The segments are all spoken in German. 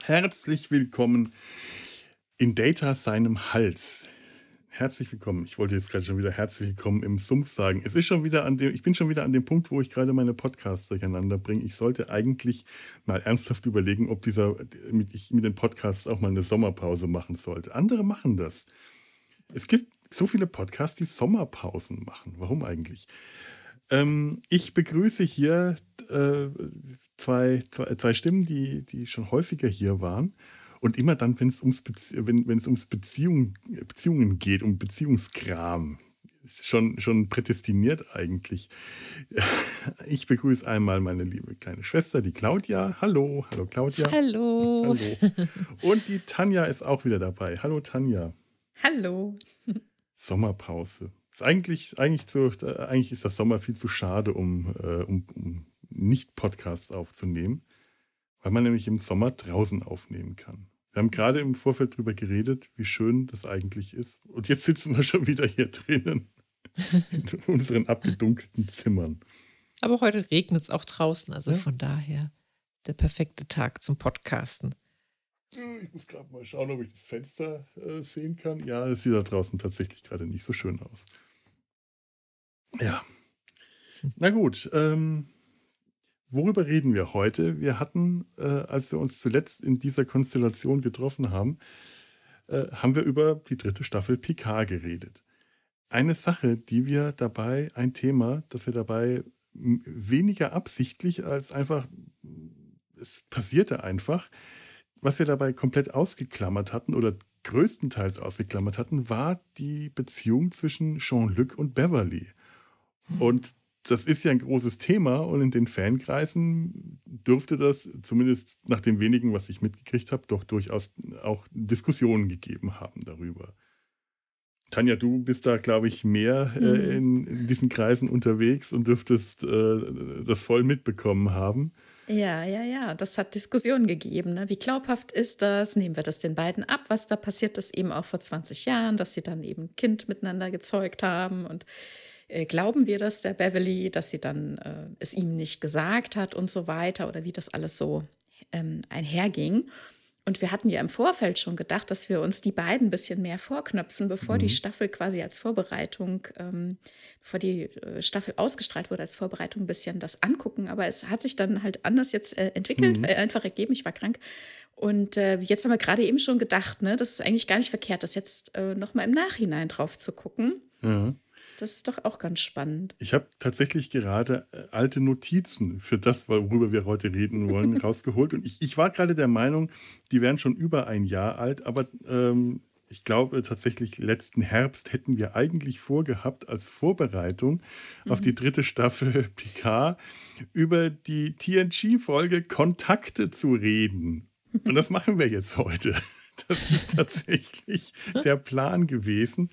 Herzlich willkommen in Data seinem Hals. Herzlich willkommen. Ich wollte jetzt gerade schon wieder herzlich willkommen im Sumpf sagen. Ich bin schon wieder an dem Punkt, wo ich gerade meine Podcasts durcheinander bringe. Ich sollte eigentlich mal ernsthaft überlegen, ob ich mit den Podcasts auch mal eine Sommerpause machen sollte. Andere machen das. Es gibt so viele Podcasts, die Sommerpausen machen. Warum eigentlich? Ich begrüße hier zwei Stimmen, die schon häufiger hier waren. Und immer dann, wenn es ums Beziehungen geht, um Beziehungskram, ist schon prädestiniert eigentlich. Ich begrüße einmal meine liebe kleine Schwester, die Claudia. Hallo, hallo Claudia. Hallo. Hallo. Und die Tanja ist auch wieder dabei. Hallo Tanja. Hallo. Sommerpause. Eigentlich ist das Sommer viel zu schade, um nicht Podcasts aufzunehmen, weil man nämlich im Sommer draußen aufnehmen kann. Wir haben gerade im Vorfeld darüber geredet, wie schön das eigentlich ist. Und jetzt sitzen wir schon wieder hier drinnen in unseren abgedunkelten Zimmern. Aber heute regnet es auch draußen, also Ja. von daher der perfekte Tag zum Podcasten. Ich muss gerade mal schauen, ob ich das Fenster sehen kann. Ja, es sieht da draußen tatsächlich gerade nicht so schön aus. Ja, na gut. Worüber reden wir heute? Wir hatten, als wir uns zuletzt in dieser Konstellation getroffen haben, haben wir über die dritte Staffel Picard geredet. Ein Thema, das wir dabei weniger absichtlich als einfach, es passierte einfach, was wir dabei komplett ausgeklammert hatten oder größtenteils ausgeklammert hatten, war die Beziehung zwischen Jean-Luc und Beverly. Und das ist ja ein großes Thema und in den Fankreisen dürfte das, zumindest nach dem wenigen, was ich mitgekriegt habe, doch durchaus auch Diskussionen gegeben haben darüber. Tanja, du bist da, glaube ich, mehr in diesen Kreisen unterwegs und dürftest das voll mitbekommen haben. Ja, das hat Diskussionen gegeben. Ne? Wie glaubhaft ist das? Nehmen wir das den beiden ab, was da passiert ist, eben auch vor 20 Jahren, dass sie dann eben ein Kind miteinander gezeugt haben? Und glauben wir das der Beverly, dass sie dann es ihm nicht gesagt hat und so weiter oder wie das alles so einherging? Und wir hatten ja im Vorfeld schon gedacht, dass wir uns die beiden ein bisschen mehr vorknöpfen, bevor die Mhm. Staffel quasi als Vorbereitung, bevor die Staffel ausgestrahlt wurde, als Vorbereitung ein bisschen das angucken. Aber es hat sich dann halt anders jetzt entwickelt, Mhm. einfach ergeben. Ich war krank. Und jetzt haben wir gerade eben schon gedacht, ne, das ist eigentlich gar nicht verkehrt, das jetzt nochmal im Nachhinein drauf zu gucken. Ja. Das ist doch auch ganz spannend. Ich habe tatsächlich gerade alte Notizen für das, worüber wir heute reden wollen, rausgeholt. Und ich war gerade der Meinung, die wären schon über ein Jahr alt. Aber ich glaube tatsächlich, letzten Herbst hätten wir eigentlich vorgehabt, als Vorbereitung auf die dritte Staffel Picard über die TNG-Folge Kontakte zu reden. Und das machen wir jetzt heute. Das ist tatsächlich der Plan gewesen.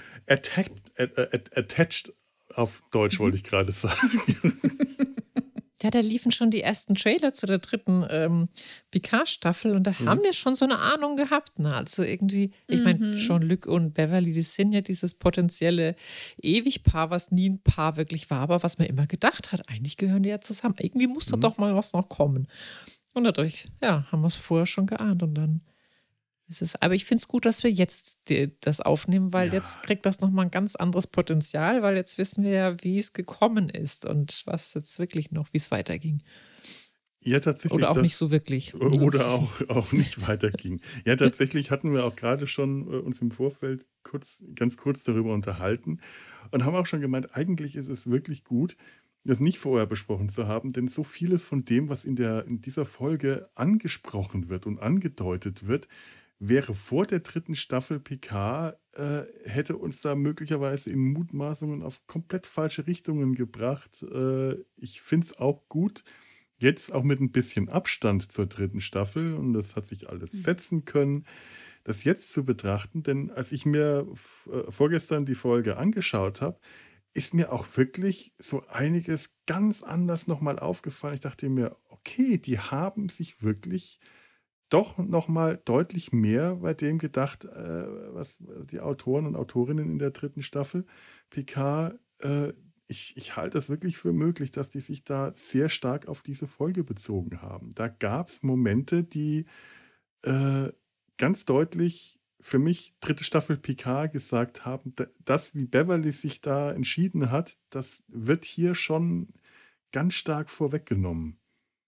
Attached auf Deutsch wollte ich gerade sagen. Ja, da liefen schon die ersten Trailer zu der dritten Picard-Staffel und da haben wir schon so eine Ahnung gehabt. Ne? Also irgendwie, ich meine, Jean-Luc und Beverly, die sind ja dieses potenzielle Ewigpaar, was nie ein Paar wirklich war, aber was man immer gedacht hat, eigentlich gehören die ja zusammen. Irgendwie muss da doch mal was noch kommen. Und dadurch, ja, haben wir es vorher schon geahnt und dann ist es. Aber ich finde es gut, dass wir jetzt das aufnehmen, weil Ja. jetzt kriegt das nochmal ein ganz anderes Potenzial, weil jetzt wissen wir ja, wie es gekommen ist und was jetzt wirklich noch, wie es weiterging. Ja, tatsächlich. Oder auch nicht so wirklich. Ne? Oder auch nicht weiterging. Ja, tatsächlich hatten wir auch gerade schon uns im Vorfeld ganz kurz darüber unterhalten und haben auch schon gemeint, eigentlich ist es wirklich gut, das nicht vorher besprochen zu haben, denn so vieles von dem, was in dieser Folge angesprochen wird und angedeutet wird, wäre vor der dritten Staffel Picard, hätte uns da möglicherweise in Mutmaßungen auf komplett falsche Richtungen gebracht. Ich finde es auch gut, jetzt auch mit ein bisschen Abstand zur dritten Staffel, und das hat sich alles setzen können, das jetzt zu betrachten. Denn als ich mir vorgestern die Folge angeschaut habe, ist mir auch wirklich so einiges ganz anders nochmal aufgefallen. Ich dachte mir, okay, die haben sich wirklich doch noch mal deutlich mehr bei dem gedacht, was die Autoren und Autorinnen in der dritten Staffel Picard, ich halte es wirklich für möglich, dass die sich da sehr stark auf diese Folge bezogen haben. Da gab es Momente, die äh, ganz deutlich für mich 3. Staffel Picard gesagt haben, das, wie Beverly sich da entschieden hat, das wird hier schon ganz stark vorweggenommen.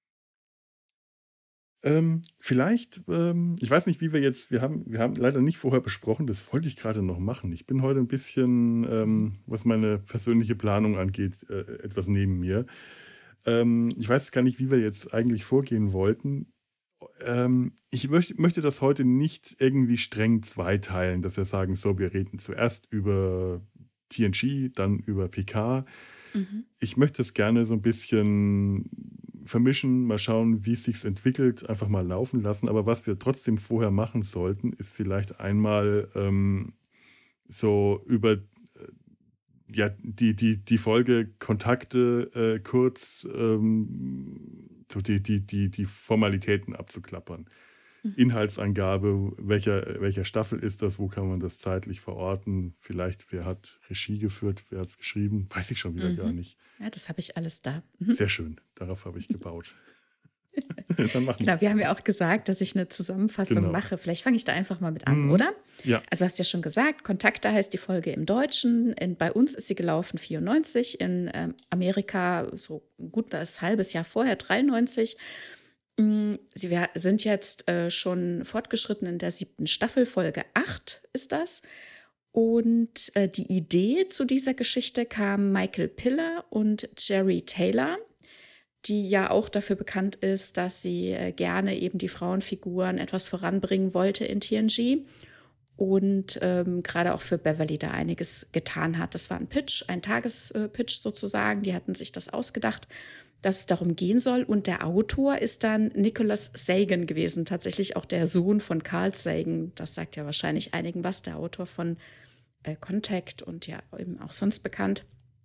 Vielleicht, ich weiß nicht, wie wir haben leider nicht vorher besprochen, das wollte ich gerade noch machen. Ich bin heute ein bisschen, was meine persönliche Planung angeht, etwas neben mir. Ich weiß gar nicht, wie wir jetzt eigentlich vorgehen wollten. Ich möchte das heute nicht irgendwie streng zweiteilen, dass wir sagen, so, wir reden zuerst über TNG, dann über Picard. Mhm. Ich möchte es gerne so ein bisschen vermischen, mal schauen, wie es sich entwickelt, einfach mal laufen lassen. Aber was wir trotzdem vorher machen sollten, ist vielleicht einmal so über ja, die Folge Kontakte kurz so die Formalitäten abzuklappern. Mhm. Inhaltsangabe, welcher Staffel ist das, wo kann man das zeitlich verorten, vielleicht wer hat Regie geführt, wer hat es geschrieben, weiß ich schon wieder gar nicht. Ja, das habe ich alles da. Mhm. Sehr schön, darauf habe ich gebaut. Dann machen wir. Genau, wir haben ja auch gesagt, dass ich eine Zusammenfassung Genau. mache. Vielleicht fange ich da einfach mal mit an, Mhm. oder? Ja, Also hast ja schon gesagt, Kontakte heißt die Folge im Deutschen. Bei uns ist sie gelaufen 94, in Amerika so gut ein halbes Jahr vorher, 93. Sie sind jetzt schon fortgeschritten in der 7. Staffel, Folge 8 ist das. Und die Idee zu dieser Geschichte kam Michael Piller und Jerry Taylor, die ja auch dafür bekannt ist, dass sie gerne eben die Frauenfiguren etwas voranbringen wollte in TNG und gerade auch für Beverly da einiges getan hat. Das war ein Pitch, ein Tagespitch sozusagen. Die hatten sich das ausgedacht, dass es darum gehen soll. Und der Autor ist dann Nicholas Sagan gewesen, tatsächlich auch der Sohn von Carl Sagan. Das sagt ja wahrscheinlich einigen was, der Autor von Contact und ja eben auch sonst bekannt.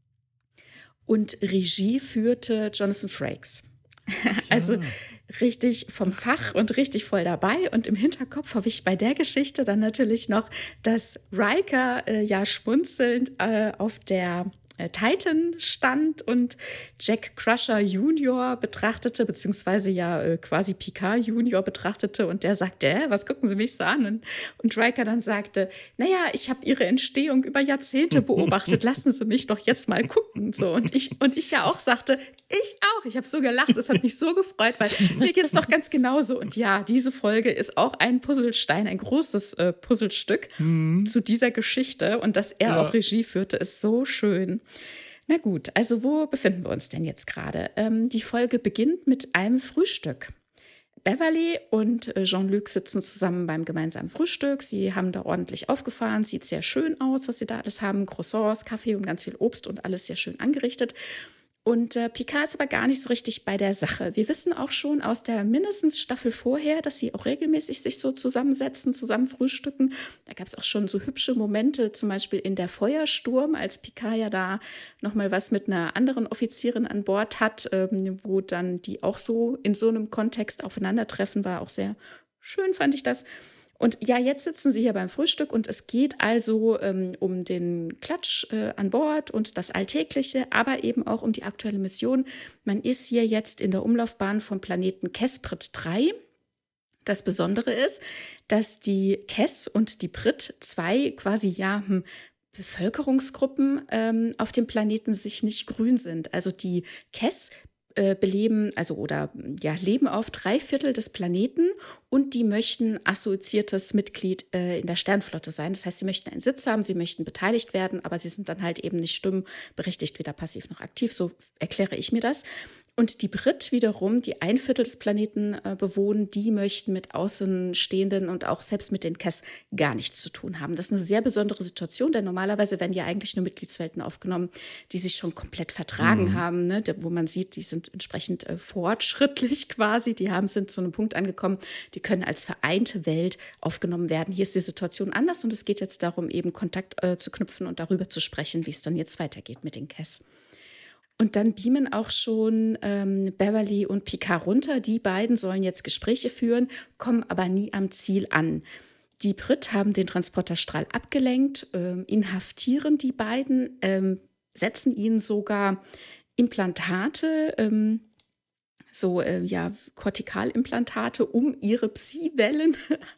Und Regie führte Jonathan Frakes. Also richtig vom Fach und richtig voll dabei. Und im Hinterkopf habe ich bei der Geschichte dann natürlich noch, dass Riker ja schmunzelnd auf der Titan stand und Jack Crusher Junior betrachtete, beziehungsweise ja quasi Picard Junior betrachtete und der sagte, was gucken Sie mich so an? Und Riker dann sagte, naja, ich habe Ihre Entstehung über Jahrzehnte beobachtet, lassen Sie mich doch jetzt mal gucken. So, und ich ja auch sagte, ich auch. Ich habe so gelacht, das hat mich so gefreut, weil mir geht es doch ganz genauso. Und ja, diese Folge ist auch ein Puzzlestein, ein großes Puzzlestück zu dieser Geschichte. Und dass er auch Regie führte, ist so schön. Na gut, also wo befinden wir uns denn jetzt gerade? Die Folge beginnt mit einem Frühstück. Beverly und Jean-Luc sitzen zusammen beim gemeinsamen Frühstück. Sie haben da ordentlich aufgefahren, sieht sehr schön aus, was sie da alles haben. Croissants, Kaffee und ganz viel Obst und alles sehr schön angerichtet. Und Picard ist aber gar nicht so richtig bei der Sache. Wir wissen auch schon aus der mindestens Staffel vorher, dass sie auch regelmäßig sich so zusammensetzen, zusammen frühstücken. Da gab es auch schon so hübsche Momente, zum Beispiel in der Feuersturm, als Picard ja da nochmal was mit einer anderen Offizierin an Bord hat, wo dann die auch so in so einem Kontext aufeinandertreffen, war auch sehr schön, fand ich das. Und ja, jetzt sitzen sie hier beim Frühstück und es geht also um den Klatsch an Bord und das Alltägliche, aber eben auch um die aktuelle Mission. Man ist hier jetzt in der Umlaufbahn vom Planeten Kesprit 3. Das Besondere ist, dass die Kes und die Brit, zwei quasi Bevölkerungsgruppen auf dem Planeten sich nicht grün sind. Also die Kes leben auf 3/4 des Planeten und die möchten assoziiertes Mitglied in der Sternflotte sein. Das heißt, sie möchten einen Sitz haben, sie möchten beteiligt werden, aber sie sind dann halt eben nicht stimmberechtigt, weder passiv noch aktiv. So erkläre ich mir das. Und die Brit wiederum, die 1/4 des Planeten bewohnen, die möchten mit Außenstehenden und auch selbst mit den Kes gar nichts zu tun haben. Das ist eine sehr besondere Situation, denn normalerweise werden ja eigentlich nur Mitgliedswelten aufgenommen, die sich schon komplett vertragen haben, ne? Wo man sieht, die sind entsprechend fortschrittlich quasi, sind zu einem Punkt angekommen, die können als vereinte Welt aufgenommen werden. Hier ist die Situation anders und es geht jetzt darum, eben Kontakt zu knüpfen und darüber zu sprechen, wie es dann jetzt weitergeht mit den Kes. Und dann beamen auch schon Beverly und Picard runter. Die beiden sollen jetzt Gespräche führen, kommen aber nie am Ziel an. Die Brit haben den Transporterstrahl abgelenkt, inhaftieren die beiden, setzen ihnen sogar Implantate, so Kortikalimplantate, um ihre Psi-Wellen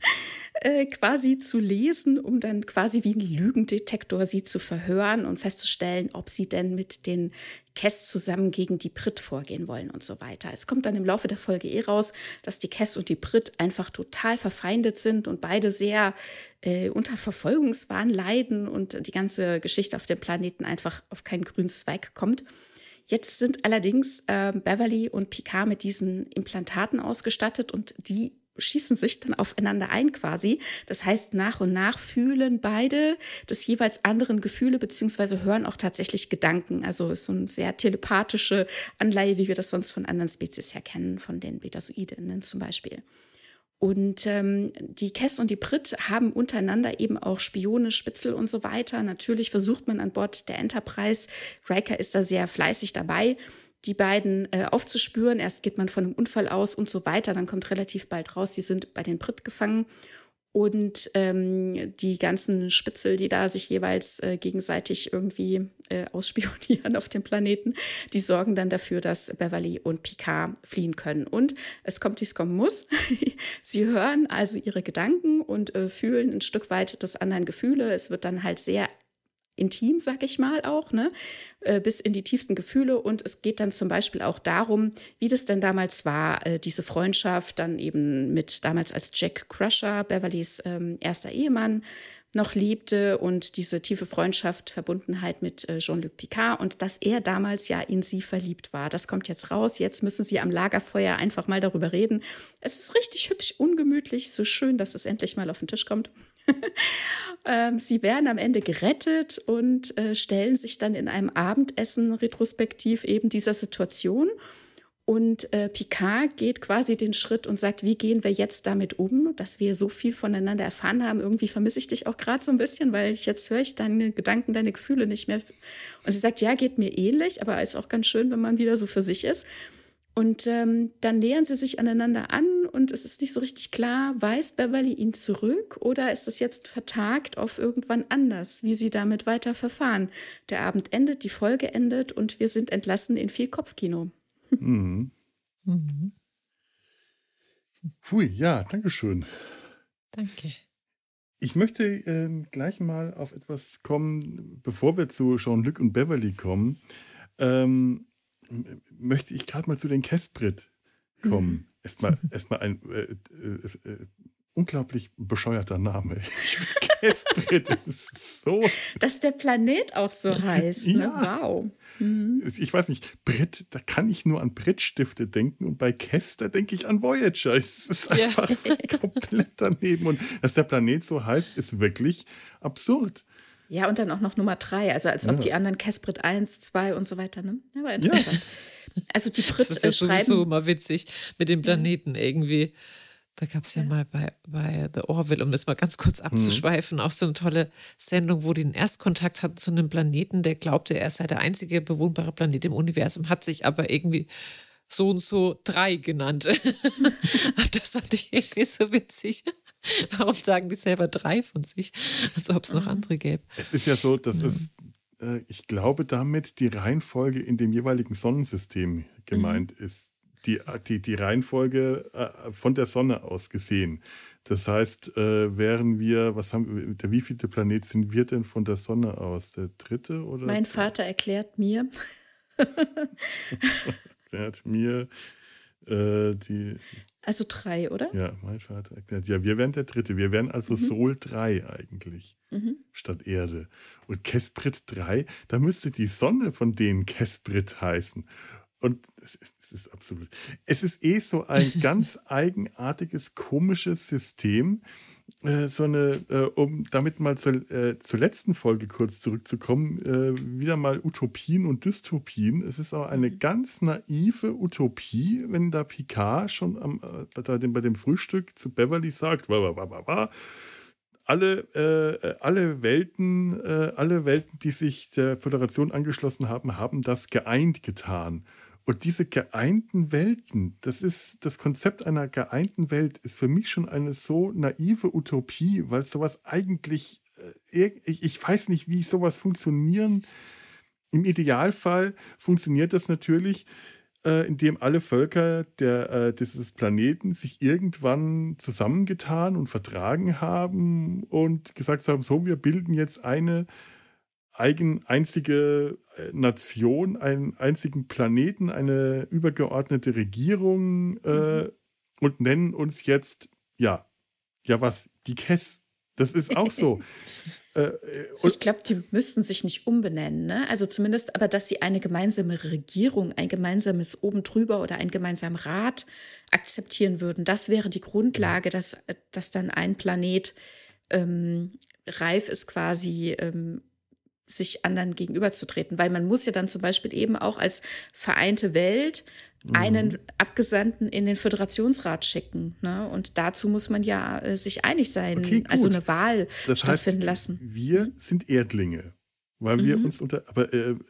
quasi zu lesen, um dann quasi wie ein Lügendetektor sie zu verhören und festzustellen, ob sie denn mit den Kes zusammen gegen die Brit vorgehen wollen und so weiter. Es kommt dann im Laufe der Folge raus, dass die Kes und die Brit einfach total verfeindet sind und beide sehr unter Verfolgungswahn leiden und die ganze Geschichte auf dem Planeten einfach auf keinen grünen Zweig kommt. Jetzt sind allerdings Beverly und Picard mit diesen Implantaten ausgestattet und die schießen sich dann aufeinander ein quasi. Das heißt, nach und nach fühlen beide des jeweils anderen Gefühle beziehungsweise hören auch tatsächlich Gedanken. Also ist so eine sehr telepathische Anleihe, wie wir das sonst von anderen Spezies her kennen, von den Betazoidinnen zum Beispiel. Und die Kes und die Brit haben untereinander eben auch Spione, Spitzel und so weiter. Natürlich versucht man an Bord der Enterprise, Riker ist da sehr fleißig dabei, die beiden aufzuspüren. Erst geht man von einem Unfall aus und so weiter. Dann kommt relativ bald raus, sie sind bei den Brit gefangen. Und die ganzen Spitzel, die da sich jeweils gegenseitig irgendwie ausspionieren auf dem Planeten, die sorgen dann dafür, dass Beverly und Picard fliehen können. Und es kommt, wie es kommen muss. Sie hören also ihre Gedanken und fühlen ein Stück weit des anderen Gefühle. Es wird dann halt sehr intim, sag ich mal auch, ne? Bis in die tiefsten Gefühle. Und es geht dann zum Beispiel auch darum, wie das denn damals war, diese Freundschaft dann eben mit damals als Jack Crusher, Beverlys erster Ehemann, noch lebte und diese tiefe Freundschaft, Verbundenheit mit Jean-Luc Picard und dass er damals ja in sie verliebt war. Das kommt jetzt raus. Jetzt müssen sie am Lagerfeuer einfach mal darüber reden. Es ist richtig hübsch, ungemütlich, so schön, dass es endlich mal auf den Tisch kommt. Sie werden am Ende gerettet und stellen sich dann in einem Abendessen retrospektiv eben dieser Situation. Und Picard geht quasi den Schritt und sagt, wie gehen wir jetzt damit um, dass wir so viel voneinander erfahren haben. Irgendwie vermisse ich dich auch gerade so ein bisschen, weil jetzt höre ich deine Gedanken, deine Gefühle nicht mehr. Und sie sagt, ja, geht mir ähnlich, aber ist auch ganz schön, wenn man wieder so für sich ist. Und dann nähern sie sich aneinander an und es ist nicht so richtig klar, weist Beverly ihn zurück oder ist es jetzt vertagt auf irgendwann anders, wie sie damit weiter verfahren. Der Abend endet, die Folge endet und wir sind entlassen in viel Kopfkino. Mhm. Mhm. Hui, ja, danke schön. Danke. Ich möchte gleich mal auf etwas kommen, bevor wir zu Jean-Luc und Beverly kommen. Möchte ich gerade mal zu den Kes-Brit kommen. Erstmal ein unglaublich bescheuerter Name. Kes-Brit ist so. Dass der Planet auch so heißt. Ne? Ja. Wow. Ich weiß nicht, Brit, da kann ich nur an Brit-Stifte denken und bei Kes, da denke ich an Voyager. Es ist einfach komplett daneben. Und dass der Planet so heißt, ist wirklich absurd. Ja, und dann auch noch Nummer 3, also als ob die anderen Kes-Brit 1, 2 und so weiter, ne? Ja, aber interessant. Also die Brit Das ist ja schreiben. sowieso immer witzig mit den Planeten irgendwie. Da gab es ja mal bei The Orville, um das mal ganz kurz abzuschweifen, auch so eine tolle Sendung, wo die einen Erstkontakt hatten zu einem Planeten, der glaubte, er sei der einzige bewohnbare Planet im Universum, hat sich aber irgendwie so und so 3 genannt. Das fand ich irgendwie so witzig. Warum sagen die selber 3 von sich, als ob es noch andere gäbe? Es ist ja so, dass es, ich glaube, damit die Reihenfolge in dem jeweiligen Sonnensystem gemeint ist. Die Reihenfolge von der Sonne aus gesehen. Das heißt, wären wir, der wievielte Planet sind wir denn von der Sonne aus? Der 3. oder? Mein Vater erklärt mir. Erklärt mir die. Also 3, oder? Ja, mein Vater erklärt. Ja, wir wären der 3. Wir wären also Sol 3 eigentlich, statt Erde. Und Kes-Brit 3, da müsste die Sonne von denen Kes-Brit heißen. Und es ist absolut. Es ist so ein ganz eigenartiges, komisches System. Um damit mal zur letzten Folge kurz zurückzukommen, wieder mal Utopien und Dystopien. Es ist auch eine ganz naive Utopie, wenn da Picard schon bei dem Frühstück zu Beverly sagt, alle Welten, die sich der Föderation angeschlossen haben, haben das geeint getan. Und diese geeinten Welten, das Konzept einer geeinten Welt ist für mich schon eine so naive Utopie, weil sowas eigentlich, ich weiß nicht, wie sowas funktionieren. Im Idealfall funktioniert das natürlich, in dem alle Völker dieses Planeten sich irgendwann zusammengetan und vertragen haben und gesagt haben, so, wir bilden jetzt eine einzige Nation, einen einzigen Planeten, eine übergeordnete Regierung und nennen uns jetzt, ja was, die Kess. Das ist auch so. Ich glaube, die müssten sich nicht umbenennen, ne? Also zumindest aber, dass sie eine gemeinsame Regierung, ein gemeinsames oben drüber oder einen gemeinsamen Rat akzeptieren würden. Das wäre die Grundlage, dass dann ein Planet reif ist, quasi sich anderen gegenüberzutreten. Weil man muss ja dann zum Beispiel eben auch als vereinte Welt einen Abgesandten in den Föderationsrat schicken. Ne? Und dazu muss man ja sich einig sein, Okay, also gut. eine Wahl Das heißt, stattfinden lassen. wir sind Erdlinge, weil wir uns aber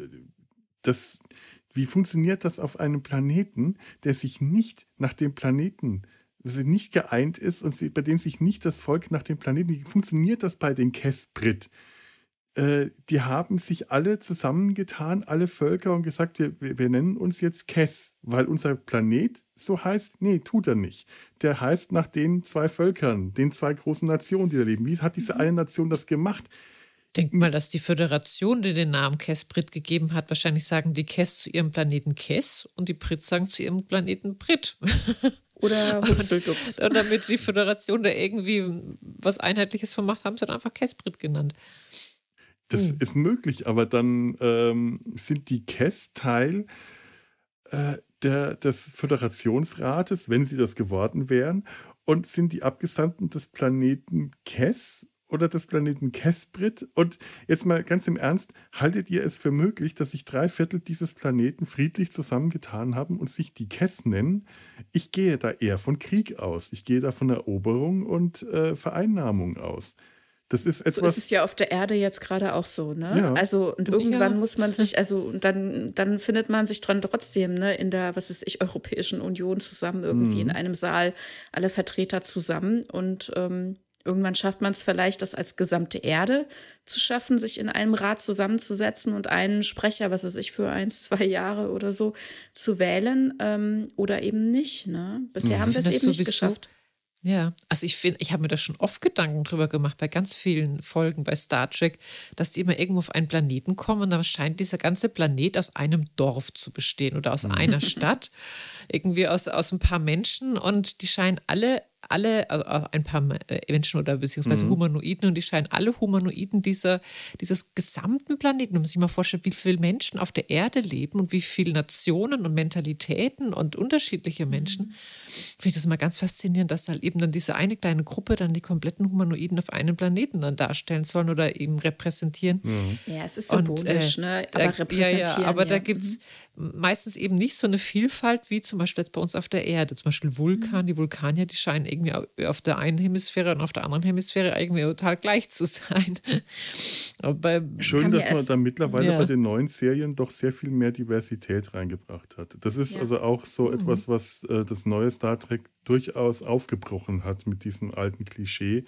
wie funktioniert das auf einem Planeten, der sich nicht nach dem Planeten, das nicht geeint ist und bei dem sich nicht das Volk nach dem Planeten, wie funktioniert das bei den Kesprit? Die haben sich alle zusammengetan, alle Völker, und gesagt, wir nennen uns jetzt Kess, weil unser Planet so heißt. Nee, tut er nicht. Der heißt nach den zwei Völkern, den zwei großen Nationen, die da leben. Wie hat diese eine Nation das gemacht? Denk mal, dass die Föderation, die den Namen Kess-Brit gegeben hat, wahrscheinlich sagen die Kess zu ihrem Planeten Kess und die Brit sagen zu ihrem Planeten Brit. Oder Hupseldups. Und damit die Föderation da irgendwie was Einheitliches von macht, haben sie dann einfach Kess-Brit genannt. Das ist möglich, aber dann sind die Kess Teil des Föderationsrates, wenn sie das geworden wären, und sind die Abgesandten des Planeten Kess oder des Planeten Kesprit. Und jetzt mal ganz im Ernst, haltet ihr es für möglich, dass sich 3/4 dieses Planeten friedlich zusammengetan haben und sich die Kess nennen? Ich gehe da eher von Krieg aus. Ich gehe da von Eroberung und Vereinnahmung aus. Das ist etwas. So ist es ja auf der Erde jetzt gerade auch so, ne? Ja. Also, und irgendwann Ja. muss man sich, also dann findet man sich dran trotzdem, ne, in der, was weiß ich, Europäischen Union zusammen, irgendwie in einem Saal, alle Vertreter zusammen. Und irgendwann schafft man es vielleicht, das als gesamte Erde zu schaffen, sich in einem Rat zusammenzusetzen und einen Sprecher, was weiß ich, für 1-2 Jahre oder so zu wählen, oder eben nicht, ne? Bisher haben wir es Das eben nicht sowieso. geschafft. Ja, also ich habe mir da schon oft Gedanken drüber gemacht, bei ganz vielen Folgen bei Star Trek, dass die immer irgendwo auf einen Planeten kommen und dann scheint dieser ganze Planet aus einem Dorf zu bestehen oder aus einer Stadt, irgendwie aus ein paar Menschen, und die scheinen alle also ein paar Menschen oder beziehungsweise Humanoiden, und die scheinen alle Humanoiden dieses gesamten Planeten. Wenn man sich mal vorstellt, wie viele Menschen auf der Erde leben und wie viele Nationen und Mentalitäten und unterschiedliche Menschen, finde ich das immer ganz faszinierend, dass halt eben dann diese eine kleine Gruppe dann die kompletten Humanoiden auf einem Planeten dann darstellen sollen oder eben repräsentieren. Ja, es ist symbolisch, ne? Aber repräsentieren. Aber da ja. gibt es meistens eben nicht so eine Vielfalt wie zum Beispiel jetzt bei uns auf der Erde. Zum Beispiel Vulkan, die Vulkanier, die scheinen irgendwie auf der einen Hemisphäre und auf der anderen Hemisphäre irgendwie total gleich zu sein. Aber Schön, kam dass ja man erst- da mittlerweile Ja. bei den neuen Serien doch sehr viel mehr Diversität reingebracht hat. Das ist Ja. also auch so etwas, was das neue Star Trek durchaus aufgebrochen hat mit diesem alten Klischee.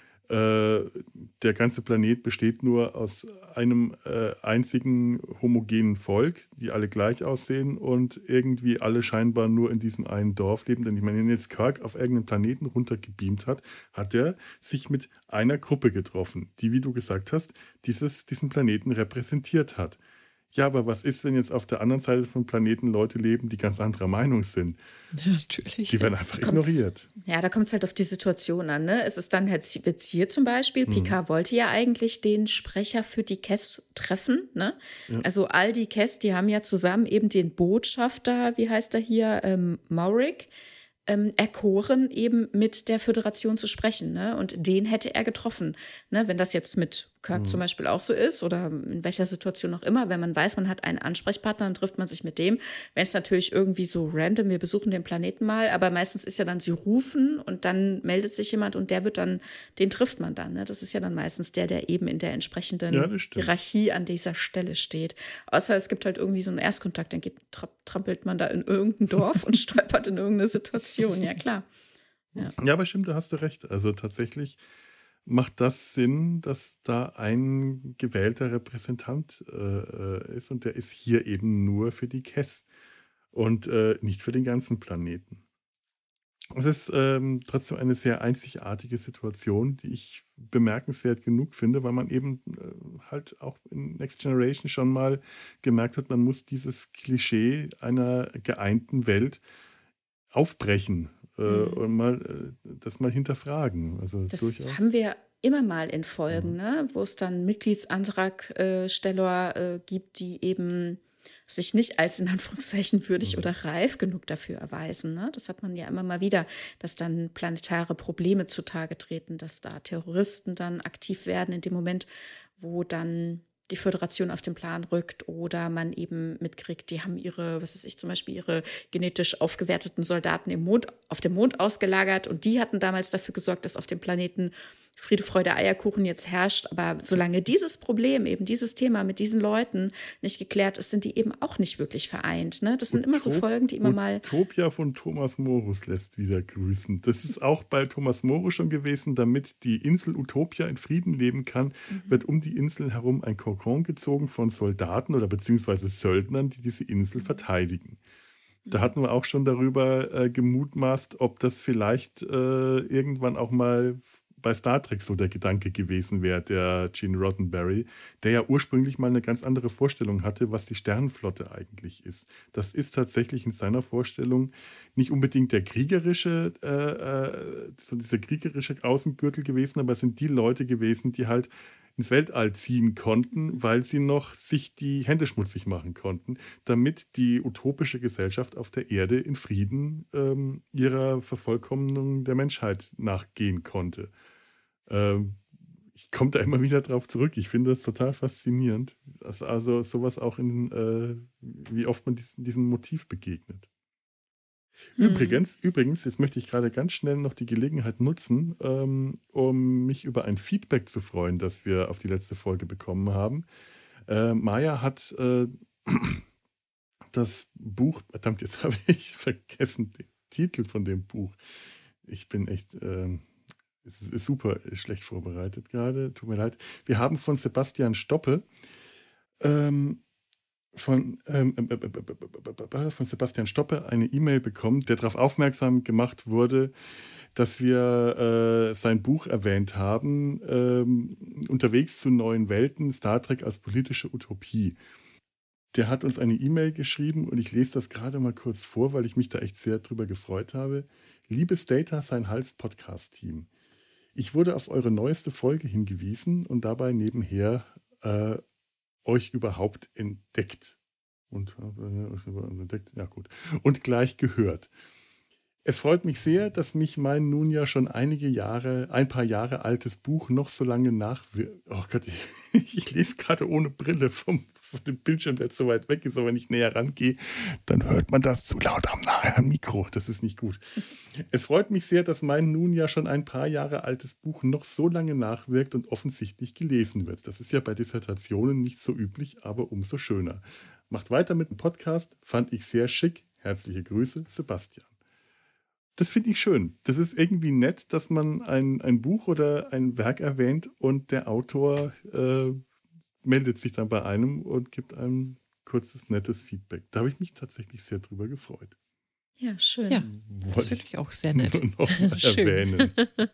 Der ganze Planet besteht nur aus einem einzigen homogenen Volk, die alle gleich aussehen und irgendwie alle scheinbar nur in diesem einen Dorf leben. Denn ich meine, wenn jetzt Kirk auf irgendeinen Planeten runtergebeamt hat, hat er sich mit einer Gruppe getroffen, die, wie du gesagt hast, diesen Planeten repräsentiert hat. Ja, aber was ist, wenn jetzt auf der anderen Seite vom Planeten Leute leben, die ganz anderer Meinung sind? Ja, natürlich. Die werden einfach Kommt's- ignoriert. Ja, da kommt es halt auf die Situation an. Ne? Es ist dann jetzt hier zum Beispiel, Picard wollte ja eigentlich den Sprecher für die Kess treffen. Ne? Also all die Kess, die haben ja zusammen eben den Botschafter, wie heißt er hier, Maurik, erkoren, eben mit der Föderation zu sprechen. Ne? Und den hätte er getroffen. Ne? Wenn das jetzt mit Kirk zum Beispiel auch so ist oder in welcher Situation auch immer, wenn man weiß, man hat einen Ansprechpartner, dann trifft man sich mit dem. Wenn es natürlich irgendwie so random, wir besuchen den Planeten mal, aber meistens ist ja dann, sie rufen und dann meldet sich jemand und der wird dann, den trifft man dann. Ne? Das ist ja dann meistens der eben in der entsprechenden Ja, das stimmt. Hierarchie an dieser Stelle steht. Außer es gibt halt irgendwie so einen Erstkontakt, dann trampelt man da in irgendein Dorf und stolpert in irgendeine Situation. Ja, klar. Ja, aber stimmt, da hast du recht. Also tatsächlich macht das Sinn, dass da ein gewählter Repräsentant ist und der ist hier eben nur für die Kess. und nicht für den ganzen Planeten. Es ist trotzdem eine sehr einzigartige Situation, die ich bemerkenswert genug finde, weil man eben halt auch in Next Generation schon mal gemerkt hat, man muss dieses Klischee einer geeinten Welt aufbrechen und mal das mal hinterfragen. Also Das durchaus. haben wir immer mal in Folgen, ne? Wo es dann Mitgliedsantragsteller gibt, die eben sich nicht als in Anführungszeichen würdig oder reif genug dafür erweisen. Ne? Das hat man ja immer mal wieder, dass dann planetare Probleme zutage treten, dass da Terroristen dann aktiv werden in dem Moment, wo dann die Föderation auf den Plan rückt oder man eben mitkriegt, die haben ihre, was weiß ich, zum Beispiel ihre genetisch aufgewerteten Soldaten auf dem Mond ausgelagert und die hatten damals dafür gesorgt, dass auf dem Planeten Friede, Freude, Eierkuchen jetzt herrscht. Aber solange dieses Problem, eben dieses Thema mit diesen Leuten nicht geklärt ist, sind die eben auch nicht wirklich vereint. Ne? Das sind immer so Folgen, die immer mal... Utopia von Thomas Morus lässt wieder grüßen. Das ist auch bei Thomas Morus schon gewesen. Damit die Insel Utopia in Frieden leben kann, wird um die Insel herum ein Kokon gezogen von Soldaten oder beziehungsweise Söldnern, die diese Insel verteidigen. Da hatten wir auch schon darüber gemutmaßt, ob das vielleicht irgendwann auch mal bei Star Trek so der Gedanke gewesen wäre, der Gene Roddenberry, der ja ursprünglich mal eine ganz andere Vorstellung hatte, was die Sternenflotte eigentlich ist. Das ist tatsächlich in seiner Vorstellung nicht unbedingt der kriegerische, so dieser kriegerische Außengürtel gewesen, aber es sind die Leute gewesen, die halt ins Weltall ziehen konnten, weil sie noch sich die Hände schmutzig machen konnten, damit die utopische Gesellschaft auf der Erde in Frieden ihrer Vervollkommnung der Menschheit nachgehen konnte. Ich komme da immer wieder drauf zurück. Ich finde das total faszinierend. Also sowas auch wie oft man diesem Motiv begegnet. Übrigens, jetzt möchte ich gerade ganz schnell noch die Gelegenheit nutzen, um mich über ein Feedback zu freuen, das wir auf die letzte Folge bekommen haben. Maya hat das Buch, verdammt, jetzt habe ich vergessen den Titel von dem Buch. Ich bin echt super schlecht vorbereitet gerade, tut mir leid. Wir haben von Sebastian Stoppe von Sebastian Stoppe eine E-Mail bekommen, der darauf aufmerksam gemacht wurde, dass wir sein Buch erwähnt haben, Unterwegs zu neuen Welten, Star Trek als politische Utopie. Der hat uns eine E-Mail geschrieben und ich lese das gerade mal kurz vor, weil ich mich da echt sehr drüber gefreut habe. Liebes Data, sein Hals Podcast-Team. Ich wurde auf eure neueste Folge hingewiesen und dabei nebenher euch überhaupt entdeckt. Und gleich gehört. Es freut mich sehr, dass mich mein nun ja schon ein paar Jahre altes Buch noch so lange Oh Gott, ich lese gerade ohne Brille von dem Bildschirm, der so weit weg ist, aber wenn ich näher rangehe, dann hört man das zu laut am Mikro. Das ist nicht gut. Es freut mich sehr, dass mein nun ja schon ein paar Jahre altes Buch noch so lange nachwirkt und offensichtlich gelesen wird. Das ist ja bei Dissertationen nicht so üblich, aber umso schöner. Macht weiter mit dem Podcast, fand ich sehr schick. Herzliche Grüße, Sebastian. Das finde ich schön. Das ist irgendwie nett, dass man ein Buch oder ein Werk erwähnt und der Autor meldet sich dann bei einem und gibt einem kurzes, nettes Feedback. Da habe ich mich tatsächlich sehr drüber gefreut. Ja, schön. Ja, das finde ich auch sehr nett. Nur noch mal erwähnen.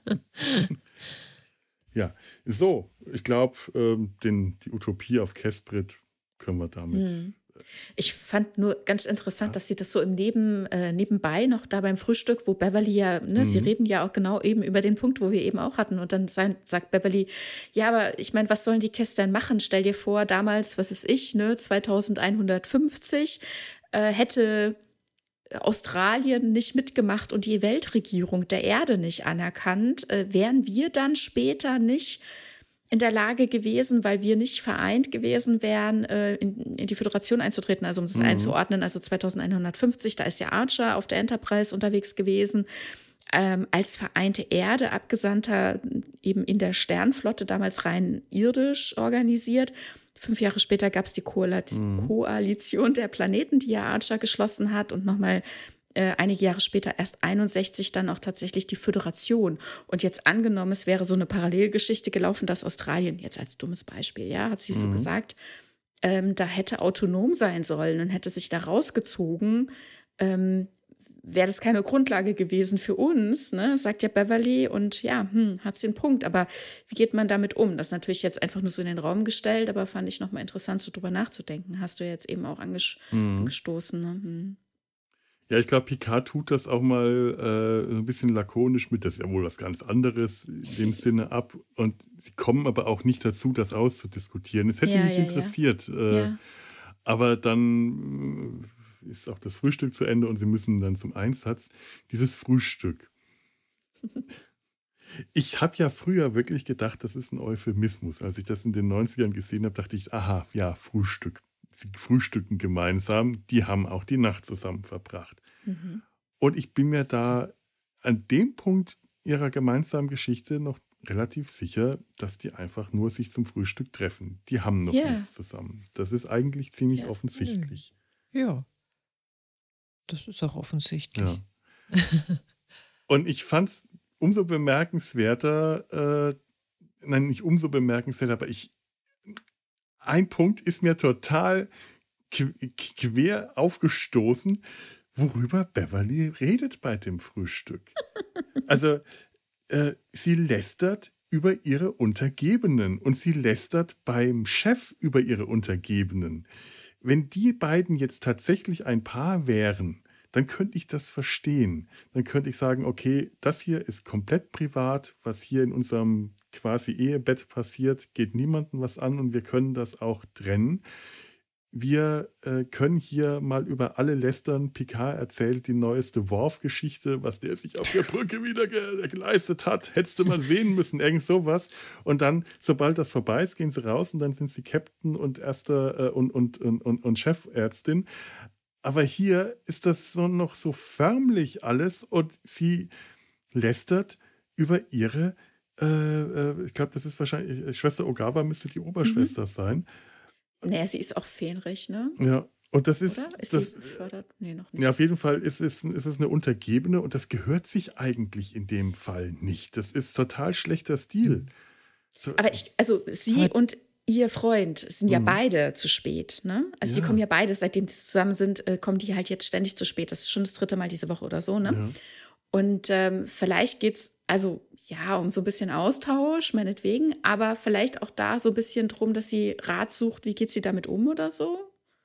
Ja, so, ich glaube, die Utopie auf Kesprit können wir damit. Ich fand nur ganz interessant, dass sie das so im Nebenbei noch da beim Frühstück, wo Beverly ja, ne, sie reden ja auch genau eben über den Punkt, wo wir eben auch hatten. Und dann sagt Beverly, ja, aber ich meine, was sollen die Kästern machen? Stell dir vor, damals, was ist ich, ne, 2150 hätte Australien nicht mitgemacht und die Weltregierung der Erde nicht anerkannt, wären wir dann später nicht in der Lage gewesen, weil wir nicht vereint gewesen wären, in die Föderation einzutreten, also um das einzuordnen, also 2150, da ist ja Archer auf der Enterprise unterwegs gewesen, als vereinte Erde, Abgesandter eben in der Sternflotte, damals rein irdisch organisiert. 5 Jahre später gab es die Koalition der Planeten, die ja Archer geschlossen hat und nochmal einige Jahre später, erst 61, dann auch tatsächlich die Föderation. Und jetzt angenommen, es wäre so eine Parallelgeschichte gelaufen, dass Australien, jetzt als dummes Beispiel, ja, hat sie so gesagt, da hätte autonom sein sollen und hätte sich da rausgezogen, wäre das keine Grundlage gewesen für uns, ne? Sagt ja Beverly und ja, hat sie einen Punkt. Aber wie geht man damit um? Das ist natürlich jetzt einfach nur so in den Raum gestellt, aber fand ich nochmal interessant, so drüber nachzudenken. Hast du ja jetzt eben auch angestoßen. Ne? Ja, ich glaube, Picard tut das auch mal so ein bisschen lakonisch mit, das ist ja wohl was ganz anderes in dem Sinne ab. Und sie kommen aber auch nicht dazu, das auszudiskutieren. Es hätte Ja, mich ja, ja. interessiert. Ja. Aber dann ist auch das Frühstück zu Ende und sie müssen dann zum Einsatz. Dieses Frühstück. Ich habe ja früher wirklich gedacht, das ist ein Euphemismus. Als ich das in den 90ern gesehen habe, dachte ich, aha, ja, Frühstück. Sie frühstücken gemeinsam, die haben auch die Nacht zusammen verbracht. Mhm. Und ich bin mir da an dem Punkt ihrer gemeinsamen Geschichte noch relativ sicher, dass die einfach nur sich zum Frühstück treffen. Die haben noch Ja. nichts zusammen. Das ist eigentlich ziemlich Ja. offensichtlich. Ja, das ist auch offensichtlich. Ja. Und ich fand es umso bemerkenswerter, nein, nicht umso bemerkenswerter, aber ein Punkt ist mir total quer aufgestoßen, worüber Beverly redet bei dem Frühstück. Also, sie lästert über ihre Untergebenen und sie lästert beim Chef über ihre Untergebenen. Wenn die beiden jetzt tatsächlich ein Paar wären, dann könnte ich das verstehen. Dann könnte ich sagen, okay, das hier ist komplett privat, was hier in unserem quasi Ehebett passiert, geht niemandem was an und wir können das auch trennen. Wir können hier mal über alle lästern. Picard erzählt die neueste Worf-Geschichte, was der sich auf der Brücke wieder geleistet hat. Hättest du mal sehen müssen, irgend sowas. Und dann, sobald das vorbei ist, gehen sie raus und dann sind sie Captain und und Chefärztin. Aber hier ist das so noch so förmlich alles und sie lästert über ihre, ich glaube, das ist wahrscheinlich, Schwester Ogawa müsste die Oberschwester sein. Naja, sie ist auch fähnrich, ne? Ja, und das Oder? ist, Ist das, sie befördert? Nee, noch nicht. ja, auf jeden Fall ist es eine Untergebene und das gehört sich eigentlich in dem Fall nicht. Das ist total schlechter Stil. So, Aber sie Aber- und ihr Freund sind ja beide zu spät, ne? Also die Ja. kommen ja beide, seitdem die zusammen sind, kommen die halt jetzt ständig zu spät. Das ist schon das 3. Mal diese Woche oder so, ne? ja. Und vielleicht geht es, also ja, um so ein bisschen Austausch, meinetwegen, aber vielleicht auch da so ein bisschen drum, dass sie Rat sucht, wie geht sie damit um oder so.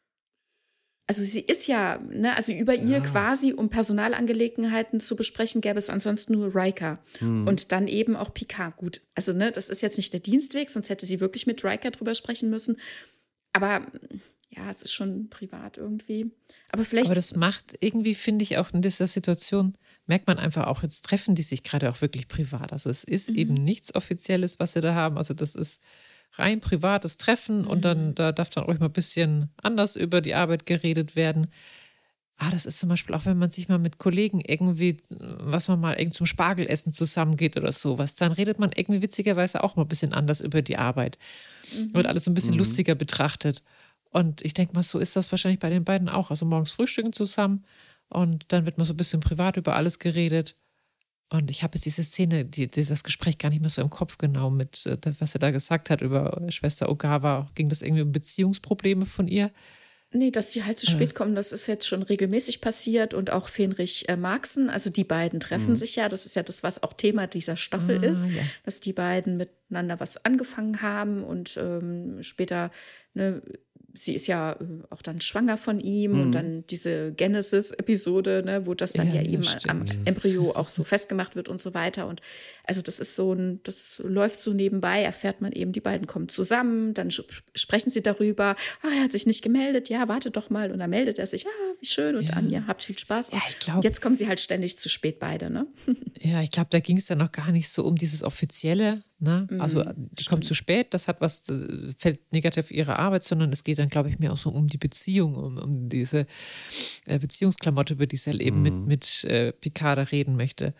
Also sie ist ja, ne, also über ihr Ja. quasi, um Personalangelegenheiten zu besprechen, gäbe es ansonsten nur Riker. Und dann eben auch Picard. Gut, also ne, das ist jetzt nicht der Dienstweg, sonst hätte sie wirklich mit Riker drüber sprechen müssen. Aber ja, es ist schon privat irgendwie. Aber vielleicht. Aber das macht irgendwie, finde ich, auch in dieser Situation, merkt man einfach auch, jetzt treffen die sich gerade auch wirklich privat. Also es ist eben nichts Offizielles, was sie da haben. Also das ist rein privates Treffen und dann da darf dann auch mal ein bisschen anders über die Arbeit geredet werden. Das ist zum Beispiel auch, wenn man sich mal mit Kollegen irgendwie, was man mal irgend zum Spargelessen zusammengeht oder sowas, dann redet man irgendwie witzigerweise auch mal ein bisschen anders über die Arbeit. Wird alles so ein bisschen lustiger betrachtet. Und ich denke mal, so ist das wahrscheinlich bei den beiden auch. Also morgens frühstücken zusammen und dann wird mal so ein bisschen privat über alles geredet. Und ich habe jetzt diese Szene, dieses Gespräch gar nicht mehr so im Kopf genau mit, was er da gesagt hat über Schwester Ogawa. Ging das irgendwie um Beziehungsprobleme von ihr? Nee, dass sie halt zu spät kommen, das ist jetzt schon regelmäßig passiert und auch Fenrich Marxen, also die beiden treffen sich ja, das ist ja das, was auch Thema dieser Staffel ist, ja. dass die beiden miteinander was angefangen haben und später, ne, sie ist ja auch dann schwanger von ihm und dann diese Genesis-Episode, ne, wo das dann Ja, ja ja, eben stimmt. am Embryo auch so festgemacht wird und so weiter. Und also das ist so das läuft so nebenbei, erfährt man eben, die beiden kommen zusammen, dann sprechen sie darüber, er hat sich nicht gemeldet, ja, warte doch mal. Und dann meldet er sich, wie schön und dann, ja, habt viel Spaß. Ja, ich glaub- und jetzt kommen sie halt ständig zu spät beide, ne? Ja, ich glaube, da ging es dann noch gar nicht so um dieses Offizielle. Ne? Also die kommt zu spät, das hat was, fällt negativ auf ihre Arbeit, sondern es geht dann, glaube ich, mehr auch so um die Beziehung, um diese Beziehungsklamotte, über die sie halt eben mit Picard da reden möchte.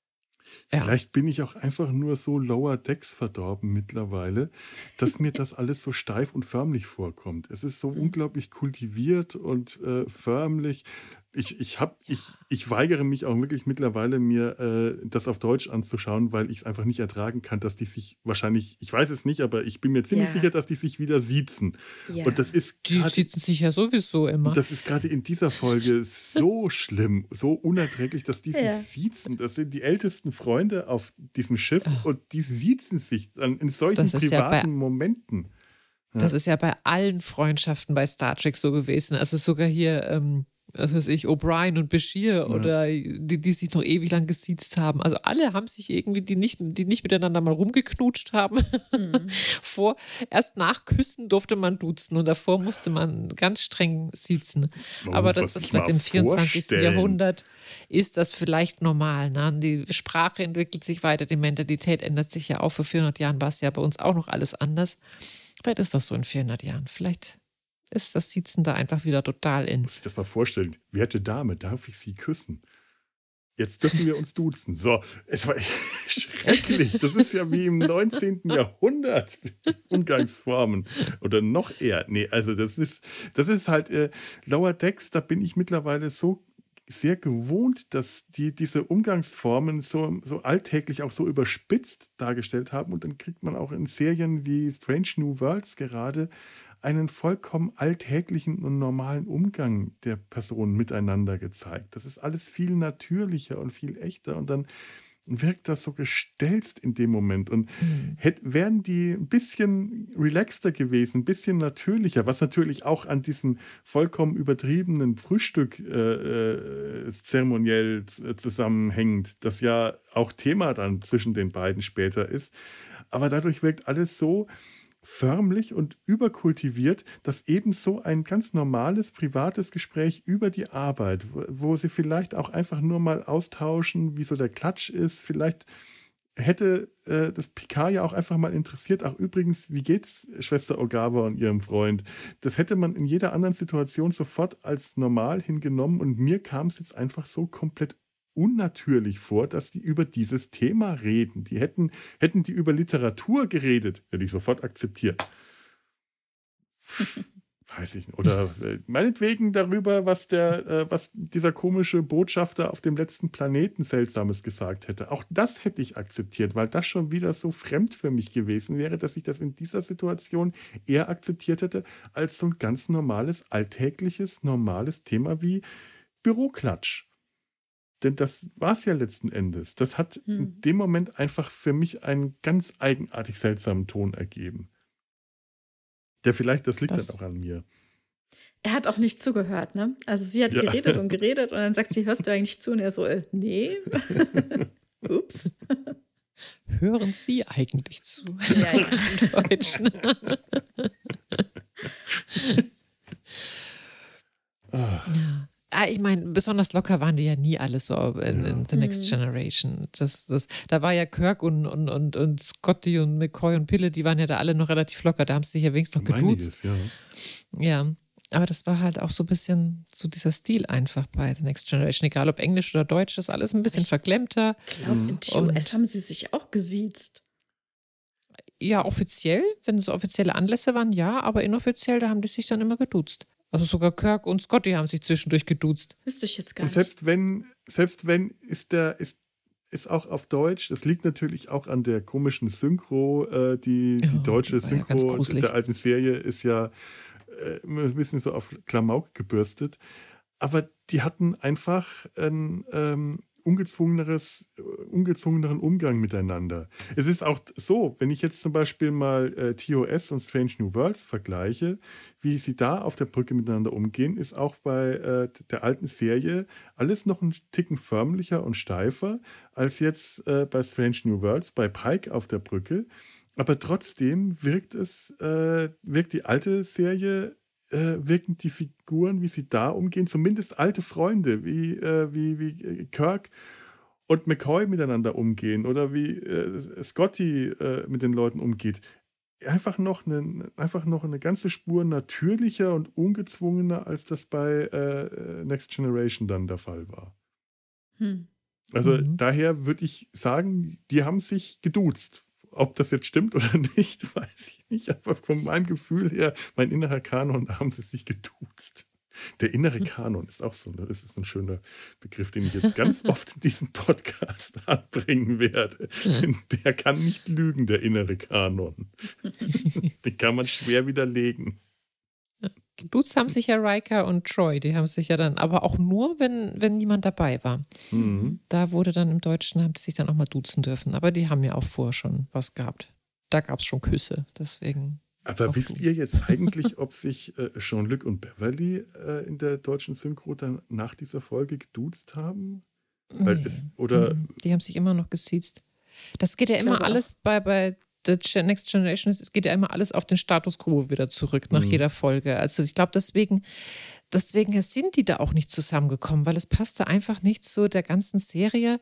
Ja. Vielleicht bin ich auch einfach nur so Lower Decks verdorben mittlerweile, dass mir das alles so steif und förmlich vorkommt. Es ist so unglaublich kultiviert und förmlich. Ich weigere mich auch wirklich mittlerweile, mir das auf Deutsch anzuschauen, weil ich es einfach nicht ertragen kann, dass die sich wahrscheinlich, ich weiß es nicht, aber ich bin mir ziemlich sicher, Ja, dass die sich wieder siezen. Und ja. Die sieht sich ja sowieso immer. das ist gerade in dieser Folge so schlimm, so unerträglich, dass die sich Ja. siezen. Das sind die ältesten Freunde auf diesem Schiff und die siezen sich dann in solchen Das ist ja bei privaten Momenten. Das Ja, ist ja bei allen Freundschaften bei Star Trek so gewesen. Also sogar hier, was weiß ich, O'Brien und Bashir ja. oder die sich noch ewig lang gesiezt haben. Also alle haben sich irgendwie, die nicht miteinander mal rumgeknutscht haben. Mhm. Erst nach Küssen durfte man duzen und davor musste man ganz streng siezen. Man Aber muss das was ist sich vielleicht mal im 24. vorstellen. Jahrhundert, ist das vielleicht normal. Ne? Die Sprache entwickelt sich weiter, die Mentalität ändert sich ja auch. Vor 400 Jahren war es ja bei uns auch noch alles anders. Vielleicht ist das so in 400 Jahren. Vielleicht ist das Siezen da einfach wieder total in. Muss ich das mal vorstellen. Werte Dame, darf ich Sie küssen? Jetzt dürfen wir uns duzen. So, es war schrecklich. Das ist ja wie im 19. Jahrhundert. Umgangsformen. Oder noch eher. Nee, also das ist halt Lower Decks, da bin ich mittlerweile so sehr gewohnt, dass die diese Umgangsformen so alltäglich auch so überspitzt dargestellt haben. Und dann kriegt man auch in Serien wie Strange New Worlds gerade einen vollkommen alltäglichen und normalen Umgang der Personen miteinander gezeigt. Das ist alles viel natürlicher und viel echter und dann wirkt das so gestelzt in dem Moment. Und wären die ein bisschen relaxter gewesen, ein bisschen natürlicher, was natürlich auch an diesem vollkommen übertriebenen Frühstück zeremoniell zusammenhängt, das ja auch Thema dann zwischen den beiden später ist. Aber dadurch wirkt alles so förmlich und überkultiviert, dass eben so ein ganz normales, privates Gespräch über die Arbeit, wo sie vielleicht auch einfach nur mal austauschen, wie so der Klatsch ist. Vielleicht hätte das Picard ja auch einfach mal interessiert. Ach, übrigens, wie geht's Schwester Ogawa und ihrem Freund? Das hätte man in jeder anderen Situation sofort als normal hingenommen und mir kam es jetzt einfach so komplett unnatürlich vor, dass die über dieses Thema reden. Hätten die über Literatur geredet, hätte ich sofort akzeptiert. Weiß ich nicht. Oder meinetwegen darüber, was dieser komische Botschafter auf dem letzten Planeten Seltsames gesagt hätte. Auch das hätte ich akzeptiert, weil das schon wieder so fremd für mich gewesen wäre, dass ich das in dieser Situation eher akzeptiert hätte, als so ein ganz normales, alltägliches, normales Thema wie Büroklatsch. Denn das war es ja letzten Endes. Das hat in dem Moment einfach für mich einen ganz eigenartig seltsamen Ton ergeben. Das liegt dann auch Das, an mir. Er hat auch nicht zugehört, ne? Also sie hat Ja. geredet und geredet und dann sagt sie, hörst du eigentlich zu? Und er so, nee. Ups. hören Sie eigentlich zu? Ja, ja. Im Deutschen. Ah, Ja. Ich meine, besonders locker waren die ja nie alle so in ja, The Next Generation. Da war ja Kirk und Scotty und McCoy und Pille, die waren ja da alle noch relativ locker. Da haben sie sich ja wenigstens noch um einiges, geduzt. ja. Ja, aber das war halt auch so ein bisschen so dieser Stil einfach bei The Next Generation. Egal ob Englisch oder Deutsch, ist alles ein bisschen Ich verklemmter. Ich glaube, in TOS Und haben sie sich auch gesiezt. ja, offiziell, wenn so offizielle Anlässe waren, ja, aber inoffiziell, da haben die sich dann immer geduzt. Also sogar Kirk und Scotty haben sich zwischendurch geduzt. Wüsste ich jetzt gar Und nicht. selbst wenn ist auch auf Deutsch, das liegt natürlich auch an der komischen Synchro, die Ja, deutsche die war ja ganz Synchro gruselig. der alten Serie ist ja immer ein bisschen so auf Klamauk gebürstet. Aber die hatten einfach einen ungezwungeneren Umgang miteinander. Es ist auch so, wenn ich jetzt zum Beispiel mal TOS und Strange New Worlds vergleiche, wie sie da auf der Brücke miteinander umgehen, ist auch bei der alten Serie alles noch einen Ticken förmlicher und steifer als jetzt bei Strange New Worlds, bei Pike auf der Brücke. Aber trotzdem wirkt die alte Serie, wirken die Figuren, wie sie da umgehen, zumindest alte Freunde, wie Kirk und McCoy miteinander umgehen oder wie Scotty mit den Leuten umgeht. Einfach noch eine ganze Spur natürlicher und ungezwungener, als das bei Next Generation dann der Fall war. Hm. Also Mhm. daher würde ich sagen, die haben sich geduzt. Ob das jetzt stimmt oder nicht, weiß ich nicht. Aber von meinem Gefühl her, mein innerer Kanon, da haben sie sich geduzt. Der innere Kanon ist auch so, das ist ein schöner Begriff, den ich jetzt ganz oft in diesem Podcast anbringen werde. Der kann nicht lügen, der innere Kanon. Den kann man schwer widerlegen. Dudes haben sich ja Riker und Troy, die haben sich ja dann, aber auch nur, wenn niemand dabei war. Mhm. Da wurde dann im Deutschen, haben die sich dann auch mal duzen dürfen. Aber die haben ja auch vorher schon was gehabt. Da gab es schon Küsse, deswegen. Aber wisst ihr jetzt eigentlich, ob sich Jean-Luc und Beverly in der deutschen Synchro dann nach dieser Folge geduzt haben? Weil Die haben sich immer noch gesiezt. Das geht ja immer alles bei The Next Generation, es geht ja immer alles auf den Status quo wieder zurück nach jeder Folge. Also ich glaube, deswegen sind die da auch nicht zusammengekommen, weil es passte einfach nicht zu der ganzen Serie.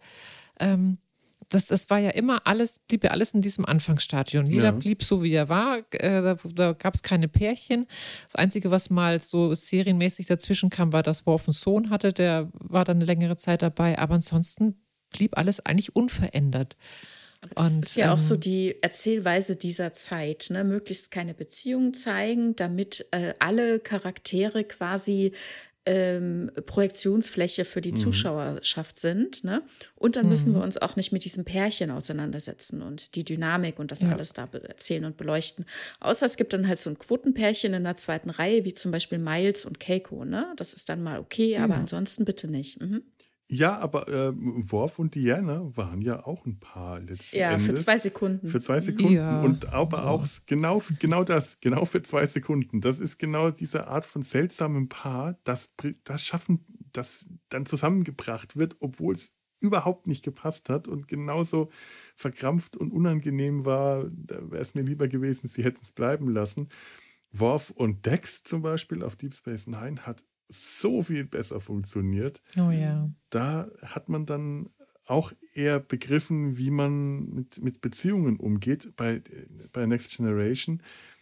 Das war ja immer alles, blieb ja alles in diesem Anfangsstadion. Jeder blieb so, wie er war. Da gab es keine Pärchen. Das Einzige, was mal so serienmäßig dazwischen kam, war, dass Worf einen Sohn hatte. Der war dann eine längere Zeit dabei. Aber ansonsten blieb alles eigentlich unverändert. Das ist ja auch so die Erzählweise dieser Zeit, ne? Möglichst keine Beziehung zeigen, damit alle Charaktere quasi Projektionsfläche für die Zuschauerschaft sind. Ne? Und dann müssen wir uns auch nicht mit diesem Pärchen auseinandersetzen und die Dynamik und das alles da erzählen und beleuchten. Außer es gibt dann halt so ein Quotenpärchen in der zweiten Reihe, wie zum Beispiel Miles und Keiko. Ne? Das ist dann mal okay, aber ansonsten bitte nicht. Ja, aber Worf und Diana waren ja auch ein Paar letzten Endes. Ja, für 2 Sekunden. Für 2 Sekunden. Ja. Und aber auch genau für 2 Sekunden. Das ist genau diese Art von seltsamem Paar, das schaffen, das dann zusammengebracht wird, obwohl es überhaupt nicht gepasst hat und genauso verkrampft und unangenehm war. Da wäre es mir lieber gewesen, sie hätten es bleiben lassen. Worf und Dex zum Beispiel auf Deep Space Nine hat so viel besser funktioniert. Oh ja. Da hat man dann auch eher begriffen, wie man mit Beziehungen umgeht bei Next Generation.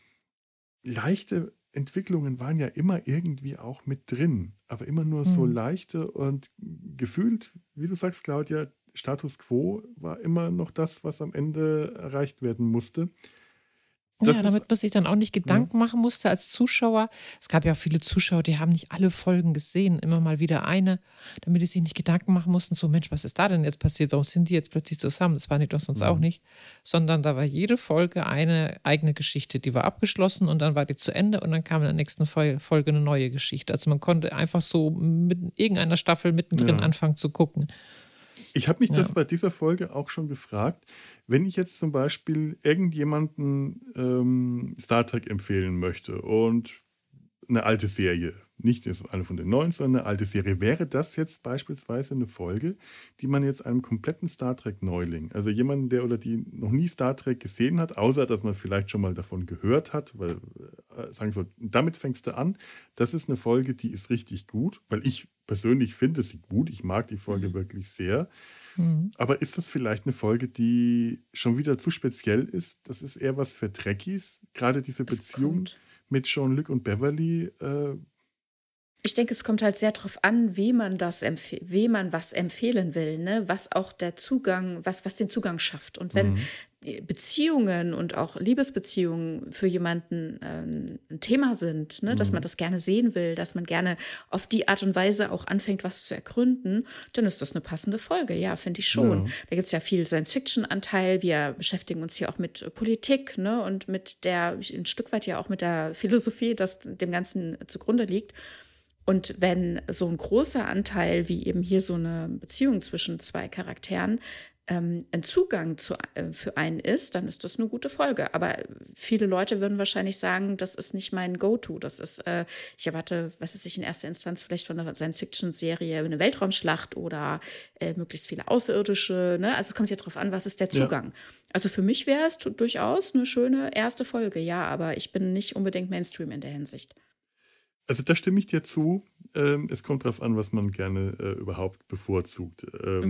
Leichte Entwicklungen waren ja immer irgendwie auch mit drin, aber immer nur so leichte und gefühlt, wie du sagst, Claudia, Status quo war immer noch das, was am Ende erreicht werden musste. Damit man sich dann auch nicht Gedanken machen musste als Zuschauer. Es gab ja auch viele Zuschauer, die haben nicht alle Folgen gesehen, immer mal wieder eine, damit die sich nicht Gedanken machen mussten, so Mensch, was ist da denn jetzt passiert? Warum sind die jetzt plötzlich zusammen? Das waren die doch sonst auch nicht. Sondern da war jede Folge eine eigene Geschichte, die war abgeschlossen und dann war die zu Ende und dann kam in der nächsten Folge eine neue Geschichte. Also man konnte einfach so mit irgendeiner Staffel mittendrin anfangen zu gucken. Ich habe mich das bei dieser Folge auch schon gefragt, wenn ich jetzt zum Beispiel irgendjemanden Star Trek empfehlen möchte und eine alte Serie, nicht eine von den neuen, sondern eine alte Serie, wäre das jetzt beispielsweise eine Folge, die man jetzt einem kompletten Star Trek-Neuling, also jemanden, der oder die noch nie Star Trek gesehen hat, außer dass man vielleicht schon mal davon gehört hat, weil sagen soll, damit fängst du an. Das ist eine Folge, die ist richtig gut, weil ich persönlich finde sie gut. Ich mag die Folge wirklich sehr. Aber ist das vielleicht eine Folge, die schon wieder zu speziell ist? Das ist eher was für Trekkies, gerade diese Beziehung mit Jean-Luc und Beverly. Ich denke, es kommt halt sehr darauf an, wem man was empfehlen will, ne? Was auch der Zugang, was den Zugang schafft. Und wenn Beziehungen und auch Liebesbeziehungen für jemanden ein Thema sind, ne? Dass man das gerne sehen will, dass man gerne auf die Art und Weise auch anfängt, was zu ergründen, dann ist das eine passende Folge, ja, finde ich schon. Da gibt es ja viel Science-Fiction-Anteil, wir beschäftigen uns hier auch mit Politik, ne? Und mit ein Stück weit ja auch mit der Philosophie, das dem Ganzen zugrunde liegt. Und wenn so ein großer Anteil wie eben hier so eine Beziehung zwischen 2 Charakteren ein Zugang für einen ist, dann ist das eine gute Folge. Aber viele Leute würden wahrscheinlich sagen, das ist nicht mein Go-To. Das ist, ich erwarte, was weiß ich, in erster Instanz vielleicht von einer Science-Fiction-Serie eine Weltraumschlacht oder möglichst viele Außerirdische. Ne? Also es kommt ja darauf an, was ist der Zugang. Also für mich wäre es durchaus eine schöne erste Folge, ja, aber ich bin nicht unbedingt Mainstream in der Hinsicht. Also da stimme ich dir zu. Es kommt darauf an, was man gerne überhaupt bevorzugt.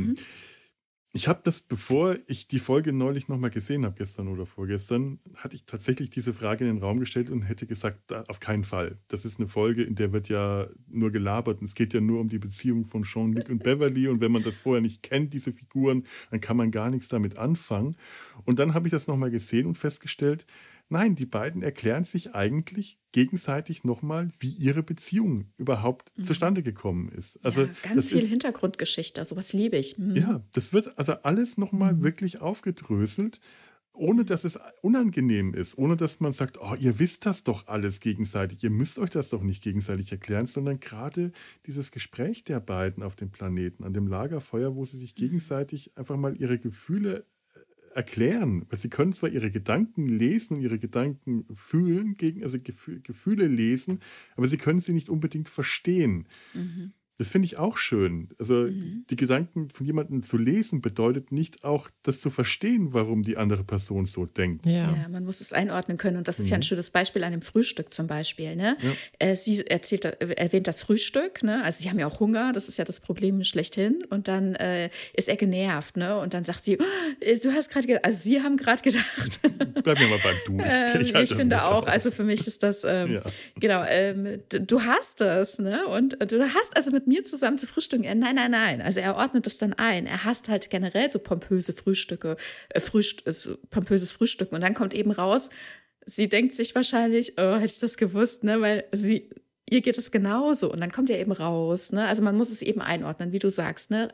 Ich habe das, bevor ich die Folge neulich nochmal gesehen habe, gestern oder vorgestern, hatte ich tatsächlich diese Frage in den Raum gestellt und hätte gesagt, auf keinen Fall. Das ist eine Folge, in der wird ja nur gelabert und es geht ja nur um die Beziehung von Jean-Luc und Beverly und wenn man das vorher nicht kennt, diese Figuren, dann kann man gar nichts damit anfangen. Und dann habe ich das nochmal gesehen und festgestellt, Nein, die beiden erklären sich eigentlich gegenseitig nochmal, wie ihre Beziehung überhaupt zustande gekommen ist. Also Ja, ganz das viel ist, Hintergrundgeschichte, sowas liebe ich. ja, das wird also alles nochmal wirklich aufgedröselt, ohne dass es unangenehm ist, ohne dass man sagt, oh, ihr wisst das doch alles gegenseitig, ihr müsst euch das doch nicht gegenseitig erklären, sondern gerade dieses Gespräch der beiden auf dem Planeten, an dem Lagerfeuer, wo sie sich gegenseitig einfach mal ihre Gefühle erklären, weil sie können zwar ihre Gedanken lesen und ihre Gedanken fühlen, also Gefühle lesen, aber sie können sie nicht unbedingt verstehen. Das finde ich auch schön. Also die Gedanken von jemandem zu lesen bedeutet nicht auch, das zu verstehen, warum die andere Person so denkt. Ja. Ja, man muss es einordnen können. Und das ist ja ein schönes Beispiel an dem Frühstück zum Beispiel. Ne? Sie erwähnt das Frühstück. Ne? Also sie haben ja auch Hunger, das ist ja das Problem schlechthin. Und dann ist er genervt. Ne? Und dann sagt sie, du hast gerade gedacht, also sie haben gerade gedacht. Bleib mir mal beim Du. Ich halte das finde nicht auch, aus. also für mich ist das, genau, du hast es. Ne? Und du hast also mit mir zusammen zu frühstücken. Nein. Also er ordnet das dann ein. Er hasst halt generell so pompöse Frühstücke, pompöses Frühstücken. Und dann kommt eben raus, sie denkt sich wahrscheinlich, oh, hätte ich das gewusst, ne? Weil ihr geht es genauso. Und dann kommt er eben raus. Ne? Also man muss es eben einordnen, wie du sagst, ne?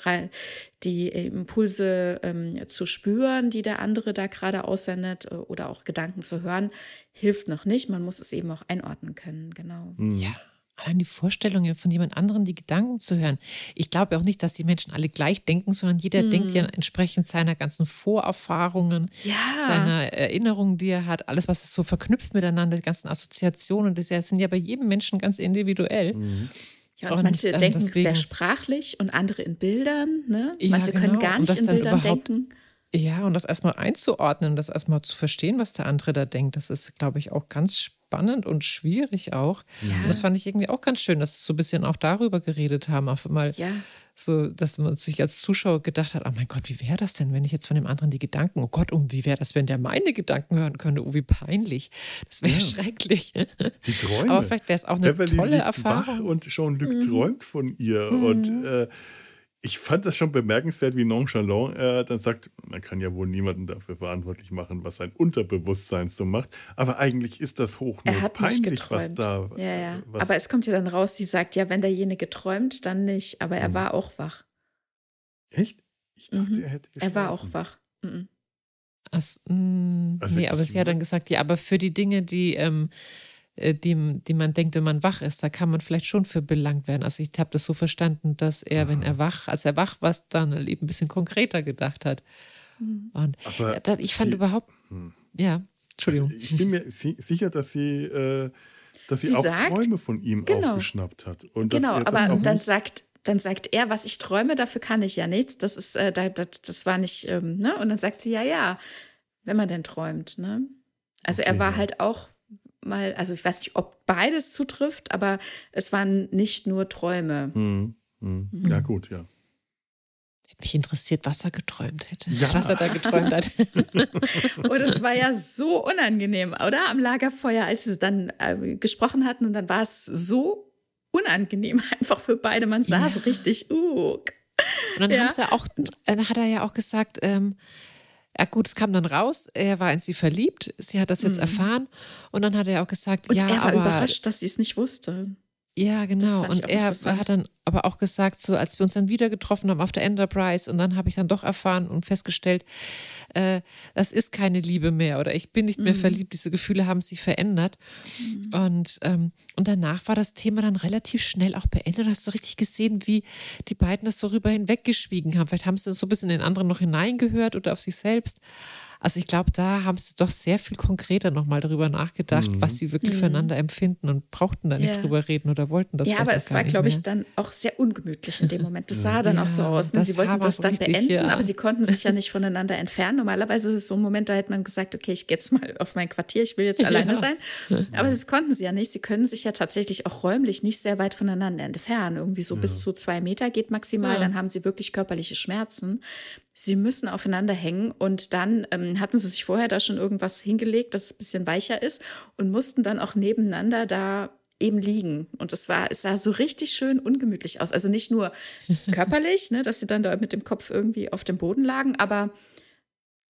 Die Impulse zu spüren, die der andere da gerade aussendet oder auch Gedanken zu hören, hilft noch nicht. Man muss es eben auch einordnen können, genau. Ja, allein die Vorstellung von jemand anderem, die Gedanken zu hören. Ich glaube auch nicht, dass die Menschen alle gleich denken, sondern jeder denkt ja entsprechend seiner ganzen Vorerfahrungen, seiner Erinnerungen, die er hat, alles, was es so verknüpft miteinander, die ganzen Assoziationen, das sind ja bei jedem Menschen ganz individuell. Ja, und manche denken sehr sprachlich und andere in Bildern. Ne? Manche können gar nicht in Bildern denken. Ja, und das erstmal einzuordnen, das erstmal zu verstehen, was der andere da denkt, das ist, glaube ich, auch ganz spannend und schwierig auch. Ja. Und das fand ich irgendwie auch ganz schön, dass wir so ein bisschen auch darüber geredet haben, auf einmal so, dass man sich als Zuschauer gedacht hat, oh mein Gott, wie wäre das denn, wenn ich jetzt von dem anderen die Gedanken, oh Gott, wie wäre das, wenn der meine Gedanken hören könnte, oh wie peinlich, das wäre schrecklich. Die Träume. Aber vielleicht wäre es auch eine Beverly tolle liegt Erfahrung. wach und Jean-Luc träumt von ihr und ich fand das schon bemerkenswert, wie nonchalant er dann sagt, man kann ja wohl niemanden dafür verantwortlich machen, was sein Unterbewusstsein so macht. Aber eigentlich ist das Er hat nicht hochnotpeinlich, was geträumt. da. Ja. Was, Aber es kommt ja dann raus, die sagt, ja, wenn derjenige träumt, dann nicht. Aber er war auch wach. echt? Ich dachte, er hätte geschlafen. Er war auch wach. Also Nee, aber sie hat dann gesagt, ja, aber für die Dinge, die man denkt, wenn man wach ist, da kann man vielleicht schon für belangt werden. Also ich habe das so verstanden, dass er, als er wach war, dann eben ein bisschen konkreter gedacht hat. Und Aber ich fand überhaupt, ja, Entschuldigung. Also ich bin mir sicher, dass sie auch sagt, Träume von ihm aufgeschnappt hat. Und dass Genau, er das aber auch dann sagt er, was ich träume, dafür kann ich ja nichts. Das ist, das war nicht, ne? Und dann sagt sie, ja, wenn man denn träumt, ne? Also Okay, er war ja. halt auch mal, also ich weiß nicht, ob beides zutrifft, aber es waren nicht nur Träume. Ja, gut, ja. Hätte mich interessiert, was er geträumt hätte. Ja. Was er da geträumt hat. Und es war ja so unangenehm, oder? Am Lagerfeuer, als sie dann gesprochen hatten und dann war es so unangenehm einfach für beide. Man saß richtig, Und dann hat er ja auch gesagt, ja gut, es kam dann raus, er war in sie verliebt, sie hat das jetzt erfahren und dann hat er auch gesagt, und ja, er war aber überrascht, dass sie es nicht wusste. ja, Das genau. fand ich Und auch er interessant. hat dann aber auch gesagt, so als wir uns dann wieder getroffen haben auf der Enterprise und dann habe ich dann doch erfahren und festgestellt, das ist keine Liebe mehr oder ich bin nicht mehr verliebt, diese Gefühle haben sich verändert. Und danach war das Thema dann relativ schnell auch beendet. Hast du richtig gesehen, wie die beiden das so rüber hinweggeschwiegen haben. Vielleicht haben sie so ein bisschen in den anderen noch hineingehört oder auf sich selbst. Also ich glaube, da haben sie doch sehr viel konkreter nochmal darüber nachgedacht, was sie wirklich füreinander empfinden und brauchten da nicht drüber reden oder wollten das Ja, vielleicht aber auch es gar war, nicht glaube ich, mehr. dann auch sehr ungemütlich in dem Moment. Das sah dann auch so aus. Ne? das Sie wollten war das auch dann richtig, beenden, ja. aber sie konnten sich ja nicht voneinander entfernen. Normalerweise ist so ein Moment, da hätte man gesagt, okay, ich gehe jetzt mal auf mein Quartier, ich will jetzt alleine sein. Aber das konnten sie ja nicht. Sie können sich ja tatsächlich auch räumlich nicht sehr weit voneinander entfernen. Irgendwie so bis zu 2 Meter geht maximal. Dann haben sie wirklich körperliche Schmerzen. Sie müssen aufeinander hängen und dann hatten sie sich vorher da schon irgendwas hingelegt, dass es ein bisschen weicher ist und mussten dann auch nebeneinander da eben liegen. Und es sah so richtig schön ungemütlich aus. Also nicht nur körperlich, ne, dass sie dann da mit dem Kopf irgendwie auf dem Boden lagen, aber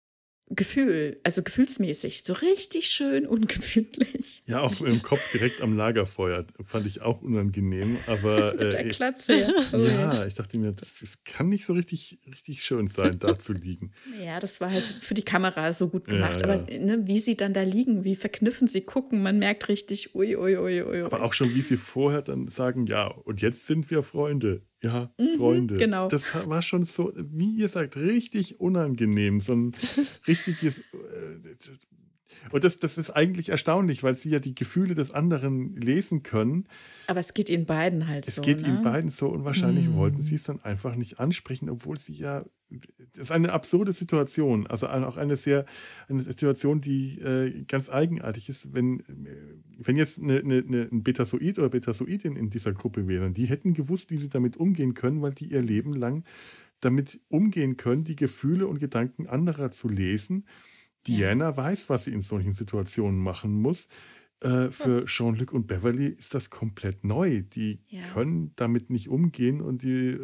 Gefühl, also gefühlsmäßig, so richtig schön ungemütlich. Ja, auch im Kopf direkt am Lagerfeuer fand ich auch unangenehm, aber Mit der Klatze, ja. Oh, ja, ich dachte mir, das kann nicht so richtig schön sein, da zu liegen. Ja, das war halt für die Kamera so gut gemacht. Ja, Aber ja. ne, wie sie dann da liegen, wie verkniffen sie gucken, man merkt richtig, ui, ui, ui, ui. Aber auch schon, wie sie vorher dann sagen, ja, und jetzt sind wir Freunde. Ja, Freunde. genau. Das war schon so, wie ihr sagt, richtig unangenehm. So ein richtiges. Und das ist eigentlich erstaunlich, weil sie ja die Gefühle des anderen lesen können. Aber es geht ihnen beiden halt Es so. geht ne? ihnen beiden so und wahrscheinlich wollten sie es dann einfach nicht ansprechen, obwohl sie ja. Das ist eine absurde Situation. Also auch eine Situation, die ganz eigenartig ist, wenn jetzt ein Betasoid oder Betasoidin in dieser Gruppe wären, die hätten gewusst, wie sie damit umgehen können, weil die ihr Leben lang damit umgehen können, die Gefühle und Gedanken anderer zu lesen. Diana weiß, was sie in solchen Situationen machen muss. Für Jean-Luc und Beverly ist das komplett neu. Die können damit nicht umgehen und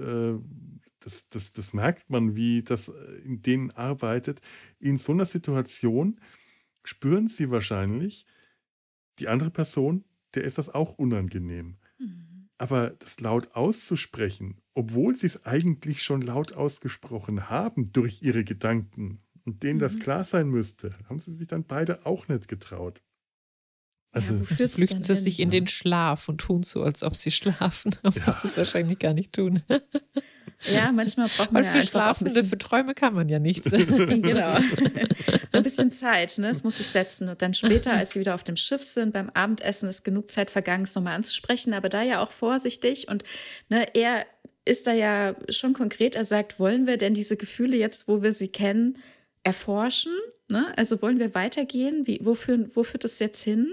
das merkt man, wie das in denen arbeitet. In so einer Situation spüren sie wahrscheinlich, die andere Person, der ist das auch unangenehm. Aber das laut auszusprechen, obwohl sie es eigentlich schon laut ausgesprochen haben durch ihre Gedanken und denen das klar sein müsste, haben sie sich dann beide auch nicht getraut. Also flüchten sie sich in den Schlaf und tun so, als ob sie schlafen, obwohl sie es wahrscheinlich gar nicht tun. Ja, manchmal braucht man Weil für Schlafende, für Träume kann man ja nichts. Genau. Ein bisschen Zeit, ne? Es muss sich setzen. Und dann später, als sie wieder auf dem Schiff sind, beim Abendessen ist genug Zeit vergangen, es nochmal anzusprechen, aber da ja auch vorsichtig. Und ne, er ist da ja schon konkret, er sagt, wollen wir denn diese Gefühle jetzt, wo wir sie kennen, erforschen? Ne? Also wollen wir weitergehen? Wo führt das jetzt hin?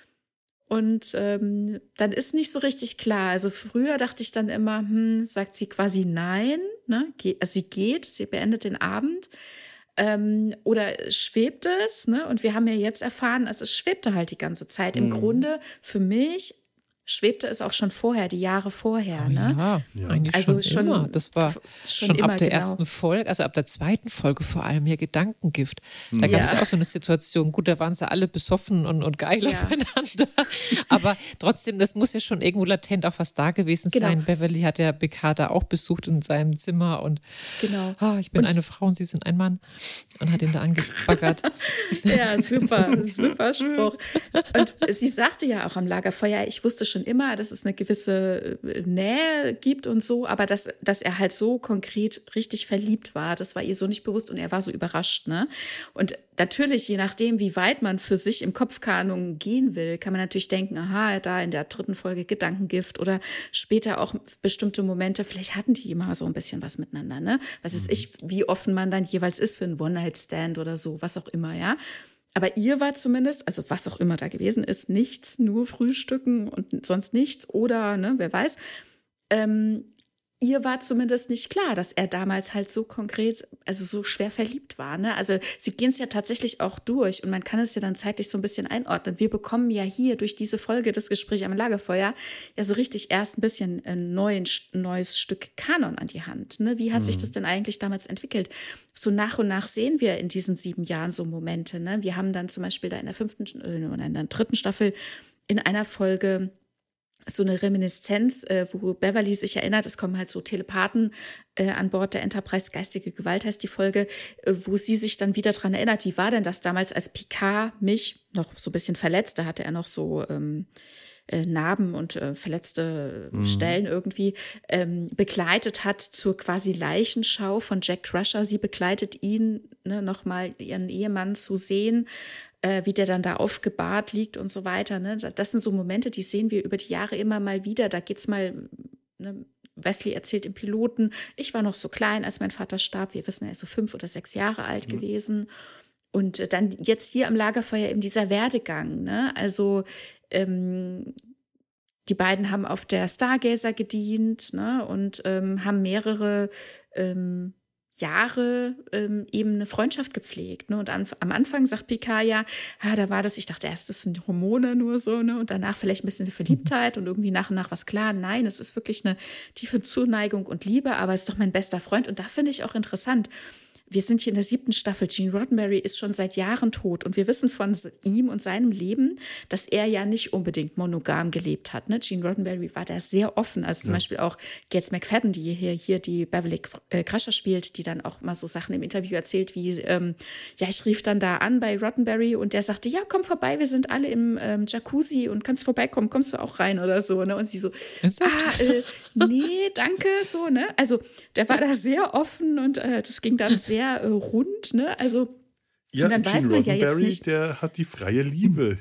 Und dann ist nicht so richtig klar. Also früher dachte ich dann immer, sagt sie quasi nein, ne? Also sie geht, sie beendet den Abend. Oder schwebt es? Ne? Und wir haben ja jetzt erfahren, also es schwebte halt die ganze Zeit. Im Grunde für mich schwebte es auch schon vorher, die Jahre vorher. Ne? Ja, eigentlich Also schon immer. Das war schon immer, ab der genau. ersten Folge, also ab der zweiten Folge vor allem ja Gedankengift. Da gab es ja auch so eine Situation, gut, da waren sie alle besoffen und geil aufeinander. Aber trotzdem, das muss ja schon irgendwo latent auch was da gewesen sein. Beverly hat ja Picard da auch besucht in seinem Zimmer und ich bin eine Frau und sie sind ein Mann und hat ihn da angebaggert. Ja, super Spruch. Und sie sagte ja auch am Lagerfeuer, ich wusste schon immer, dass es eine gewisse Nähe gibt und so, aber dass er halt so konkret richtig verliebt war, das war ihr so nicht bewusst und er war so überrascht. Ne? Und natürlich, je nachdem, wie weit man für sich im Kopfkanon gehen will, kann man natürlich denken, aha, da in der 3. Folge Gedankengift oder später auch bestimmte Momente, vielleicht hatten die immer so ein bisschen was miteinander. Ne? Was weiß ich, wie offen man dann jeweils ist für einen One-Night-Stand oder so, was auch immer, ja. Aber ihr war zumindest, also was auch immer da gewesen ist, nichts, nur Frühstücken und sonst nichts oder, ne, wer weiß, ihr war zumindest nicht klar, dass er damals halt so konkret, also so schwer verliebt war. Ne? Also sie gehen es ja tatsächlich auch durch und man kann es ja dann zeitlich so ein bisschen einordnen. Wir bekommen ja hier durch diese Folge, das Gespräch am Lagerfeuer, ja so richtig erst ein bisschen ein neues Stück Kanon an die Hand. Ne? Wie hat sich das denn eigentlich damals entwickelt? So nach und nach sehen wir in diesen 7 Jahren so Momente. Ne? Wir haben dann zum Beispiel da in der 5. oder in der 3. Staffel in einer Folge so eine Reminiszenz, wo Beverly sich erinnert, es kommen halt so Telepathen an Bord der Enterprise, geistige Gewalt heißt die Folge, wo sie sich dann wieder dran erinnert, wie war denn das damals, als Picard mich noch so ein bisschen verletzt, da hatte er noch so Narben und verletzte Stellen irgendwie begleitet hat zur quasi Leichenschau von Jack Crusher. Sie begleitet ihn, ne, nochmal ihren Ehemann zu sehen, wie der dann da aufgebahrt liegt und so weiter. Ne? Das sind so Momente, die sehen wir über die Jahre immer mal wieder. Da geht's mal, ne? Wesley erzählt im Piloten, ich war noch so klein, als mein Vater starb. Wir wissen, er ist so 5 oder 6 Jahre alt gewesen. Und dann jetzt hier am Lagerfeuer eben dieser Werdegang. Ne? Also die beiden haben auf der Stargazer gedient, ne? Und haben mehrere Jahre eben eine Freundschaft gepflegt. Ne? Und am Anfang sagt Picard ja, da war das, ich dachte erst, das sind Hormone nur so, ne? Und danach vielleicht ein bisschen eine Verliebtheit und irgendwie nach und nach was klar. Nein, es ist wirklich eine tiefe Zuneigung und Liebe, aber es ist doch mein bester Freund. Und da finde ich auch interessant, wir sind hier in der 7. Staffel. Gene Roddenberry ist schon seit Jahren tot und wir wissen von ihm und seinem Leben, dass er ja nicht unbedingt monogam gelebt hat. Ne? Gene Roddenberry war da sehr offen. Also zum Beispiel auch Gates McFadden, die hier die Beverly Crusher spielt, die dann auch mal so Sachen im Interview erzählt, wie, ich rief dann da an bei Roddenberry und der sagte, ja, komm vorbei, wir sind alle im Jacuzzi und kannst vorbeikommen, kommst du auch rein oder so. Ne? Und sie so, nee, danke, so, ne? Also der war da sehr offen und das ging dann sehr rund, ne? Also ja, und dann Gene weiß man ja jetzt Roddenberry, nicht. der hat die freie Liebe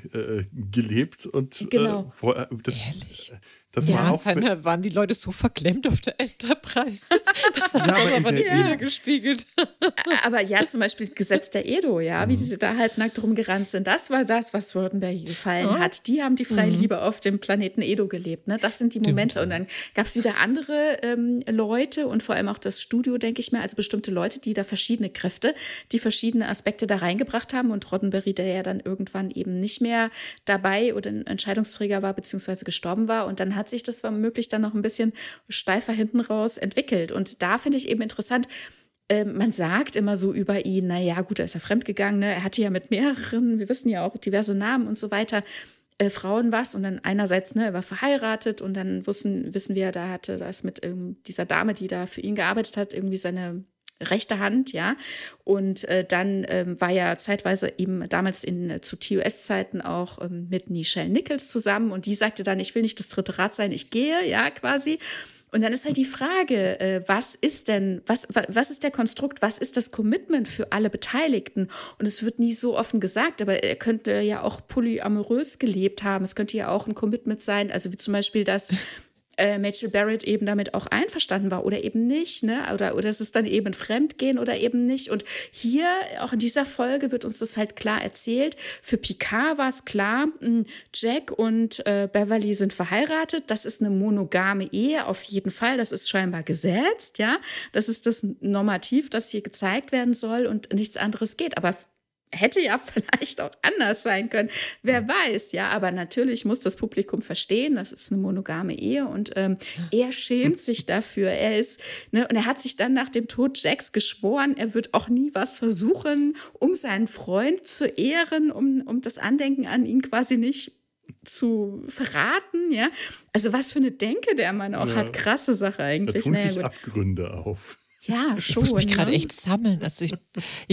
gelebt und Genau. Ehrlich? Das Ja, war auch waren die Leute so verklemmt auf der Enterprise. Das hat Ja, aber das aber in nicht der- wiedergespiegelt. Aber ja, zum Beispiel Gesetz der Edo, ja, wie sie da halbnackt rumgerannt sind, das war das, was Roddenberry gefallen hat. Die haben die freie Liebe auf dem Planeten Edo gelebt, ne? Das sind die Momente. Und dann gab es wieder andere Leute und vor allem auch das Studio, denke ich mir, also bestimmte Leute, die da verschiedene Kräfte, die verschiedene Aspekte da reingebracht haben. Und Roddenberry, der ja dann irgendwann eben nicht mehr dabei oder ein Entscheidungsträger war, beziehungsweise gestorben war. Und dann hat sich das womöglich dann noch ein bisschen steifer hinten raus entwickelt. Und da finde ich eben interessant, man sagt immer so über ihn, naja, gut, er ist ja fremdgegangen, ne? Er hatte ja mit mehreren, wir wissen ja auch diverse Namen und so weiter, Frauen was. Und dann einerseits, ne, er war verheiratet und dann wissen wir, da ist mit dieser Dame, die da für ihn gearbeitet hat, irgendwie seine rechte Hand, ja. Und dann war ja zeitweise eben damals zu TOS-Zeiten auch mit Nichelle Nichols zusammen und die sagte dann, ich will nicht das dritte Rad sein, ich gehe, ja, quasi. Und dann ist halt die Frage, was ist der Konstrukt, was ist das Commitment für alle Beteiligten? Und es wird nie so offen gesagt, aber er könnte ja auch polyamorös gelebt haben. Es könnte ja auch ein Commitment sein, also wie zum Beispiel das, Majel Barrett eben damit auch einverstanden war oder eben nicht, ne? Oder es ist dann eben Fremdgehen oder eben nicht. Und hier, auch in dieser Folge, wird uns das halt klar erzählt. Für Picard war es klar, Jack und Beverly sind verheiratet. Das ist eine monogame Ehe, auf jeden Fall. Das ist scheinbar gesetzt, ja. Das ist das Normativ, das hier gezeigt werden soll und nichts anderes geht. Aber hätte ja vielleicht auch anders sein können. Wer weiß, ja. Aber natürlich muss das Publikum verstehen, das ist eine monogame Ehe und er schämt sich dafür. Er ist, ne, und er hat sich dann nach dem Tod Jacks geschworen, er wird auch nie was versuchen, um seinen Freund zu ehren, um das Andenken an ihn quasi nicht zu verraten, ja. Also was für eine Denke der Mann auch hat. Krasse Sache Da eigentlich. tun Naja, sich gut. Abgründe auf. Ja, Ich schon. muss mich gerade ne? echt sammeln. Also ich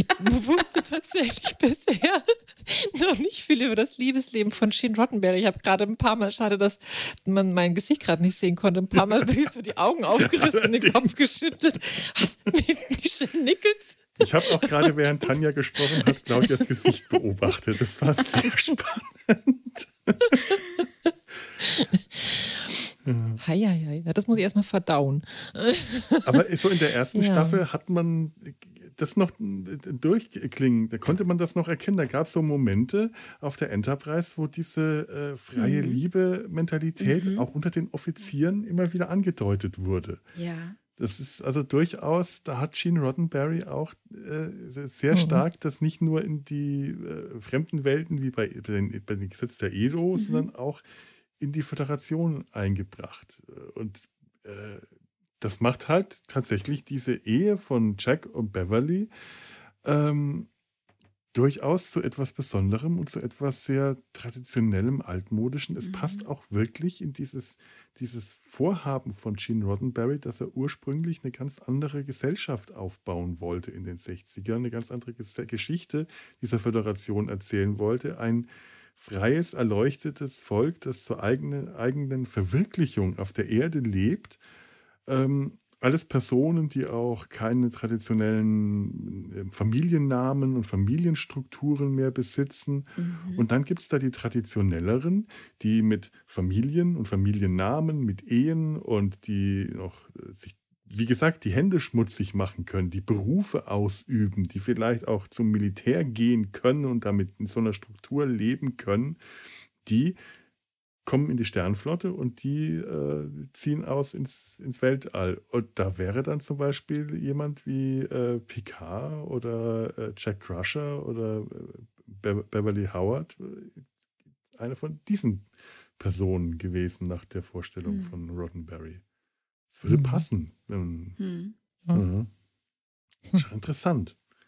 wusste tatsächlich bisher noch nicht viel über das Liebesleben von Gene Roddenberry. Ich habe gerade ein paar Mal, schade, dass man mein Gesicht gerade nicht sehen konnte, ein paar Mal bin ich so die Augen aufgerissen, den Kopf geschüttelt. Was mit Nichelle Nichols? Ich habe auch gerade, während Tanja gesprochen hat, Claudias Gesicht beobachtet. Das war sehr spannend. Ja, das muss ich erstmal verdauen. Aber so in der ersten Ja. Staffel hat man das noch durchklingen, da konnte man das noch erkennen. Da gab es so Momente auf der Enterprise, wo diese freie Liebe-Mentalität auch unter den Offizieren immer wieder angedeutet wurde. Ja. Das ist also durchaus, da hat Gene Roddenberry auch sehr stark das nicht nur in die fremden Welten wie bei den Gesetz der Edo, sondern auch in die Föderation eingebracht. Und das macht halt tatsächlich diese Ehe von Jack und Beverly durchaus zu etwas Besonderem und zu etwas sehr traditionellem, altmodischen. Es passt auch wirklich in dieses Vorhaben von Gene Roddenberry, dass er ursprünglich eine ganz andere Gesellschaft aufbauen wollte in den 60ern, eine ganz andere Geschichte dieser Föderation erzählen wollte. Ein freies, erleuchtetes Volk, das zur eigenen Verwirklichung auf der Erde lebt. Alles Personen, die auch keine traditionellen Familiennamen und Familienstrukturen mehr besitzen. Und dann gibt es da die traditionelleren, die mit Familien und Familiennamen, mit Ehen und die noch sich, wie gesagt, die Hände schmutzig machen können, die Berufe ausüben, die vielleicht auch zum Militär gehen können und damit in so einer Struktur leben können, die kommen in die Sternflotte und die ziehen aus ins Weltall. Und da wäre dann zum Beispiel jemand wie Picard oder Jack Crusher oder Beverly Howard eine von diesen Personen gewesen nach der Vorstellung von Roddenberry. Es würde passen. Hm. Mhm. Schon interessant.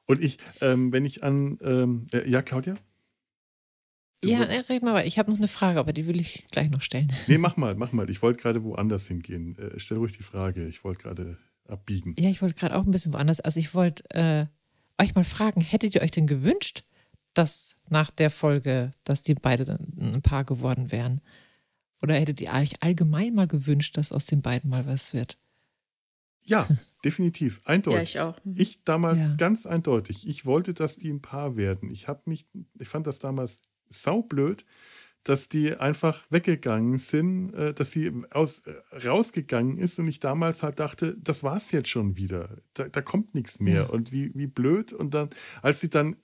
Und wenn ich an, ja, Claudia? Ja, red mal weiter. Ich habe noch eine Frage, aber die will ich gleich noch stellen. Nee, mach mal. Ich wollte gerade woanders hingehen. Stell ruhig die Frage. Ich wollte gerade abbiegen. Ja, ich wollte gerade auch ein bisschen woanders. Also ich wollte euch mal fragen, hättet ihr euch denn gewünscht, dass nach der Folge, dass die beide dann ein Paar geworden wären? Oder hättet ihr euch allgemein mal gewünscht, dass aus den beiden mal was wird? Ja, definitiv. Eindeutig. Ja, ich auch. Ich damals Ja. ganz eindeutig. Ich wollte, dass die ein Paar werden. Ich fand das damals saublöd, dass die einfach weggegangen sind, dass sie rausgegangen ist und ich damals halt dachte, das war's jetzt schon wieder. Da kommt nichts mehr. Ja. Und wie blöd. Und dann, als sie dann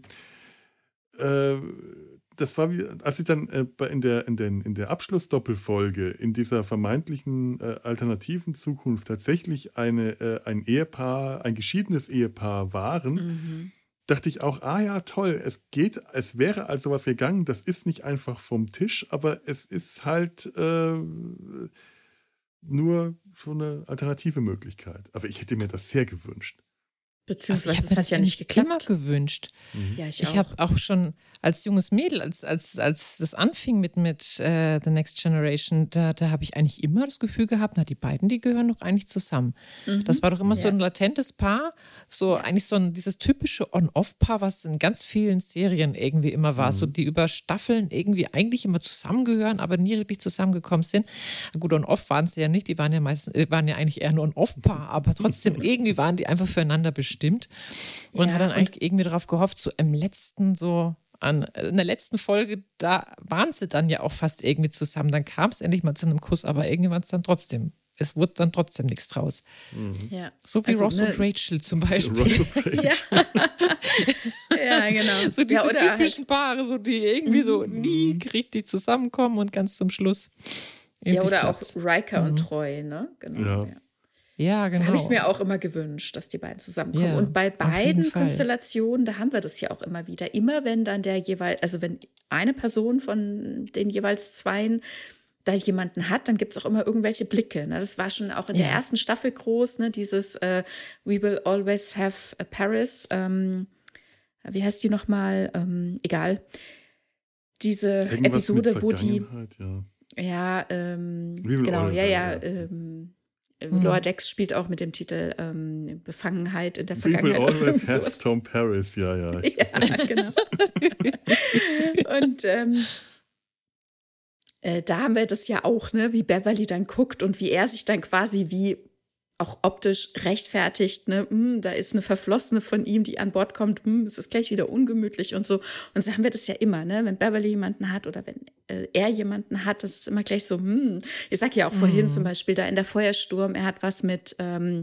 das war wie, als sie dann in der Abschlussdoppelfolge in dieser vermeintlichen alternativen Zukunft tatsächlich ein Ehepaar, ein geschiedenes Ehepaar waren, dachte ich auch, ja, toll, es wäre also was gegangen, das ist nicht einfach vom Tisch, aber es ist halt nur so eine alternative Möglichkeit. Aber ich hätte mir das sehr gewünscht. Beziehungsweise Also ich habe es mir hat das ja nicht eigentlich immer geklappt. gewünscht. Ja, ich Ich auch. habe auch schon als junges Mädel, als das anfing mit The Next Generation, da habe ich eigentlich immer das Gefühl gehabt, die beiden, die gehören doch eigentlich zusammen. Das war doch immer so Ja. ein latentes Paar, eigentlich dieses typische On-Off-Paar, was in ganz vielen Serien irgendwie immer war, so die über Staffeln irgendwie eigentlich immer zusammengehören, aber nie wirklich zusammengekommen sind. Gut, On-Off waren sie ja nicht, die waren ja eigentlich eher nur ein Off-Paar, aber trotzdem irgendwie waren die einfach füreinander bestimmt und Ja, hat dann und- eigentlich irgendwie darauf gehofft, so in der letzten Folge, da waren sie dann ja auch fast irgendwie zusammen. Dann kam es endlich mal zu einem Kuss, aber irgendwie es wurde dann trotzdem nichts draus. Ja. So wie Also, Ross und Rachel zum Ross Beispiel. und Rachel. Ja, genau. So diese ja, oder typischen Paare, so die irgendwie so nie richtig zusammenkommen und ganz zum Schluss. ja, irgendwie oder auch klappt's. Riker und Treu, ne? Genau. Ja. Ja. Ja, genau. Da habe ich es mir auch immer gewünscht, dass die beiden zusammenkommen. Ja, und bei auf jeden beiden Fall. Konstellationen, da haben wir das ja auch immer wieder. Immer wenn dann wenn eine Person von den jeweils zweien da jemanden hat, dann gibt es auch immer irgendwelche Blicke. Ne? Das war schon auch in der ersten Staffel groß, ne? Dieses We will always have a Paris. Wie heißt die nochmal? Egal. Diese Irgendwas mit Episode, wo die Vergangenheit, ja. ja, We will genau, all ja. have, Lower Decks spielt auch mit dem Titel Befangenheit in der We will Vergangenheit. oder always irgendwie have sowas. Tom Paris, ja. Ja, genau. Und da haben wir das ja auch, ne, wie Beverly dann guckt und wie er sich dann quasi wie auch optisch rechtfertigt, ne, da ist eine Verflossene von ihm, die an Bord kommt, es ist gleich wieder ungemütlich und so. Und so haben wir das ja immer, ne, wenn Beverly jemanden hat oder wenn er jemanden hat, das ist immer gleich so, Ich sag ja auch vorhin zum Beispiel da in der Feuersturm, er hat was mit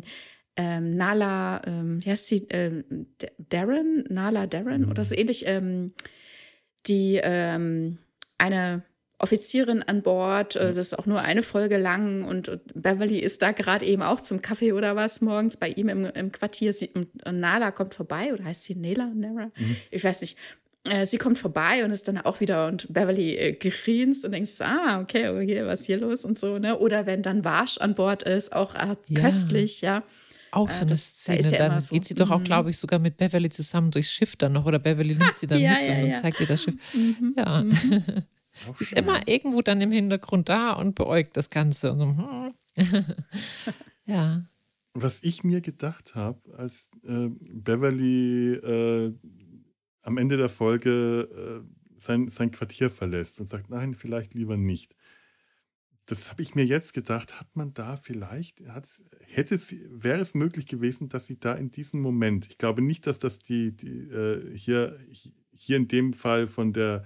Nala, wie heißt sie, Nala Darren oder so ähnlich, die eine Offizierin an Bord, das ist auch nur eine Folge lang und Beverly ist da gerade eben auch zum Kaffee oder was morgens bei ihm im Quartier und Nala kommt vorbei, oder heißt sie Nala? Ich weiß nicht. Sie kommt vorbei und ist dann auch wieder und Beverly grinst und denkt so, okay, was ist hier los und so, ne? Oder wenn dann Vash an Bord ist, auch köstlich, ja. Auch so eine da Szene, ist ja dann immer so. geht sie doch auch, glaube ich, sogar mit Beverly zusammen durchs Schiff dann noch oder Beverly nimmt sie dann Ja, mit ja, und dann ja. zeigt ihr das Schiff. Ja. Auch Sie ist schön. immer irgendwo dann im Hintergrund da und beäugt das Ganze. Und so, ja. Was ich mir gedacht habe, als Beverly am Ende der Folge sein Quartier verlässt und sagt, nein, vielleicht lieber nicht. Das habe ich mir jetzt gedacht, hat man da vielleicht, wäre es möglich gewesen, dass sie da in diesem Moment, ich glaube nicht, dass das hier in dem Fall von der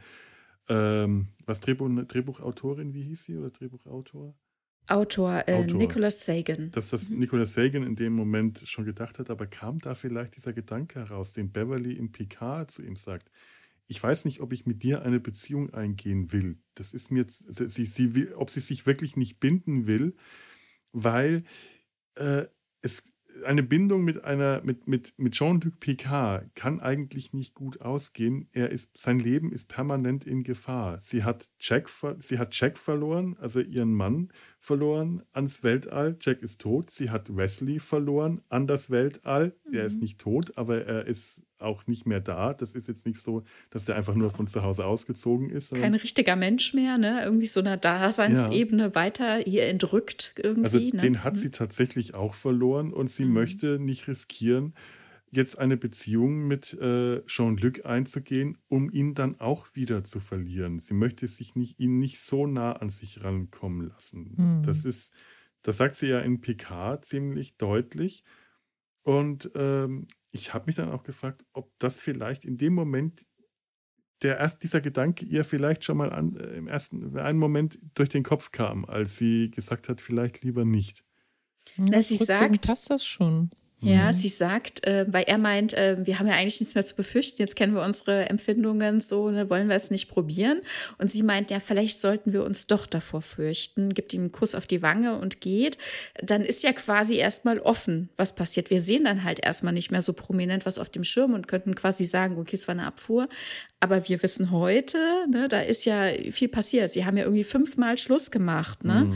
Drehbuchautorin, wie hieß sie, oder Drehbuchautor? Autor. Nicholas Sagan. Dass das Nicholas Sagan in dem Moment schon gedacht hat, aber kam da vielleicht dieser Gedanke heraus, den Beverly in Picard zu ihm sagt, ich weiß nicht, ob ich mit dir eine Beziehung eingehen will. Das ist mir jetzt, ob sie sich wirklich nicht binden will, weil eine Bindung mit Jean-Luc Picard kann eigentlich nicht gut ausgehen. Sein Leben ist permanent in Gefahr. Sie hat Jack verloren, also ihren Mann verloren ans Weltall. Jack ist tot. Sie hat Wesley verloren an das Weltall. Er ist nicht tot, aber er ist auch nicht mehr da. Das ist jetzt nicht so, dass der einfach nur von zu Hause ausgezogen ist. Kein richtiger Mensch mehr, ne? Irgendwie so einer Daseinsebene weiter hier entrückt Also irgendwie. Ne? den hat sie tatsächlich auch verloren und sie möchte nicht riskieren, jetzt eine Beziehung mit Jean-Luc einzugehen, um ihn dann auch wieder zu verlieren. Sie möchte ihn nicht so nah an sich rankommen lassen. Das sagt sie ja in Picard ziemlich deutlich. Und ich habe mich dann auch gefragt, ob das vielleicht in dem Moment dieser Gedanke ihr vielleicht schon mal im einen Moment durch den Kopf kam, als sie gesagt hat, vielleicht lieber nicht. Na, sie sagt, passt das schon. Ja, sie sagt, weil er meint, wir haben ja eigentlich nichts mehr zu befürchten, jetzt kennen wir unsere Empfindungen so, ne, wollen wir es nicht probieren? Und sie meint, ja, vielleicht sollten wir uns doch davor fürchten, gibt ihm einen Kuss auf die Wange und geht. Dann ist ja quasi erstmal offen, was passiert. Wir sehen dann halt erstmal nicht mehr so prominent was auf dem Schirm und könnten quasi sagen, okay, es war eine Abfuhr. Aber wir wissen heute, ne, da ist ja viel passiert. Sie haben ja irgendwie 5-mal Schluss gemacht, ne?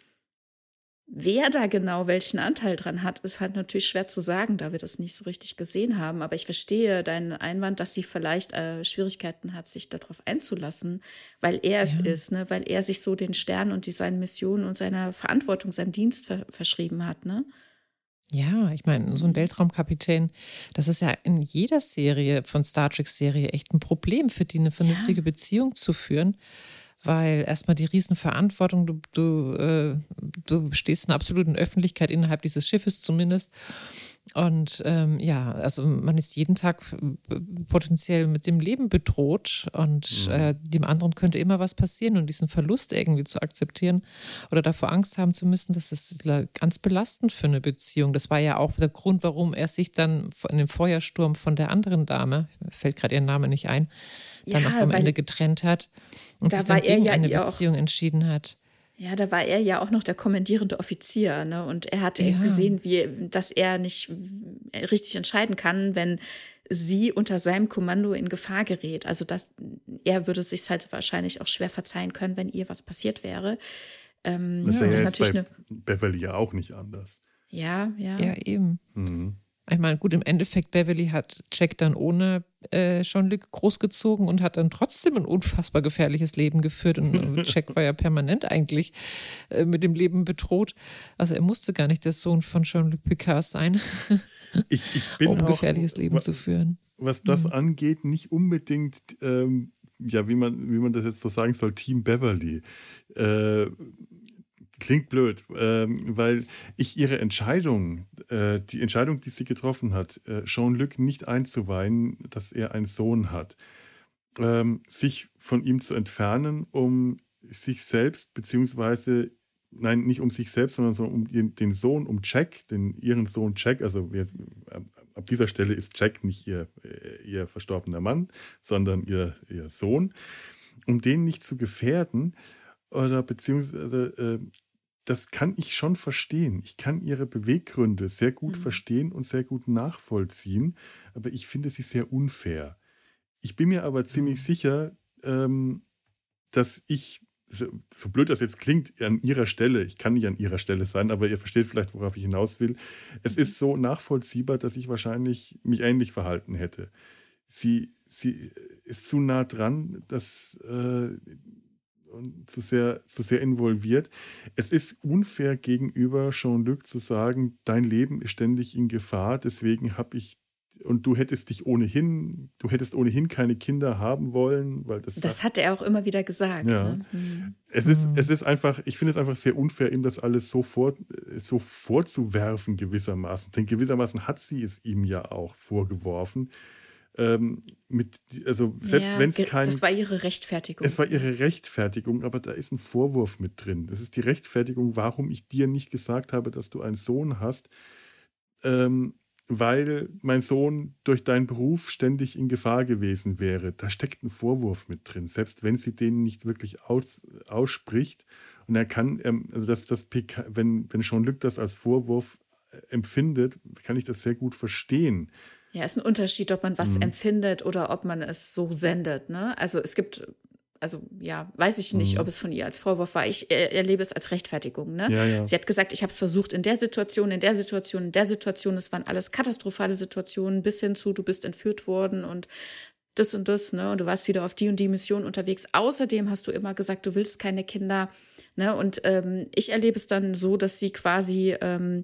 Wer da genau welchen Anteil dran hat, ist halt natürlich schwer zu sagen, da wir das nicht so richtig gesehen haben. Aber ich verstehe deinen Einwand, dass sie vielleicht Schwierigkeiten hat, sich darauf einzulassen, weil er es ist, ne? Weil er sich so den Stern und seinen Missionen und seiner Verantwortung, seinem Dienst verschrieben hat. Ne? Ja, ich meine, so ein Weltraumkapitän, das ist ja in jeder Serie von Star Trek-Serie echt ein Problem, für die eine vernünftige Beziehung zu führen. Weil erstmal die Riesenverantwortung, du stehst in der absoluten Öffentlichkeit innerhalb dieses Schiffes zumindest. Und also man ist jeden Tag potenziell mit dem Leben bedroht und dem anderen könnte immer was passieren und diesen Verlust irgendwie zu akzeptieren oder davor Angst haben zu müssen, das ist ganz belastend für eine Beziehung. Das war ja auch der Grund, warum er sich dann in dem Feuersturm von der anderen Dame, fällt gerade ihr Name nicht ein, dann auch am Ende getrennt hat und sich dann gegen eine Beziehung entschieden hat. Ja, da war er ja auch noch der kommandierende Offizier, ne? Und er hat gesehen, dass er nicht richtig entscheiden kann, wenn sie unter seinem Kommando in Gefahr gerät. Also er würde sich halt wahrscheinlich auch schwer verzeihen können, wenn ihr was passiert wäre. Das ist natürlich bei Beverly ja auch nicht anders. Ja. Ja, eben. Ich meine, gut, im Endeffekt, Beverly hat Jack dann ohne Jean-Luc großgezogen und hat dann trotzdem ein unfassbar gefährliches Leben geführt. Und Jack war ja permanent eigentlich mit dem Leben bedroht. Also er musste gar nicht der Sohn von Jean-Luc Picard sein, ich bin um ein gefährliches Leben zu führen. Was das angeht, nicht unbedingt, wie man das jetzt so sagen soll, Team Beverly. Klingt blöd, weil ich ihre Entscheidung, die Entscheidung, die sie getroffen hat, Jean-Luc nicht einzuweihen, dass er einen Sohn hat, sich von ihm zu entfernen, um sich selbst, beziehungsweise, nein, nicht um sich selbst, sondern so um den Sohn, um Jack, ihren Sohn Jack, also ab dieser Stelle ist Jack nicht ihr verstorbener Mann, sondern ihr Sohn, um den nicht zu gefährden, oder beziehungsweise das kann ich schon verstehen. Ich kann ihre Beweggründe sehr gut verstehen und sehr gut nachvollziehen, aber ich finde sie sehr unfair. Ich bin mir aber ziemlich sicher, dass ich, so blöd das jetzt klingt, an ihrer Stelle, ich kann nicht an ihrer Stelle sein, aber ihr versteht vielleicht, worauf ich hinaus will. Es ist so nachvollziehbar, dass ich wahrscheinlich mich ähnlich verhalten hätte. Sie ist zu nah dran, dass und zu sehr involviert. Es ist unfair gegenüber Jean-Luc zu sagen, dein Leben ist ständig in Gefahr, deswegen und du hättest ohnehin keine Kinder haben wollen, weil das hat er auch immer wieder gesagt. Ja. Ne? Es ist einfach, ich finde es einfach sehr unfair, ihm das alles so vorzuwerfen gewissermaßen. Denn gewissermaßen hat sie es ihm ja auch vorgeworfen. Selbst wenn es das war ihre Rechtfertigung. Es war ihre Rechtfertigung, aber da ist ein Vorwurf mit drin. Das ist die Rechtfertigung, warum ich dir nicht gesagt habe, dass du einen Sohn hast, weil mein Sohn durch deinen Beruf ständig in Gefahr gewesen wäre. Da steckt ein Vorwurf mit drin, selbst wenn sie den nicht wirklich ausspricht. Und er kann, wenn Jean-Luc das als Vorwurf empfindet, kann ich das sehr gut verstehen. Ja, ist ein Unterschied, ob man was empfindet oder ob man es so sendet, ne? Also es gibt, also ja, weiß ich nicht, ob es von ihr als Vorwurf war. Ich erlebe es als Rechtfertigung, ne? Ja, ja. Sie hat gesagt, ich habe es versucht in der Situation, in der Situation, in der Situation. Es waren alles katastrophale Situationen, bis hin zu, du bist entführt worden und das, ne? Und du warst wieder auf die und die Mission unterwegs. Außerdem hast du immer gesagt, du willst keine Kinder, ne? Und ich erlebe es dann so, dass sie quasi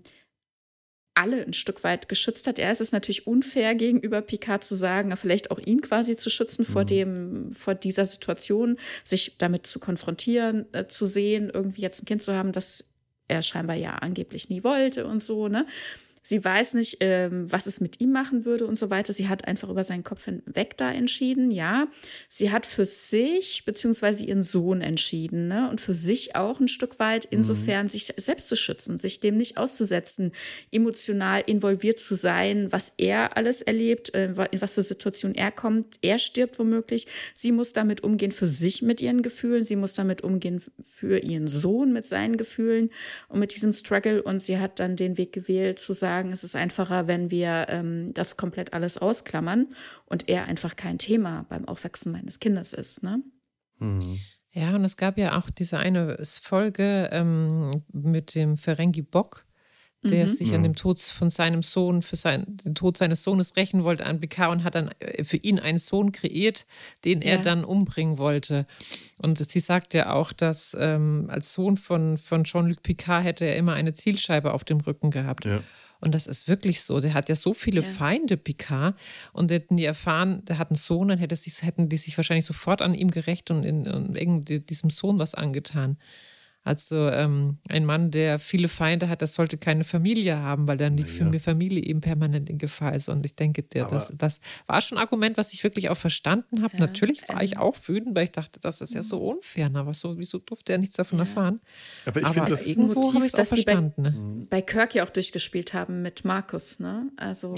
alle ein Stück weit geschützt hat. Es ist natürlich unfair gegenüber Picard zu sagen, vielleicht auch ihn quasi zu schützen vor dieser Situation, sich damit zu konfrontieren, zu sehen, irgendwie jetzt ein Kind zu haben, das er scheinbar ja angeblich nie wollte und so, ne? Sie weiß nicht, was es mit ihm machen würde und so weiter. Sie hat einfach über seinen Kopf hinweg da entschieden, ja. Sie hat für sich beziehungsweise ihren Sohn entschieden, ne? Und für sich auch ein Stück weit, insofern sich selbst zu schützen, sich dem nicht auszusetzen, emotional involviert zu sein, was er alles erlebt, in was für Situationen er kommt. Er stirbt womöglich. Sie muss damit umgehen für sich mit ihren Gefühlen. Sie muss damit umgehen für ihren Sohn mit seinen Gefühlen und mit diesem Struggle. Und sie hat dann den Weg gewählt, zu sagen, es ist einfacher, wenn wir das komplett alles ausklammern und er einfach kein Thema beim Aufwachsen meines Kindes ist. Ne? Ja, und es gab ja auch diese eine Folge mit dem Ferengi Bock, der sich an dem Tod von seinem Sohn, den Tod seines Sohnes rächen wollte an Picard und hat dann für ihn einen Sohn kreiert, den er dann umbringen wollte. Und sie sagt ja auch, dass als Sohn von Jean-Luc Picard hätte er immer eine Zielscheibe auf dem Rücken gehabt. Ja. Und das ist wirklich so. Der hat ja so viele Feinde, Picard. Und hätten die erfahren, der hat einen Sohn, dann hätten die sich wahrscheinlich sofort an ihm gerächt und diesem Sohn was angetan. Also ein Mann, der viele Feinde hat, das sollte keine Familie haben, weil dann die Familie eben permanent in Gefahr ist. Und ich denke, das war schon ein Argument, was ich wirklich auch verstanden habe. Natürlich war ich auch wütend, weil ich dachte, das ist ja so unfair. Aber wieso durfte er nichts davon erfahren? Aber ich finde das irgendwo habe ich es auch verstanden. Bei Kirk ja auch durchgespielt haben mit Markus, ne? Also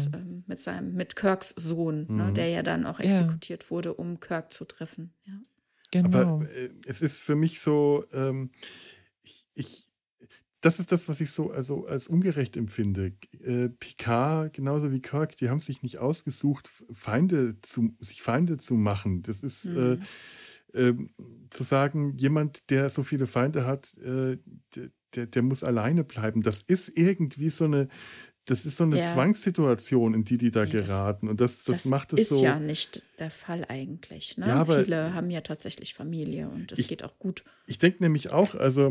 mit Kirks Sohn, ne? Der ja dann auch exekutiert wurde, um Kirk zu treffen. Ja. Genau. Aber es ist für mich so, das ist das, was ich so als ungerecht empfinde. Picard, genauso wie Kirk, die haben sich nicht ausgesucht, sich Feinde zu machen. Das ist zu sagen, jemand, der so viele Feinde hat, der muss alleine bleiben. Das ist irgendwie so eine Zwangssituation, in die da geraten. Und das macht es so. Das ist ja nicht der Fall eigentlich. Ne? Ja, viele haben ja tatsächlich Familie und das geht auch gut. Ich denke nämlich auch, also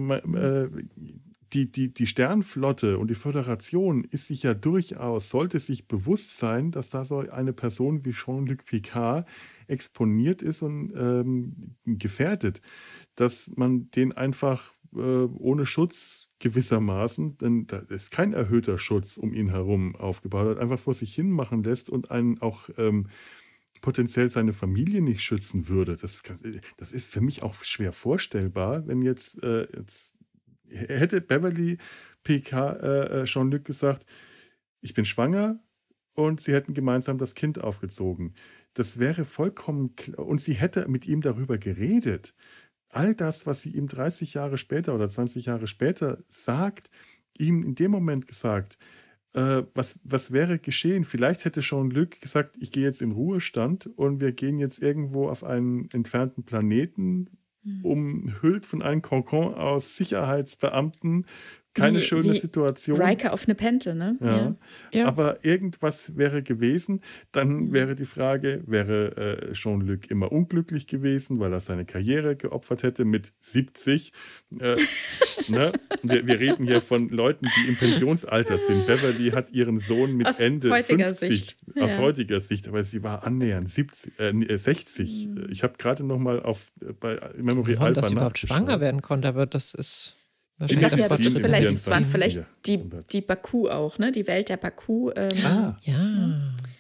die Sternflotte und die Föderation ist sich ja durchaus, sollte sich bewusst sein, dass da so eine Person wie Jean-Luc Picard exponiert ist und gefährdet, dass man den einfach ohne Schutz gewissermaßen, denn da ist kein erhöhter Schutz um ihn herum aufgebaut hat, einfach vor sich hin machen lässt und einen auch potenziell seine Familie nicht schützen würde. Das ist für mich auch schwer vorstellbar, wenn jetzt hätte Beverly Jean-Luc gesagt, ich bin schwanger und sie hätten gemeinsam das Kind aufgezogen. Das wäre vollkommen klar. Und sie hätte mit ihm darüber geredet. All das, was sie ihm 30 Jahre später oder 20 Jahre später sagt, ihm in dem Moment gesagt, was wäre geschehen? Vielleicht hätte Jean-Luc gesagt, ich gehe jetzt in Ruhestand und wir gehen jetzt irgendwo auf einen entfernten Planeten, umhüllt von einem Kokon aus Sicherheitsbeamten. Keine schöne Situation. Riker auf Nepenthe, ne? Ja. Aber irgendwas wäre gewesen. Dann wäre die Frage, wäre Jean-Luc immer unglücklich gewesen, weil er seine Karriere geopfert hätte mit 70. Ne? Wir reden hier von Leuten, die im Pensionsalter sind. Beverly hat ihren Sohn mit Ende 50 aus heutiger Sicht, aber sie war annähernd 60. Ich habe gerade noch mal bei Memory Alpha dass sie überhaupt schwanger werden konnte, aber das ist... Ich sag ja, das ist vielleicht die Baku auch, ne? Die Welt der Baku. Ja.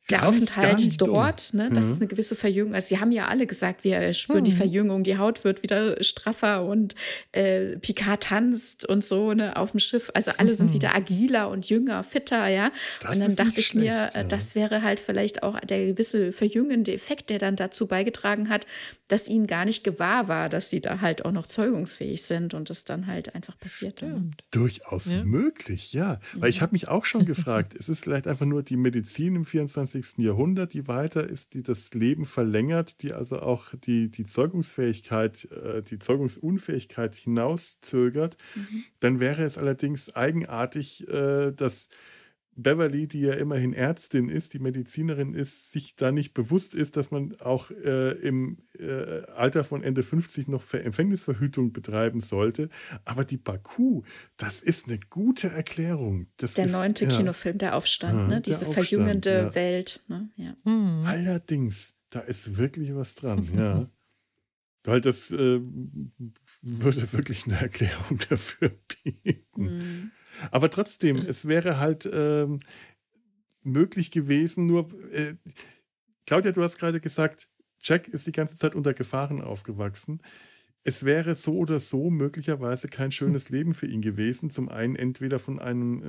der gar nicht Aufenthalt dumm. dort, ne, das ist eine gewisse Verjüngung. Also sie haben ja alle gesagt, wir spüren die Verjüngung, die Haut wird wieder straffer und Picard tanzt und so, ne, auf dem Schiff. Also alle sind wieder agiler und jünger, fitter, ja. Das Und dann ist dachte nicht ich mir, schlecht, ja. das wäre halt vielleicht auch der gewisse verjüngende Effekt, der dann dazu beigetragen hat, dass ihnen gar nicht gewahr war, dass sie da halt auch noch zeugungsfähig sind und das dann halt einfach passierte. Stimmt. Durchaus möglich, ja. Weil ich habe mich auch schon gefragt, es ist vielleicht einfach nur die Medizin im 24. Jahrhundert, die weiter ist, die das Leben verlängert, die also auch die Zeugungsfähigkeit, die Zeugungsunfähigkeit hinauszögert. Dann wäre es allerdings eigenartig, dass Beverly, die ja immerhin Ärztin ist, die Medizinerin ist, sich da nicht bewusst ist, dass man auch im Alter von Ende 50 noch Empfängnisverhütung betreiben sollte. Aber die Baku, das ist eine gute Erklärung. Der 9. Kinofilm, der Aufstand, ne? Diese Aufstand, verjüngende Welt. Ne? Ja. Allerdings, da ist wirklich was dran, ja. Weil das würde wirklich eine Erklärung dafür bieten. Aber trotzdem, es wäre halt möglich gewesen, nur Claudia, du hast gerade gesagt, Jack ist die ganze Zeit unter Gefahren aufgewachsen. Es wäre so oder so möglicherweise kein schönes Leben für ihn gewesen. Zum einen entweder von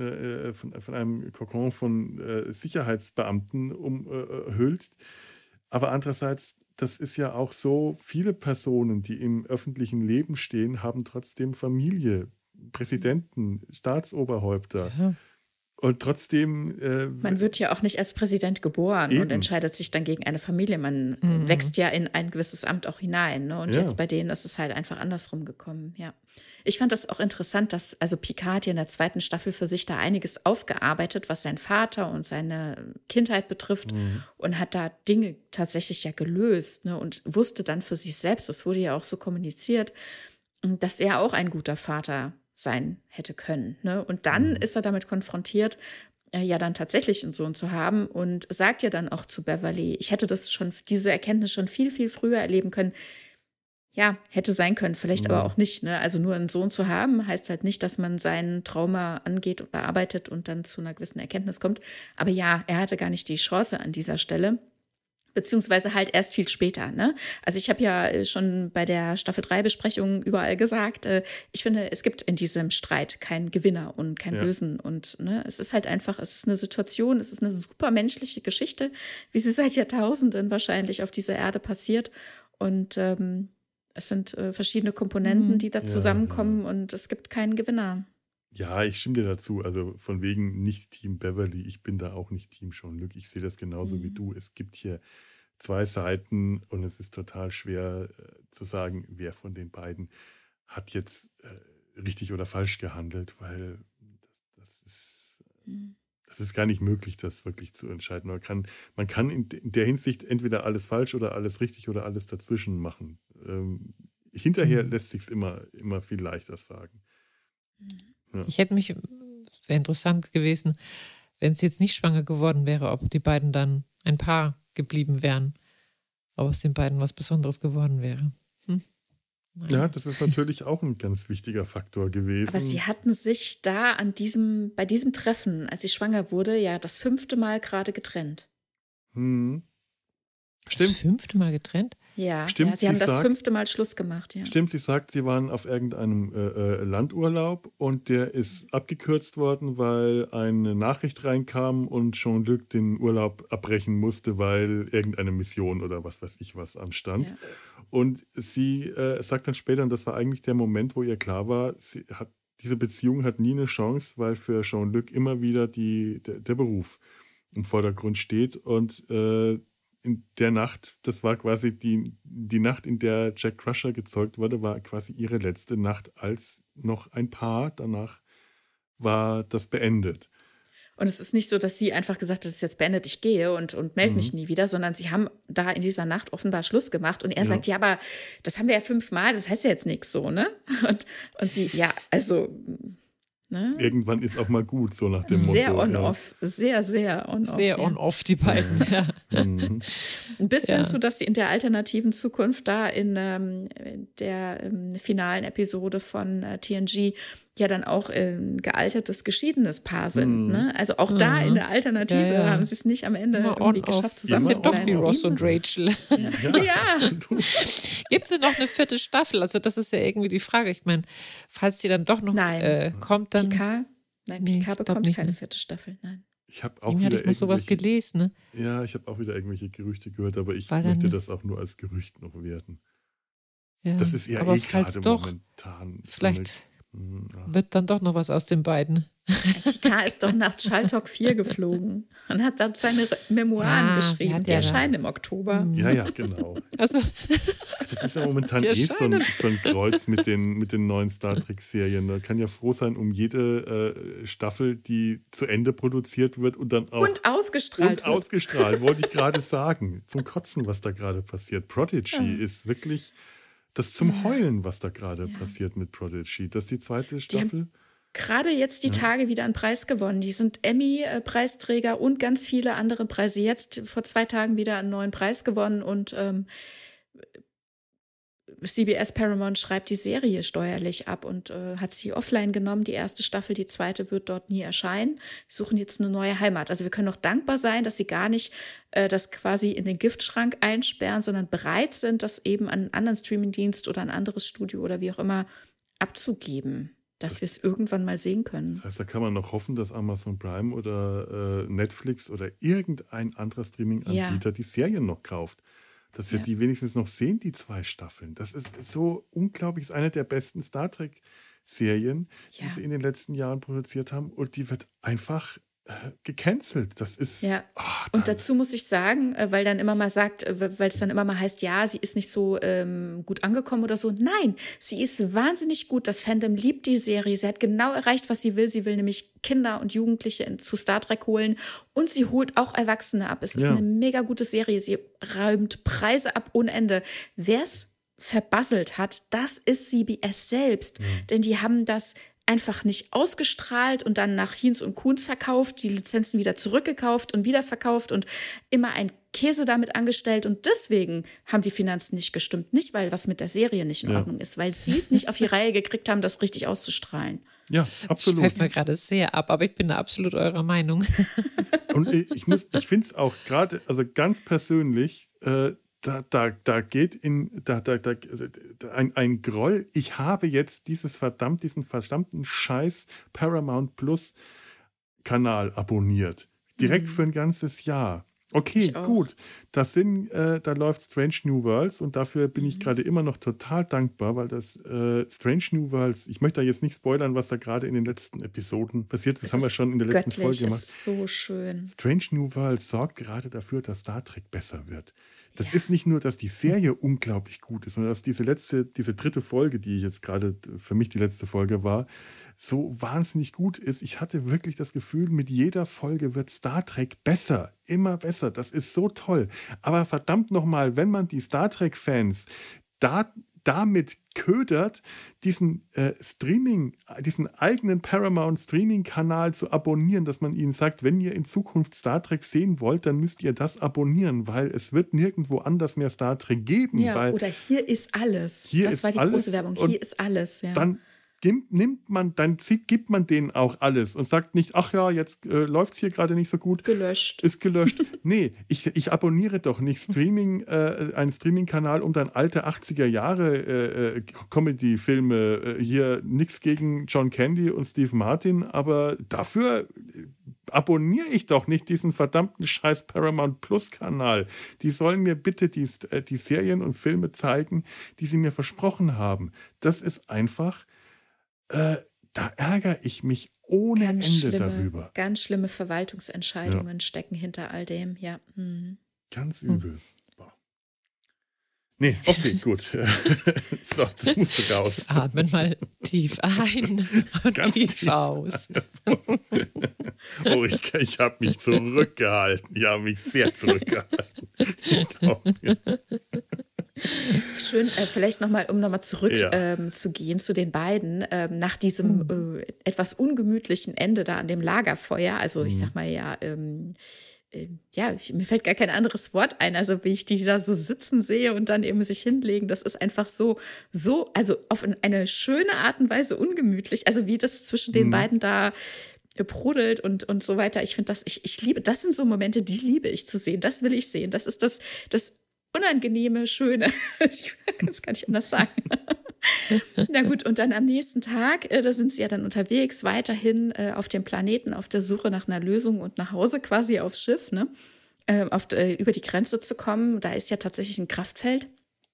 einem Kokon von Sicherheitsbeamten umhüllt, aber andererseits, das ist ja auch so, viele Personen, die im öffentlichen Leben stehen, haben trotzdem Familie, Präsidenten, Staatsoberhäupter. Ja. Und trotzdem. Man wird ja auch nicht als Präsident geboren und entscheidet sich dann gegen eine Familie. Man wächst ja in ein gewisses Amt auch hinein. Ne? Und jetzt bei denen ist es halt einfach andersrum gekommen. Ja. Ich fand das auch interessant, dass also Picard hat ja in der 2. Staffel für sich da einiges aufgearbeitet, was seinen Vater und seine Kindheit betrifft und hat da Dinge tatsächlich ja gelöst, ne? Und wusste dann für sich selbst, das wurde ja auch so kommuniziert, dass er auch ein guter Vater sein hätte können. Ne? Und dann ist er damit konfrontiert, ja dann tatsächlich einen Sohn zu haben und sagt ja dann auch zu Beverly, ich hätte diese Erkenntnis schon viel, viel früher erleben können. Ja, hätte sein können, vielleicht aber auch nicht. Ne? Also nur einen Sohn zu haben, heißt halt nicht, dass man seinen Trauma angeht und bearbeitet und dann zu einer gewissen Erkenntnis kommt. Aber ja, er hatte gar nicht die Chance an dieser Stelle. Beziehungsweise halt erst viel später. Ne? Also ich habe ja schon bei der Staffel 3 Besprechung überall gesagt, ich finde, es gibt in diesem Streit keinen Gewinner und keinen Bösen. Und ne, es ist halt einfach, es ist eine Situation, es ist eine super menschliche Geschichte, wie sie seit Jahrtausenden wahrscheinlich auf dieser Erde passiert. Und es sind verschiedene Komponenten, die da zusammenkommen und es gibt keinen Gewinner. Ja, ich stimme dir dazu. Also von wegen nicht Team Beverly. Ich bin da auch nicht Team Jean-Luc. Ich sehe das genauso wie du. Es gibt hier zwei Seiten und es ist total schwer zu sagen, wer von den beiden hat jetzt richtig oder falsch gehandelt, weil das ist gar nicht möglich, das wirklich zu entscheiden. Man kann in der Hinsicht entweder alles falsch oder alles richtig oder alles dazwischen machen. Hinterher lässt sich es immer viel leichter sagen. Ja. Wäre interessant gewesen, wenn sie jetzt nicht schwanger geworden wäre, ob die beiden dann ein Paar geblieben wären. Ob aus den beiden was Besonderes geworden wäre. Ja, das ist natürlich auch ein ganz wichtiger Faktor gewesen. Aber sie hatten sich da bei diesem Treffen, als sie schwanger wurde, ja das 5. Mal gerade getrennt. Stimmt. Das 5. Mal getrennt? Ja, Stimmt, sie haben das 5. Mal Schluss gemacht. Ja. Stimmt, sie sagt, sie waren auf irgendeinem Landurlaub und der ist abgekürzt worden, weil eine Nachricht reinkam und Jean-Luc den Urlaub abbrechen musste, weil irgendeine Mission oder was weiß ich was anstand. Ja. Und sie sagt dann später, und das war eigentlich der Moment, wo ihr klar war, diese Beziehung hat nie eine Chance, weil für Jean-Luc immer wieder der Beruf im Vordergrund steht und in der Nacht, das war quasi die Nacht, in der Jack Crusher gezeugt wurde, war quasi ihre letzte Nacht als noch ein Paar. Danach war das beendet. Und es ist nicht so, dass sie einfach gesagt hat, das ist jetzt beendet, ich gehe und melde mich nie wieder, sondern sie haben da in dieser Nacht offenbar Schluss gemacht. Und er sagt, ja, aber das haben wir ja 5 Mal, das heißt ja jetzt nichts so, ne? Und sie, ja, also... Ne? Irgendwann ist auch mal gut, so nach dem sehr Motto. On-off, sehr, sehr on-off. Sehr on-off, die beiden, ja. Ein bisschen so, dass sie in der alternativen Zukunft da in der finalen Episode von TNG ja dann auch ein gealtertes, geschiedenes Paar sind. Ne? Also auch da in der Alternative haben sie es nicht am Ende Immer irgendwie on, geschafft, off. zusammen Das zu sind doch wie bleiben. Ross und Rachel. Ja. Gibt es denn noch eine 4. Staffel? Also das ist ja irgendwie die Frage. Ich meine, falls die dann doch noch Nein. kommt, dann... Picard Nee, ich Picard glaub bekommt nicht, keine ne? 4. Staffel, nein. Ich habe auch Irgendwie hatte wieder ich mal sowas irgendwelche, gelesen, ne? ja, ich habe auch wieder irgendwelche Gerüchte gehört, aber ich Weil dann- möchte das auch nur als Gerücht noch werten. Ja. Das ist ja Aber eh falls gerade doch, momentan vielleicht ja. wird dann doch noch was aus den beiden. Picard ist doch nach Chaltok 4 geflogen und hat dort seine Memoiren Ja, geschrieben. hat Die ja erscheinen im Oktober. Ja, genau. Also, Das ist ja momentan Die so ein erscheinen. Kreuz mit den neuen Star Trek-Serien. Man kann ja froh sein um jede Staffel, die zu Ende produziert wird und dann auch Und ausgestrahlt wird. ausgestrahlt, wollte ich gerade sagen. Zum Kotzen, was da gerade passiert. Prodigy ist wirklich das zum Heulen, was da gerade passiert mit Prodigy. Das ist die 2. Staffel. Gerade jetzt die Tage wieder einen Preis gewonnen. Die sind Emmy-Preisträger und ganz viele andere Preise. Jetzt vor 2 Tagen wieder einen neuen Preis gewonnen und CBS Paramount schreibt die Serie steuerlich ab und hat sie offline genommen. Die 1. Staffel, die 2. wird dort nie erscheinen. Sie suchen jetzt eine neue Heimat. Also wir können auch dankbar sein, dass sie gar nicht das quasi in den Giftschrank einsperren, sondern bereit sind, das eben an einen anderen Streamingdienst oder ein anderes Studio oder wie auch immer abzugeben, dass wir es irgendwann mal sehen können. Das heißt, da kann man noch hoffen, dass Amazon Prime oder Netflix oder irgendein anderer Streaming-Anbieter die Serien noch kauft. Dass wir die wenigstens noch sehen, die 2 Staffeln. Das ist so unglaublich. Ist eine der besten Star Trek-Serien, die sie in den letzten Jahren produziert haben. Und die wird einfach gecancelt. Das ist. Ja. Und dazu muss ich sagen, weil dann immer mal sagt, weil es dann immer mal heißt, ja, sie ist nicht so gut angekommen oder so. Nein, sie ist wahnsinnig gut. Das Fandom liebt die Serie. Sie hat genau erreicht, was sie will. Sie will nämlich Kinder und Jugendliche zu Star Trek holen. Und sie holt auch Erwachsene ab. Es ist eine mega gute Serie. Sie räumt Preise ab ohne Ende. Wer es verbasselt hat, das ist CBS selbst. Denn die haben das einfach nicht ausgestrahlt und dann nach Hinz und Kunz verkauft, die Lizenzen wieder zurückgekauft und wieder verkauft und immer ein Käse damit angestellt. Und deswegen haben die Finanzen nicht gestimmt. Nicht, weil was mit der Serie nicht in Ordnung ist, weil sie es nicht auf die Reihe gekriegt haben, das richtig auszustrahlen. Ja, absolut. Das schweift mir gerade sehr ab, aber ich bin da absolut eurer Meinung. Und ich finde es auch gerade, also ganz persönlich, da geht ein Groll. Ich habe jetzt diesen verdammten Scheiß Paramount Plus Kanal abonniert. Direkt für ein ganzes Jahr. Okay, gut. Da läuft Strange New Worlds und dafür bin ich gerade immer noch total dankbar, weil das Strange New Worlds, ich möchte da jetzt nicht spoilern, was da gerade in den letzten Episoden passiert. Das haben wir schon in der letzten Folge gemacht. Das ist so schön. Strange New Worlds sorgt gerade dafür, dass Star Trek besser wird. Das ist nicht nur, dass die Serie unglaublich gut ist, sondern dass diese 3. Folge, die jetzt gerade für mich die letzte Folge war, so wahnsinnig gut ist. Ich hatte wirklich das Gefühl, mit jeder Folge wird Star Trek besser, immer besser. Das ist so toll. Aber verdammt nochmal, wenn man die Star Trek-Fans damit ködert, diesen eigenen Paramount-Streaming-Kanal zu abonnieren, dass man ihnen sagt, wenn ihr in Zukunft Star Trek sehen wollt, dann müsst ihr das abonnieren, weil es wird nirgendwo anders mehr Star Trek geben. Ja, weil oder hier ist alles. Das war die große Werbung. Hier ist alles. Ja. Dann gibt man denen auch alles und sagt nicht, ach ja, jetzt läuft es hier gerade nicht so gut. Ist gelöscht. Nee, ich abonniere doch nicht einen Streaming-Kanal, um dann alte 80er Jahre Comedy-Filme, hier nichts gegen John Candy und Steve Martin, aber dafür abonniere ich doch nicht diesen verdammten scheiß Paramount Plus Kanal. Die sollen mir bitte die Serien und Filme zeigen, die sie mir versprochen haben. Das ist einfach da ärgere ich mich ohne Ende darüber. Ganz schlimme Verwaltungsentscheidungen stecken hinter all dem, ja. Ganz übel. Nee, okay, gut. So, das musste raus. Atmen mal tief ein und Ganz tief aus. Oh, ich habe mich zurückgehalten. Ich habe mich sehr zurückgehalten. Schön, vielleicht nochmal, um nochmal zurück zu gehen zu den beiden, nach diesem etwas ungemütlichen Ende da an dem Lagerfeuer, also ich sag mal mir fällt gar kein anderes Wort ein, also wie ich die da so sitzen sehe und dann eben sich hinlegen, das ist einfach so, also auf eine schöne Art und Weise ungemütlich, also wie das zwischen den beiden da brodelt und so weiter. Ich finde ich liebe, das sind so Momente, die liebe ich zu sehen, das will ich sehen, das ist das unangenehme, Schöne. Ich kann es gar nicht anders sagen. Na gut, und dann am nächsten Tag, da sind sie ja dann unterwegs, weiterhin auf dem Planeten, auf der Suche nach einer Lösung und nach Hause quasi aufs Schiff, ne? Über die Grenze zu kommen. Da ist ja tatsächlich ein Kraftfeld.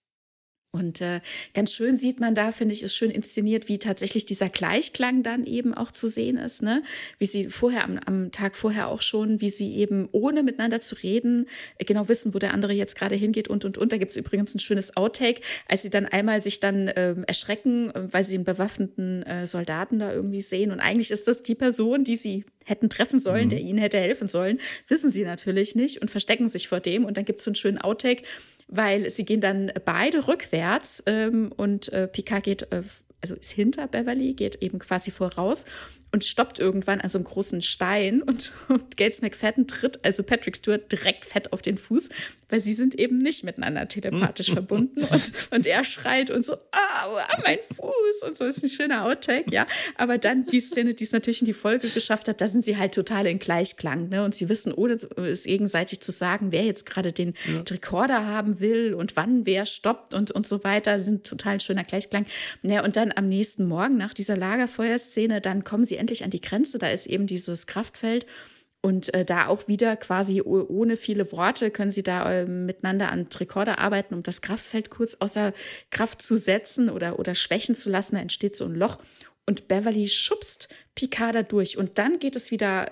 Und ganz schön sieht man da, finde ich, ist schön inszeniert, wie tatsächlich dieser Gleichklang dann eben auch zu sehen ist, ne? Wie sie vorher am Tag vorher auch schon, wie sie eben ohne miteinander zu reden, genau wissen, wo der andere jetzt gerade hingeht und. Da gibt es übrigens ein schönes Outtake, als sie dann einmal sich dann erschrecken, weil sie einen bewaffneten Soldaten da irgendwie sehen. Und eigentlich ist das die Person, die sie hätten treffen sollen, der ihnen hätte helfen sollen, wissen sie natürlich nicht und verstecken sich vor dem. Und dann gibt es so einen schönen Outtake, weil sie gehen dann beide rückwärts und Picard geht, also ist hinter Beverly, geht eben quasi voraus und stoppt irgendwann an so einem großen Stein und Gates McFadden tritt, also Patrick Stewart, direkt fett auf den Fuß, weil sie sind eben nicht miteinander telepathisch verbunden und er schreit und so, mein Fuß und so, ist ein schöner Outtake, ja, aber dann die Szene, die es natürlich in die Folge geschafft hat, da sind sie halt total in Gleichklang, ne, und sie wissen, ohne es gegenseitig zu sagen, wer jetzt gerade den Rekorder haben will und wann wer stoppt und so weiter, sind total ein schöner Gleichklang, ja, und dann am nächsten Morgen nach dieser Lagerfeuerszene, dann kommen sie endlich an die Grenze, da ist eben dieses Kraftfeld und da auch wieder quasi ohne viele Worte können sie da miteinander an Rekorder arbeiten, um das Kraftfeld kurz außer Kraft zu setzen oder schwächen zu lassen, da entsteht so ein Loch und Beverly schubst Picard da durch und dann geht es wieder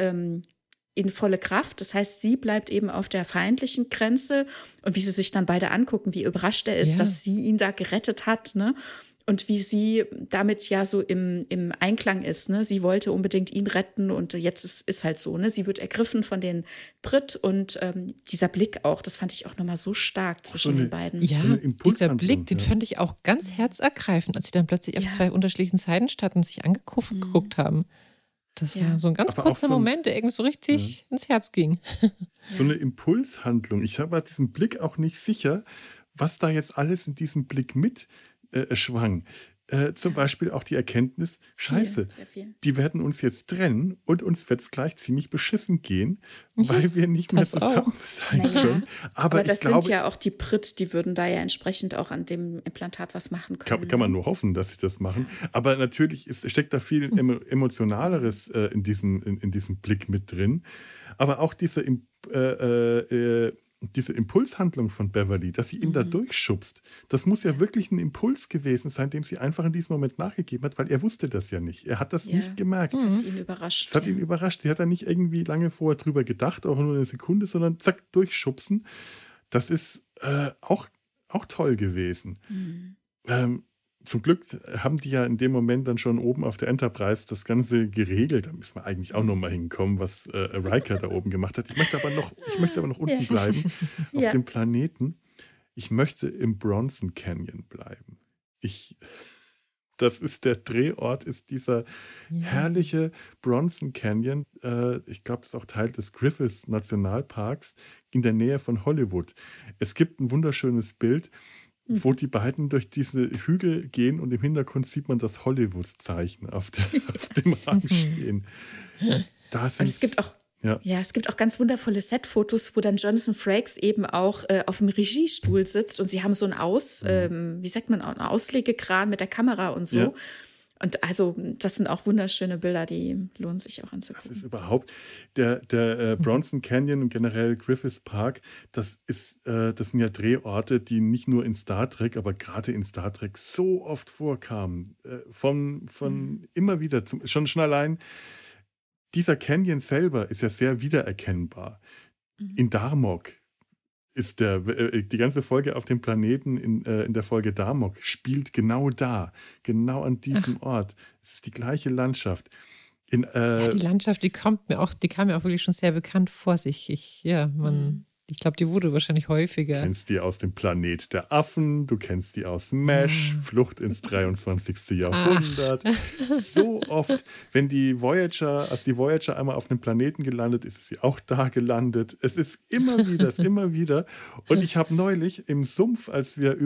in volle Kraft, das heißt, sie bleibt eben auf der feindlichen Grenze und wie sie sich dann beide angucken, wie überrascht er ist, dass sie ihn da gerettet hat, ne? Und wie sie damit ja so im Einklang ist, ne? Sie wollte unbedingt ihn retten und jetzt ist halt so, ne? Sie wird ergriffen von den Brit und dieser Blick auch, das fand ich auch nochmal so stark zwischen den beiden. Ja, so dieser Blick, den fand ich auch ganz herzergreifend, als sie dann plötzlich auf zwei unterschiedlichen Seiten standen und sich angeguckt haben. Das war so ein ganz kurzer Moment, der irgendwie so richtig ins Herz ging. So eine Impulshandlung. Ich war diesem Blick auch nicht sicher, was da jetzt alles in diesem Blick mit schwang. Zum Beispiel auch die Erkenntnis, Scheiße, die werden uns jetzt trennen und uns wird es gleich ziemlich beschissen gehen, weil wir nicht mehr zusammen sein können. Aber das ich glaube, sind ja auch die Brit, die würden da ja entsprechend auch an dem Implantat was machen können. Kann man nur hoffen, dass sie das machen. Aber natürlich steckt da viel Emotionaleres in diesem Blick mit drin. Aber auch diese Impulshandlung von Beverly, dass sie ihn da durchschubst, das muss ja wirklich ein Impuls gewesen sein, dem sie einfach in diesem Moment nachgegeben hat, weil er wusste das ja nicht. Er hat das nicht gemerkt. Das hat ihn überrascht. Das hat ihn überrascht. Er hat da nicht irgendwie lange vorher drüber gedacht, auch nur eine Sekunde, sondern zack, durchschubsen. Das ist auch toll gewesen. Zum Glück haben die ja in dem Moment dann schon oben auf der Enterprise das Ganze geregelt. Da müssen wir eigentlich auch noch mal hinkommen, was Riker da oben gemacht hat. Ich möchte aber noch unten bleiben, auf dem Planeten. Ich möchte im Bronson Canyon bleiben. Das ist der Drehort, ist dieser herrliche Bronson Canyon. Ich glaube, das ist auch Teil des Griffith Nationalparks in der Nähe von Hollywood. Es gibt ein wunderschönes Bild, wo die beiden durch diese Hügel gehen und im Hintergrund sieht man das Hollywood-Zeichen auf dem Rang stehen. Es gibt auch ganz wundervolle Setfotos, wo dann Jonathan Frakes eben auch auf dem Regiestuhl sitzt und sie haben so ein ein Auslegekran mit der Kamera und so. Ja. Und also das sind auch wunderschöne Bilder, die lohnen sich auch anzugucken. Das ist überhaupt, der Bronson Canyon und generell Griffith Park, das sind ja Drehorte, die nicht nur in Star Trek, aber gerade in Star Trek so oft vorkamen. Von immer wieder, schon allein, dieser Canyon selber ist ja sehr wiedererkennbar. In Darmok ist die ganze Folge auf dem Planeten in der Folge Darmok spielt genau da, genau an diesem Ort. Es ist die gleiche Landschaft. Die Landschaft, die kam mir auch wirklich schon sehr bekannt vor sich. Ich glaube, die wurde wahrscheinlich Du häufiger. kennst die aus dem Planet der Affen, du kennst die aus MASH, Flucht ins 23. Jahrhundert. So oft, wenn die Voyager, als die Voyager einmal auf einem Planeten gelandet ist, ist sie auch da gelandet. Es ist immer wieder, es ist immer wieder. Und ich habe neulich im Sumpf, als wir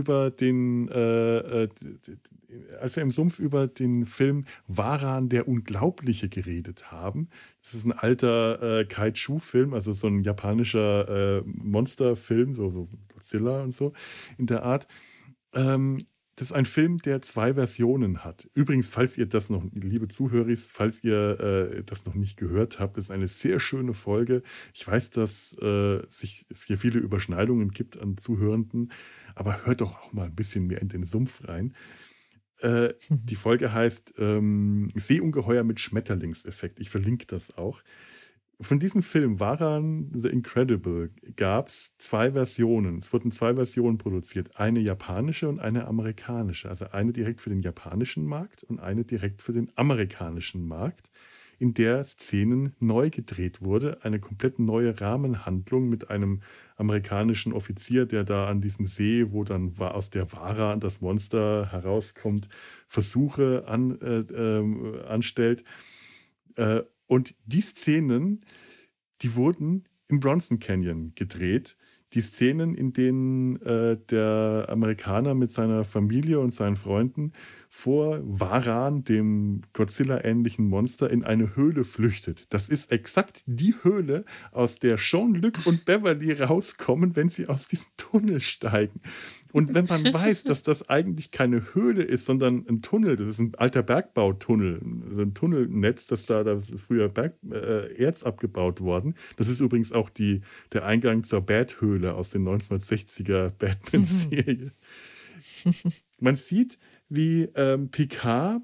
im Sumpf über den Film Varan der Unglaubliche geredet haben. Das ist ein alter Kaiju-Film, also so ein japanischer Monsterfilm, so Godzilla und so in der Art. Das ist ein Film, der 2 Versionen hat. Übrigens, falls ihr das noch, liebe Zuhörer, falls ihr das noch nicht gehört habt, das ist eine sehr schöne Folge. Ich weiß, dass es hier viele Überschneidungen gibt an Zuhörenden, aber hört doch auch mal ein bisschen mehr in den Sumpf rein. Die Folge heißt Seeungeheuer mit Schmetterlingseffekt. Ich verlinke das auch. Von diesem Film Varan the Incredible gab es 2 Versionen. Es wurden 2 Versionen produziert. Eine japanische und eine amerikanische. Also eine direkt für den japanischen Markt und eine direkt für den amerikanischen Markt, in der Szenen neu gedreht wurde. Eine komplett neue Rahmenhandlung mit einem amerikanischen Offizier, der da an diesem See, wo dann aus der Vara das Monster herauskommt, Versuche anstellt. Und die Szenen, die wurden im Bronson Canyon gedreht. Die Szenen, in denen der Amerikaner mit seiner Familie und seinen Freunden vor Varan, dem Godzilla-ähnlichen Monster, in eine Höhle flüchtet. Das ist exakt die Höhle, aus der Jean-Luc und Beverly rauskommen, wenn sie aus diesem Tunnel steigen. Und wenn man weiß, dass das eigentlich keine Höhle ist, sondern ein Tunnel, das ist ein alter Bergbautunnel, also ein Tunnelnetz, das ist früher Erz abgebaut worden. Das ist übrigens auch der Eingang zur Bat-Höhle aus den 1960er Batman-Serie. Man sieht, wie Picard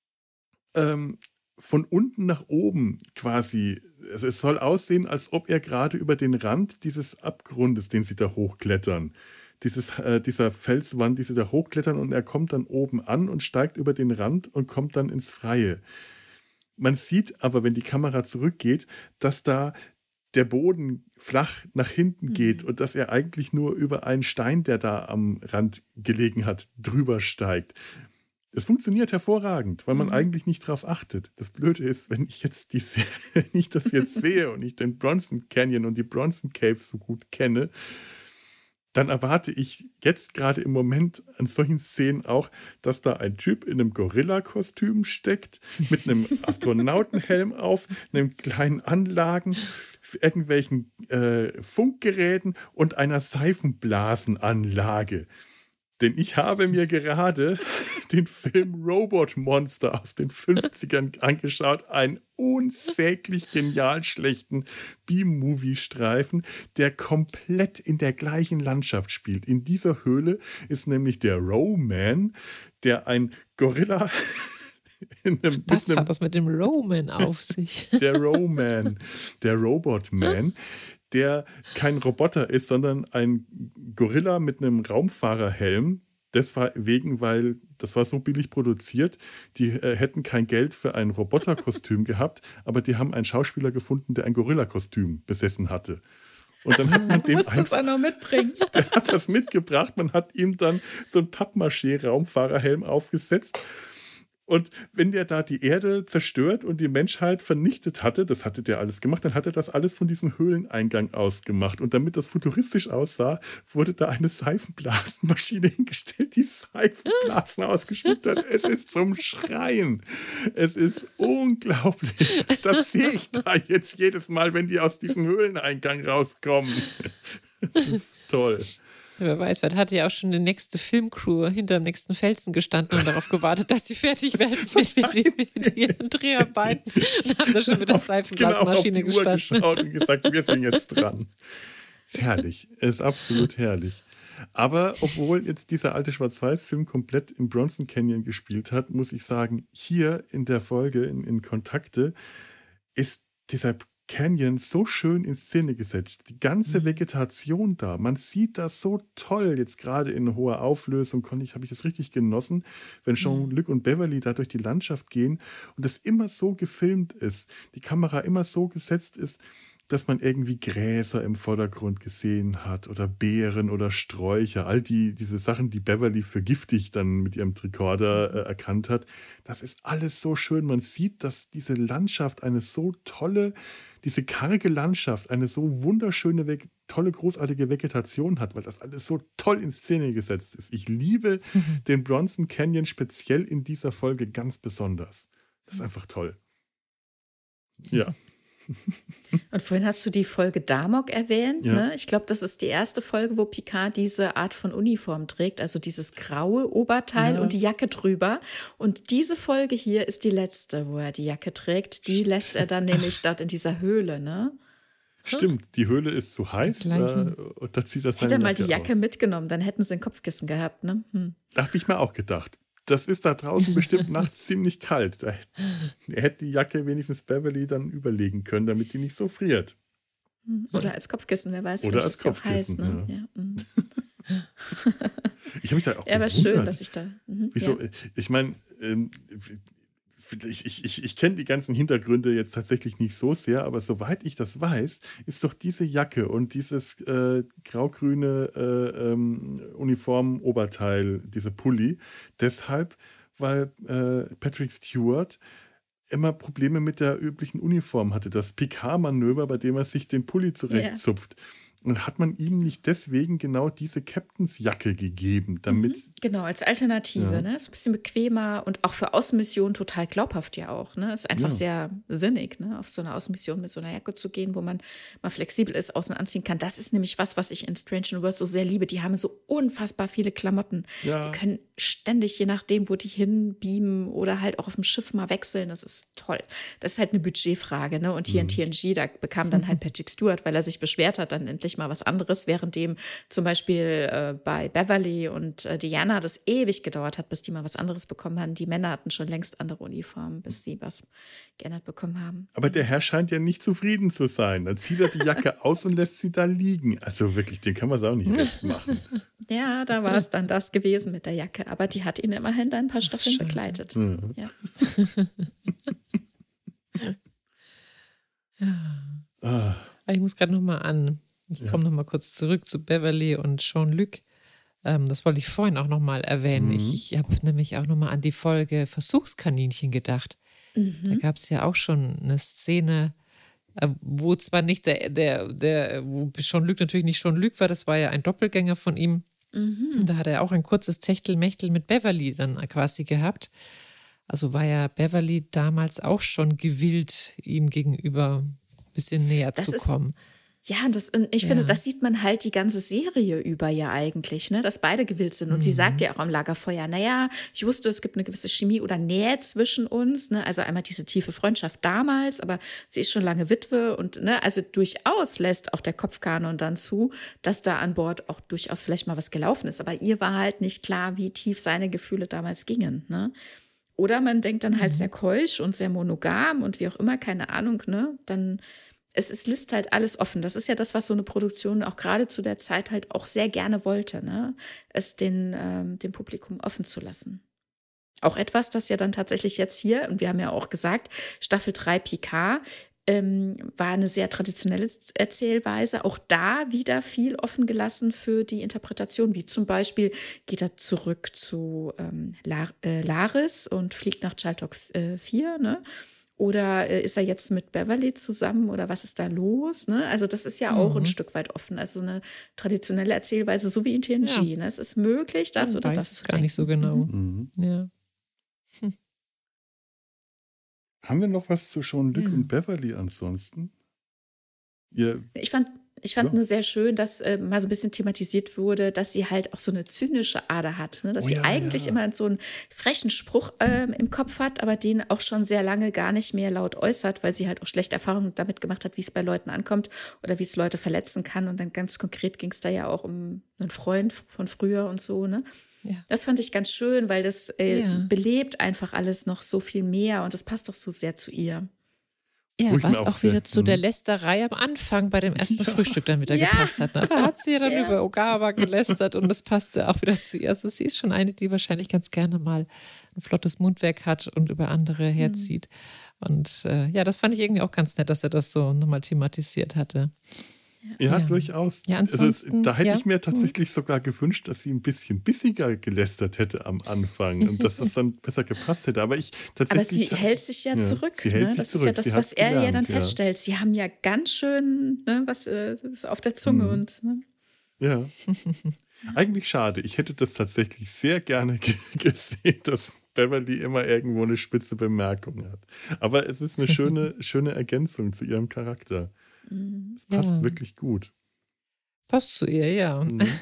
von unten nach oben quasi, also es soll aussehen, als ob er gerade über den Rand dieses Abgrundes, den sie da hochklettern, dieser Felswand, die sie da hochklettern, und er kommt dann oben an und steigt über den Rand und kommt dann ins Freie. Man sieht aber, wenn die Kamera zurückgeht, dass da der Boden flach nach hinten geht und dass er eigentlich nur über einen Stein, der da am Rand gelegen hat, drüber steigt. Es funktioniert hervorragend, weil man eigentlich nicht drauf achtet. Das Blöde ist, wenn ich das jetzt sehe und ich den Bronson Canyon und die Bronson Caves so gut kenne, dann erwarte ich jetzt gerade im Moment an solchen Szenen auch, dass da ein Typ in einem Gorilla-Kostüm steckt, mit einem Astronautenhelm auf, einem kleinen Anlagen, irgendwelchen Funkgeräten und einer Seifenblasenanlage. Denn ich habe mir gerade den Film Robot Monster aus den 50ern angeschaut. Einen unsäglich genial schlechten B-Movie-Streifen, der komplett in der gleichen Landschaft spielt. In dieser Höhle ist nämlich der Roman, der ein Gorilla Was hat das mit dem Roman auf sich? Der Roman, der Robotman, der kein Roboter ist, sondern ein Gorilla mit einem Raumfahrerhelm. Deswegen, weil das war so billig produziert, die hätten kein Geld für ein Roboterkostüm gehabt, aber die haben einen Schauspieler gefunden, der ein Gorilla-Kostüm besessen hatte. Und dann hat man dem das auch noch mitbringen. Der hat das mitgebracht, man hat ihm dann so einen Pappmaché-Raumfahrerhelm aufgesetzt. Und wenn der da die Erde zerstört und die Menschheit vernichtet hatte, das hatte der alles gemacht, dann hat er das alles von diesem Höhleneingang aus gemacht. Und damit das futuristisch aussah, wurde da eine Seifenblasenmaschine hingestellt, die Seifenblasen ausgespuckt hat. Es ist zum Schreien. Es ist unglaublich. Das sehe ich da jetzt jedes Mal, wenn die aus diesem Höhleneingang rauskommen. Das ist toll. Wer weiß, vielleicht hatte ja auch schon die nächste Filmcrew hinter dem nächsten Felsen gestanden und darauf gewartet, dass die fertig werden mit ihren Dreharbeiten. Und haben da schon mit der Seifenblasmaschine gestanden. Geschaut und gesagt, wir sind jetzt dran. Ist herrlich, ist absolut herrlich. Aber obwohl jetzt dieser alte Schwarz-Weiß-Film komplett im Bronson Canyon gespielt hat, muss ich sagen, hier in der Folge in Kontakte ist dieser Canyon so schön in Szene gesetzt. Die ganze Vegetation da. Man sieht das so toll. Jetzt gerade in hoher Auflösung habe ich das richtig genossen, wenn Jean-Luc und Beverly da durch die Landschaft gehen und es immer so gefilmt ist. Die Kamera immer so gesetzt ist, dass man irgendwie Gräser im Vordergrund gesehen hat oder Beeren oder Sträucher, all diese Sachen, die Beverly für giftig dann mit ihrem Tricorder erkannt hat. Das ist alles so schön. Man sieht, dass diese Landschaft diese karge Landschaft eine so wunderschöne, tolle, großartige Vegetation hat, weil das alles so toll in Szene gesetzt ist. Ich liebe den Bronson Canyon speziell in dieser Folge ganz besonders. Das ist einfach toll. Ja. Und vorhin hast du die Folge Damok erwähnt. Ja. Ne? Ich glaube, das ist die erste Folge, wo Picard diese Art von Uniform trägt, also dieses graue Oberteil und die Jacke drüber. Und diese Folge hier ist die letzte, wo er die Jacke trägt. Die lässt er dann nämlich dort in dieser Höhle, ne? Stimmt, die Höhle ist zu heiß und da zieht das Hätte er mal die Jacke mitgenommen, dann hätten sie ein Kopfkissen gehabt, ne? Da habe ich mir auch gedacht. Das ist da draußen bestimmt nachts ziemlich kalt. Er hätte die Jacke wenigstens Beverly dann überlegen können, damit die nicht so friert. Oder als Kopfkissen, wer weiß. Oder als Auch heiß, Kopfkissen, ne? Ja. Ich habe mich da auch aber gewundert. schön, dass ich da... Wieso? Ja. Ich meine, ich kenne die ganzen Hintergründe jetzt tatsächlich nicht so sehr, aber soweit ich das weiß, ist doch diese Jacke und dieses grau-grüne Uniform-Oberteil, diese Pulli, deshalb, weil Patrick Stewart immer Probleme mit der üblichen Uniform hatte. Das Picard-Manöver, bei dem er sich den Pulli zurechtzupft. Und hat man ihm nicht deswegen genau diese Captainsjacke gegeben, damit... Genau, als Alternative, ne? So ein bisschen bequemer und auch für Außenmissionen total glaubhaft ja auch, ne? Ist einfach sehr sinnig, ne? Auf so eine Außenmission mit so einer Jacke zu gehen, wo man mal flexibel ist, außen anziehen kann. Das ist nämlich was ich in Strange New Worlds so sehr liebe. Die haben so unfassbar viele Klamotten. Ja. Die können ständig, je nachdem, wo die hinbeamen oder halt auch auf dem Schiff mal wechseln. Das ist toll. Das ist halt eine Budgetfrage, ne? Und hier in TNG, da bekam dann halt Patrick Stewart, weil er sich beschwert hat, dann endlich mal was anderes, währenddem zum Beispiel bei Beverly und Diana das ewig gedauert hat, bis die mal was anderes bekommen haben. Die Männer hatten schon längst andere Uniformen, bis sie was geändert bekommen haben. Aber der Herr scheint ja nicht zufrieden zu sein. Dann zieht er die Jacke aus und lässt sie da liegen. Also wirklich, dem kann man es auch nicht recht machen. Ja, da war es dann das gewesen mit der Jacke. Aber die hat ihn immerhin da ein paar Staffeln begleitet. Ja. Ich muss gerade noch mal Ich komme noch mal kurz zurück zu Beverly und Jean-Luc. Das wollte ich vorhin auch noch mal erwähnen. Ich habe nämlich auch noch mal an die Folge Versuchskaninchen gedacht. Da gab es ja auch schon eine Szene, wo zwar nicht wo Jean-Luc natürlich nicht Jean-Luc war, das war ja ein Doppelgänger von ihm. Und da hat er auch ein kurzes Techtelmechtel mit Beverly dann quasi gehabt. Also war ja Beverly damals auch schon gewillt, ihm gegenüber ein bisschen näher zu kommen. Ja, ich finde, das sieht man halt die ganze Serie über ja eigentlich, ne, dass beide gewillt sind. Und sie sagt ja auch am Lagerfeuer, naja, ich wusste, es gibt eine gewisse Chemie oder Nähe zwischen uns, ne, also einmal diese tiefe Freundschaft damals, aber sie ist schon lange Witwe und, ne, also durchaus lässt auch der Kopfkanon dann zu, dass da an Bord auch durchaus vielleicht mal was gelaufen ist. Aber ihr war halt nicht klar, wie tief seine Gefühle damals gingen, ne. Oder man denkt dann halt sehr keusch und sehr monogam und wie auch immer, keine Ahnung, ne, dann es lässt halt alles offen. Das ist ja das, was so eine Produktion auch gerade zu der Zeit halt auch sehr gerne wollte, ne? Es dem Publikum offen zu lassen. Auch etwas, das ja dann tatsächlich jetzt hier, und wir haben ja auch gesagt, Staffel 3 Picard war eine sehr traditionelle Erzählweise. Auch da wieder viel offen gelassen für die Interpretation, wie zum Beispiel geht er zurück zu Laris und fliegt nach Chaltok 4, ne? Oder ist er jetzt mit Beverly zusammen oder was ist da los? Ne? Also das ist ja auch ein Stück weit offen. Also eine traditionelle Erzählweise, so wie in TNG. Ja. Ne? Es ist möglich, das oder das zu denken. Gar nicht so genau. Ja. Haben wir noch was zu Jean-Luc und Beverly ansonsten? Ich fand nur sehr schön, dass mal so ein bisschen thematisiert wurde, dass sie halt auch so eine zynische Ader hat. Ne? Dass sie eigentlich immer so einen frechen Spruch im Kopf hat, aber den auch schon sehr lange gar nicht mehr laut äußert, weil sie halt auch schlechte Erfahrungen damit gemacht hat, wie es bei Leuten ankommt oder wie es Leute verletzen kann. Und dann ganz konkret ging es da ja auch um einen Freund von früher und so. Ne? Ja. Das fand ich ganz schön, weil das belebt einfach alles noch so viel mehr und das passt doch so sehr zu ihr. Ja, was auch wieder zu der Lästerei am Anfang bei dem ersten Frühstück dann wieder gepasst hat. Ne? Da hat sie ja dann über Ogawa gelästert und das passt ja auch wieder zu ihr. Also sie ist schon eine, die wahrscheinlich ganz gerne mal ein flottes Mundwerk hat und über andere herzieht. Und ja, das fand ich irgendwie auch ganz nett, dass er das so nochmal thematisiert hatte. Ja, Ja. durchaus. Ja, Also, ansonsten, da hätte ja. ich mir tatsächlich sogar gewünscht, dass sie ein bisschen bissiger gelästert hätte am Anfang und dass das dann besser gepasst hätte. Aber Aber sie tatsächlich, hält sich ja zurück, sie hält ne? sich Das ist ja zurück. Sie das, hat was es er ja dann gelernt, ja. feststellt. Sie haben ja ganz schön, ne, was ist auf der Zunge Mhm. und ne? Ja. Eigentlich schade. Ich hätte das tatsächlich sehr gerne gesehen, dass Beverly immer irgendwo eine spitze Bemerkung hat. Aber es ist eine schöne Ergänzung zu ihrem Charakter. Mhm. Es passt Ja. wirklich gut. Passt zu ihr, ja. Mhm.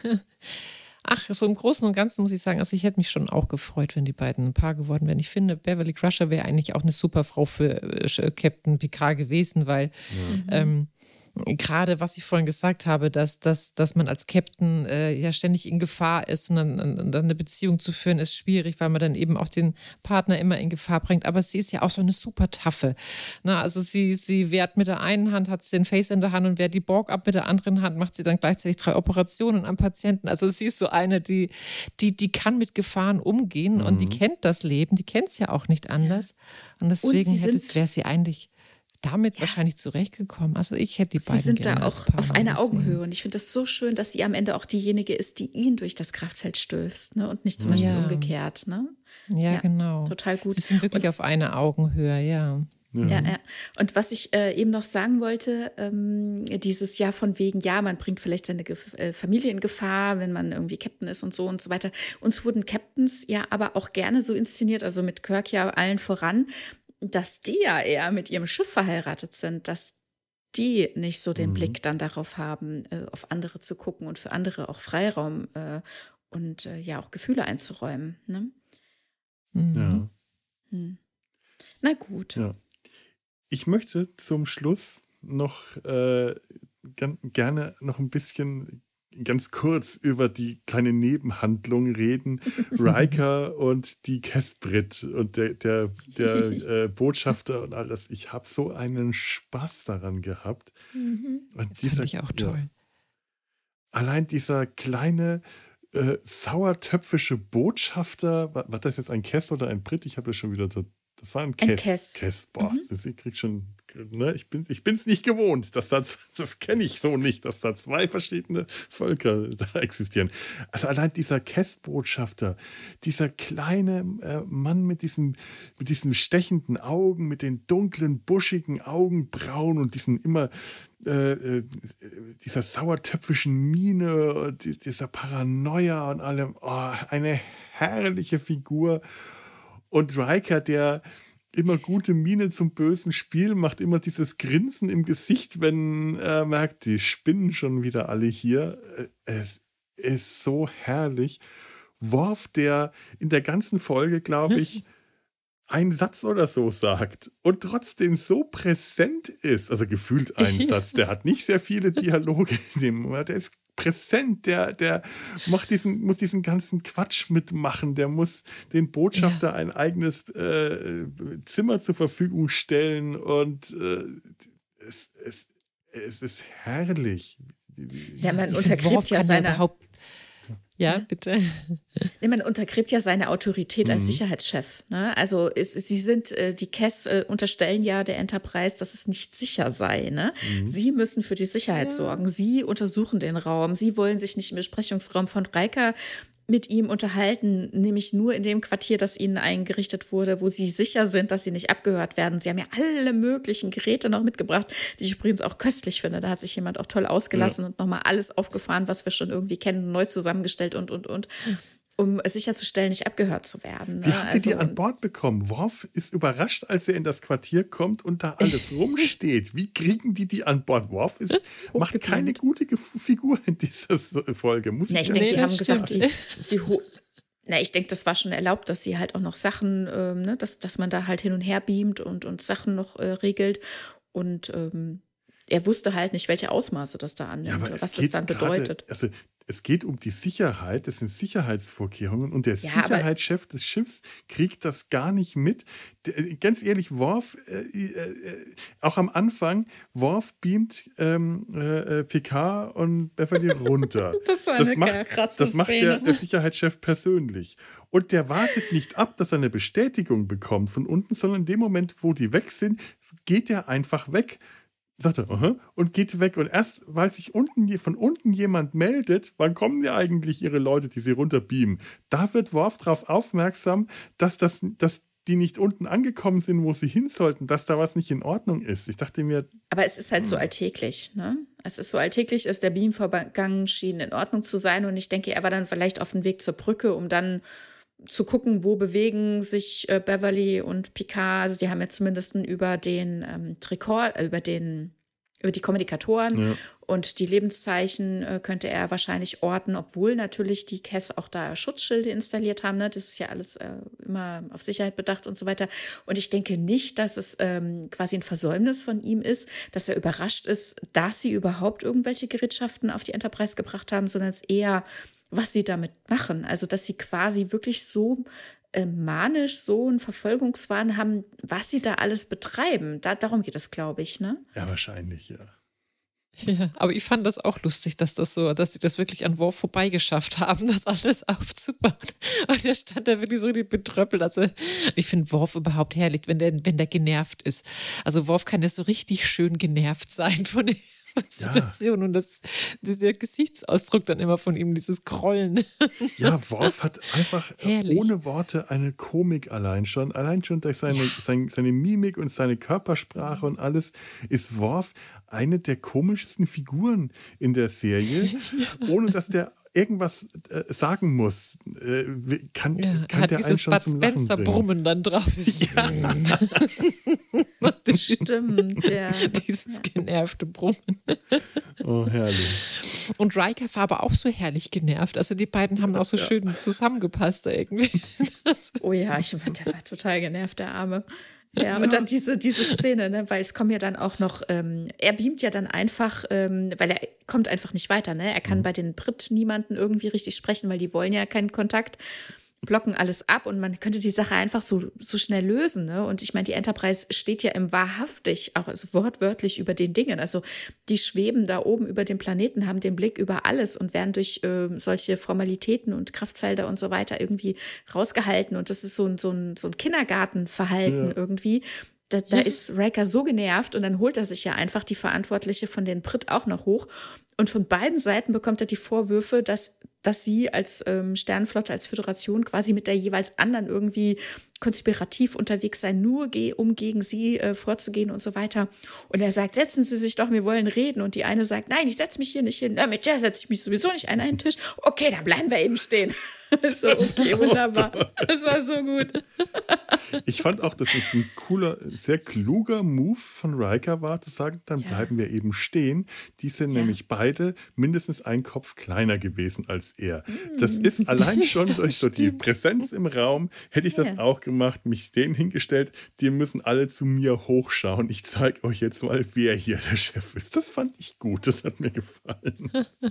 Ach, so im Großen und Ganzen muss ich sagen, also ich hätte mich schon auch gefreut, wenn die beiden ein Paar geworden wären. Ich finde, Beverly Crusher wäre eigentlich auch eine super Frau für Captain Picard gewesen, weil Ja. Mhm. gerade was ich vorhin gesagt habe, dass man als Captain ja ständig in Gefahr ist und dann eine Beziehung zu führen, ist schwierig, weil man dann eben auch den Partner immer in Gefahr bringt. Aber sie ist ja auch so eine super Taffe. Na, also sie wehrt mit der einen Hand, hat sie den Face in der Hand und wehrt die Borg ab mit der anderen Hand, macht sie dann gleichzeitig 3 Operationen am Patienten. Also sie ist so eine, die kann mit Gefahren umgehen und die Mhm. kennt das Leben, die kennt es ja auch nicht anders. Und Und deswegen sie wäre sie eigentlich damit ja, wahrscheinlich zurechtgekommen. Also ich hätte die sie beiden sind da gerne als auch Paar auf mal einer gesehen. Augenhöhe. Und ich finde das so schön, dass sie am Ende auch diejenige ist, die ihn durch das Kraftfeld stößt, ne? Und nicht zum Beispiel Ja, umgekehrt, ne? ja, Ja, genau. total Sie gut. sind wirklich Und auf einer Augenhöhe, ja. ja, Ja. ja. Und was ich eben noch sagen wollte, dieses Jahr von wegen, ja, man bringt vielleicht seine Familie in Gefahr, wenn man irgendwie Captain ist und so weiter. Uns wurden Captains ja aber auch gerne so inszeniert, also mit Kirk ja allen voran, dass die ja eher mit ihrem Schiff verheiratet sind, dass die nicht so den Mhm. Blick dann darauf haben, auf andere zu gucken und für andere auch Freiraum und ja auch Gefühle einzuräumen. Ne? Mhm. Ja. Hm. Na gut. Ja. Ich möchte zum Schluss noch gerne noch ein bisschen ganz kurz über die kleine Nebenhandlung reden. Riker und die Kestbrit und der Botschafter und alles. Ich habe so einen Spaß daran gehabt. Mhm. Und Fand ich auch toll. allein dieser kleine sauertöpfische Botschafter, war das jetzt ein Kest oder ein Brit? Ich habe das schon wieder so. Das war ein Ein Kest. Kess. Boah, Mhm. ich krieg schon, ne, ich bin's nicht gewohnt, dass das kenne ich so nicht, dass da 2 verschiedene Völker da existieren. Also allein dieser Kest-Botschafter, dieser kleine Mann mit diesen stechenden Augen, mit den dunklen, buschigen Augenbrauen und diesen immer dieser sauertöpfischen Miene, und dieser Paranoia und allem. Oh, eine herrliche Figur. Und Riker, der immer gute Miene zum bösen Spiel macht, immer dieses Grinsen im Gesicht, wenn er merkt, die spinnen schon wieder alle hier. Es ist so herrlich. Worf, der in der ganzen Folge, glaube ich, einen Satz oder so sagt und trotzdem so präsent ist, also gefühlt einen Satz, der hat nicht sehr viele Dialoge in dem Moment, der ist präsent, der muss diesen ganzen Quatsch mitmachen, der muss den Botschafter ein eigenes Zimmer zur Verfügung stellen und es ist herrlich. Ja, man Ich finde, untergräbt Worf ja kann ja seine. überhaupt. Ja, Ja. bitte. Nee, man untergräbt ja seine Autorität als Mhm. Sicherheitschef. Ne? Also die Cass unterstellen ja der Enterprise, dass es nicht sicher sei. Ne? Mhm. Sie müssen für die Sicherheit Ja. sorgen. Sie untersuchen den Raum. Sie wollen sich nicht im Besprechungsraum von Riker mit ihm unterhalten, nämlich nur in dem Quartier, das ihnen eingerichtet wurde, wo sie sicher sind, dass sie nicht abgehört werden. Sie haben ja alle möglichen Geräte noch mitgebracht, die ich übrigens auch köstlich finde. Da hat sich jemand auch toll ausgelassen und nochmal alles aufgefahren, was wir schon irgendwie kennen, neu zusammengestellt und, um sicherzustellen, nicht abgehört zu werden. Ne? Wie habt ihr die Also, an Bord bekommen? Worf ist überrascht, als er in das Quartier kommt und da alles rumsteht. Wie kriegen die an Bord? Worf macht keine gute Figur in dieser Folge. Muss na, ich ich denke, Nee, die das haben gesagt, stimmt. na, ich denke, das war schon erlaubt, dass sie halt auch noch Sachen, dass man da halt hin und her beamt und Sachen noch regelt. Und er wusste halt nicht, welche Ausmaße das da Ja, annimmt, aber was das dann bedeutet. also es geht um die Sicherheit, das sind Sicherheitsvorkehrungen und der Ja, aber Sicherheitschef des Schiffs kriegt das gar nicht mit. Ganz ehrlich, Worf, auch am Anfang, Worf beamt Picard und Beverly runter. das war Das eine macht, krasse das macht Szene. der Sicherheitschef persönlich. Und der wartet nicht ab, dass er eine Bestätigung bekommt von unten, sondern in dem Moment, wo die weg sind, geht er einfach weg. Sagt er, aha, und geht weg. Und erst, weil sich von unten jemand meldet, wann kommen ja eigentlich ihre Leute, die sie runterbeamen? Da wird Worf darauf aufmerksam, dass die nicht unten angekommen sind, wo sie hin sollten, dass da was nicht in Ordnung ist. Ich dachte mir, Aber es ist halt so alltäglich, ne? Es ist so alltäglich, dass der Beamvorgang schien in Ordnung zu sein. Und ich denke, er war dann vielleicht auf dem Weg zur Brücke, um dann zu gucken, wo bewegen sich Beverly und Picard. Also die haben ja zumindest über den über die Kommunikatoren ja, und die Lebenszeichen könnte er wahrscheinlich orten, obwohl natürlich die Cass auch da Schutzschilde installiert haben. Ne? Das ist ja alles immer auf Sicherheit bedacht und so weiter. Und ich denke nicht, dass es quasi ein Versäumnis von ihm ist, dass er überrascht ist, dass sie überhaupt irgendwelche Gerätschaften auf die Enterprise gebracht haben, sondern es eher, was sie damit machen. Also, dass sie quasi wirklich so manisch so einen Verfolgungswahn haben, was sie da alles betreiben. Darum geht es, glaube ich, ne? ja, wahrscheinlich, ja. Ja, aber ich fand das auch lustig, dass sie das wirklich an Worf vorbeigeschafft haben, das alles aufzubauen. Und der stand da wirklich so die betröppelt. Also ich finde Worf überhaupt herrlich, wenn der genervt ist. Also Worf kann ja so richtig schön genervt sein von der Situation und der Gesichtsausdruck dann immer von ihm, dieses Grollen. Ja, Worf hat einfach Herrlich. ohne Worte eine Komik allein schon durch seine Mimik und seine Körpersprache und alles ist Worf eine der komischsten Figuren in der Serie, ohne dass der irgendwas sagen muss. Kann Hat der einen dieses schon Bud zum Lachen Spencer bringen. Brummen dann drauf. Stimmt, ja. Dieses genervte Brummen. Oh, herrlich. Und Riker war aber auch so herrlich genervt. Also die beiden haben auch so schön zusammengepasst da irgendwie. Oh ja, der war total genervt, der Arme. Ja, und dann diese Szene, ne, weil es kommen ja dann auch noch, er beamt ja dann einfach, weil er kommt einfach nicht weiter, ne? Er kann bei den Brit niemanden irgendwie richtig sprechen, weil die wollen ja keinen Kontakt, blocken alles ab und man könnte die Sache einfach so schnell lösen, ne? Und ich meine, die Enterprise steht ja im wahrhaftig, auch also wortwörtlich über den Dingen. Also die schweben da oben über dem Planeten, haben den Blick über alles und werden durch solche Formalitäten und Kraftfelder und so weiter irgendwie rausgehalten. Und das ist so ein Kindergartenverhalten irgendwie. Da ist Riker so genervt und dann holt er sich ja einfach die Verantwortliche von den Brit auch noch hoch. Und von beiden Seiten bekommt er die Vorwürfe, dass sie als Sternenflotte, als Föderation quasi mit der jeweils anderen irgendwie konspirativ unterwegs sein, nur um gegen sie vorzugehen und so weiter. Und er sagt, setzen Sie sich doch, wir wollen reden. Und die eine sagt, nein, ich setze mich hier nicht hin. Mit der setze ich mich sowieso nicht an einen Tisch. Okay, dann bleiben wir eben stehen. So, okay, wunderbar. Das war so gut. Ich fand auch, dass es ein sehr kluger Move von Riker war, zu sagen, dann bleiben wir eben stehen. Die sind nämlich beide mindestens einen Kopf kleiner gewesen als er. Das ist allein schon durch so die Präsenz im Raum, hätte ich das auch gemacht, mich denen hingestellt, die müssen alle zu mir hochschauen. Ich zeige euch jetzt mal, wer hier der Chef ist. Das fand ich gut, das hat mir gefallen.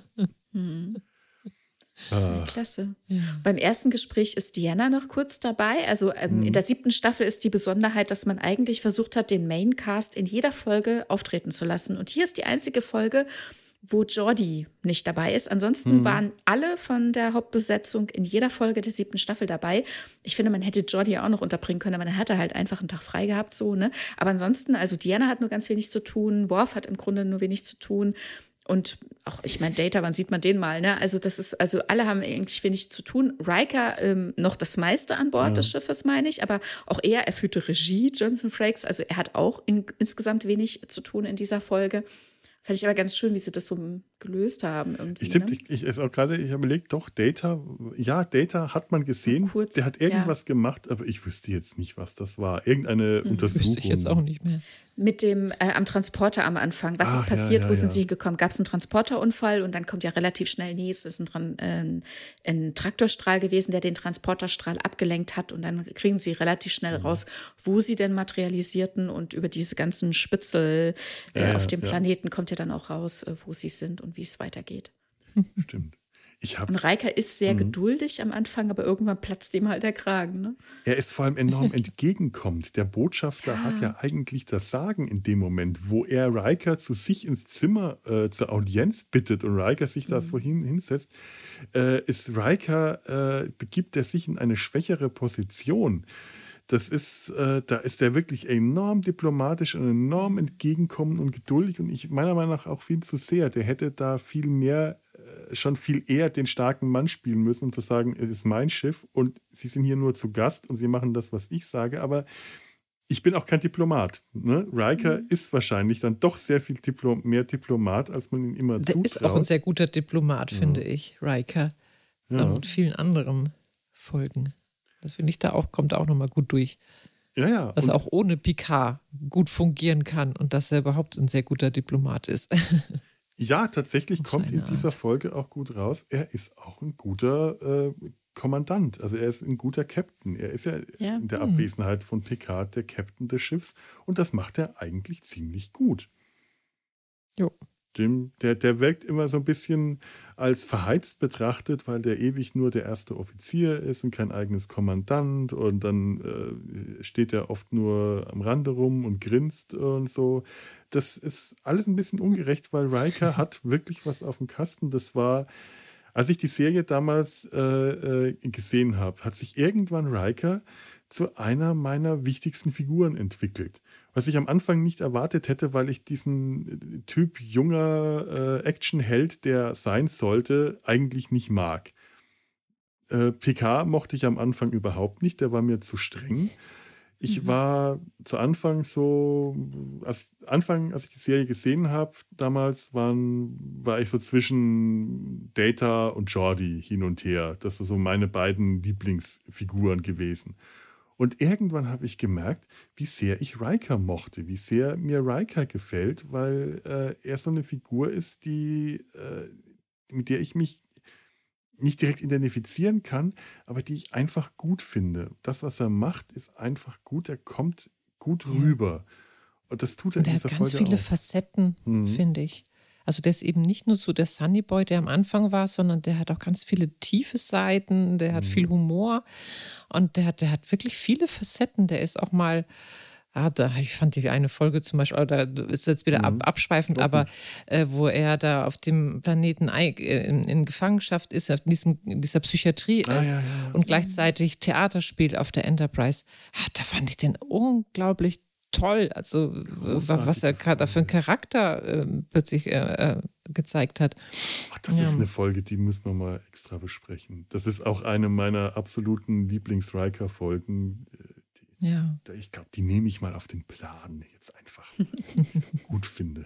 Klasse. Ja. Beim ersten Gespräch ist Diana noch kurz dabei. Also in der 7. Staffel ist die Besonderheit, dass man eigentlich versucht hat, den Maincast in jeder Folge auftreten zu lassen. Und hier ist die einzige Folge, wo Geordi nicht dabei ist. Ansonsten waren alle von der Hauptbesetzung in jeder Folge der 7. Staffel dabei. Ich finde, man hätte Geordi auch noch unterbringen können, aber man hatte halt einfach einen Tag frei gehabt, so, ne? Aber ansonsten, also Diana hat nur ganz wenig zu tun, Worf hat im Grunde nur wenig zu tun. Und auch, ich meine, Data, wann sieht man den mal, ne? Also alle haben eigentlich wenig zu tun. Riker noch das meiste an Bord des Schiffes, meine ich, aber auch er führte Regie, Jonathan Frakes, also er hat auch insgesamt wenig zu tun in dieser Folge. Fand ich aber ganz schön, wie sie das so gelöst haben irgendwie. Stimmt, Ne? ich habe überlegt, doch, Data hat man gesehen, Kurz, der hat irgendwas gemacht, aber ich wüsste jetzt nicht, was das war. Irgendeine Wüsste ich jetzt auch Untersuchung. nicht mehr. Mit dem am Transporter am Anfang. Was ist Ach, ja, passiert? ja, Wo sind sie ja. hingekommen? Gab es einen Transporterunfall? Und dann kommt ja relativ schnell, nee, es ist ein Traktorstrahl gewesen, der den Transporterstrahl abgelenkt hat. Und dann kriegen sie relativ schnell raus, wo sie denn materialisierten. Und über diese ganzen Spitzel auf dem Ja, Planeten kommt ja dann auch raus, wo sie sind und wie es weitergeht. stimmt. Ich Und habe Riker ist sehr geduldig am Anfang, aber irgendwann platzt ihm halt der Kragen. Ne? Er ist vor allem enorm entgegenkommt. Der Botschafter hat ja eigentlich das Sagen in dem Moment, wo er Riker zu sich ins Zimmer zur Audienz bittet und Riker sich da vorhin hinsetzt, begibt er sich in eine schwächere Position. Da ist er wirklich enorm diplomatisch und enorm entgegenkommend und geduldig und meiner Meinung nach auch viel zu sehr. Der hätte da viel mehr schon viel eher den starken Mann spielen müssen, um zu sagen, es ist mein Schiff und Sie sind hier nur zu Gast und Sie machen das, was ich sage. Aber ich bin auch kein Diplomat. Ne? Riker ist wahrscheinlich dann doch sehr viel mehr Diplomat, als man ihm immer Der zutraut. ist auch ein sehr guter Diplomat, finde ich, Riker. Ja. Und vielen anderen Folgen. Das finde ich kommt auch nochmal gut durch. Ja. Dass er auch ohne Picard gut fungieren kann und dass er überhaupt ein sehr guter Diplomat ist. Ja, tatsächlich kommt in seine dieser Art. Folge auch gut raus. Er ist auch ein guter Kommandant. Also er ist ein guter Captain. Er ist ja in der Abwesenheit von Picard der Captain des Schiffs. Und das macht er eigentlich ziemlich gut. Jo. Der wirkt immer so ein bisschen als verheizt betrachtet, weil der ewig nur der erste Offizier ist und kein eigenes Kommandant. Und dann steht er oft nur am Rande rum und grinst und so. Das ist alles ein bisschen ungerecht, weil Riker hat wirklich was auf dem Kasten. Das war, als ich die Serie damals gesehen habe, hat sich irgendwann Riker zu einer meiner wichtigsten Figuren entwickelt. Was ich am Anfang nicht erwartet hätte, weil ich diesen Typ junger Actionheld, der sein sollte, eigentlich nicht mag. Picard mochte ich am Anfang überhaupt nicht, der war mir zu streng. Ich war zu Anfang so, als ich die Serie gesehen habe, damals war ich so zwischen Data und Geordi hin und her. Das sind so meine beiden Lieblingsfiguren gewesen. Und irgendwann habe ich gemerkt, wie sehr ich Riker mochte, wie sehr mir Riker gefällt, weil er so eine Figur ist, mit der ich mich nicht direkt identifizieren kann, aber die ich einfach gut finde. Das, was er macht, ist einfach gut. Er kommt gut rüber. Und das tut er Und in der dieser hat ganz Folge viele auch. Facetten, finde ich. Also der ist eben nicht nur so der Sunny Boy, der am Anfang war, sondern der hat auch ganz viele tiefe Seiten, der hat viel Humor und der hat wirklich viele Facetten. Der ist auch mal, ich fand die eine Folge zum Beispiel, da ist jetzt wieder abschweifend, aber wo er da auf dem Planeten in Gefangenschaft ist, in dieser Psychiatrie ist und gleichzeitig Theater spielt auf der Enterprise. Da fand ich den unglaublich toll, also was er gerade für einen Charakter plötzlich gezeigt hat. Ach, das ist eine Folge, die müssen wir mal extra besprechen. Das ist auch eine meiner absoluten Lieblings-Riker-Folgen. Ja. Ich glaube, die nehme ich mal auf den Plan jetzt einfach, weil ich es gut finde.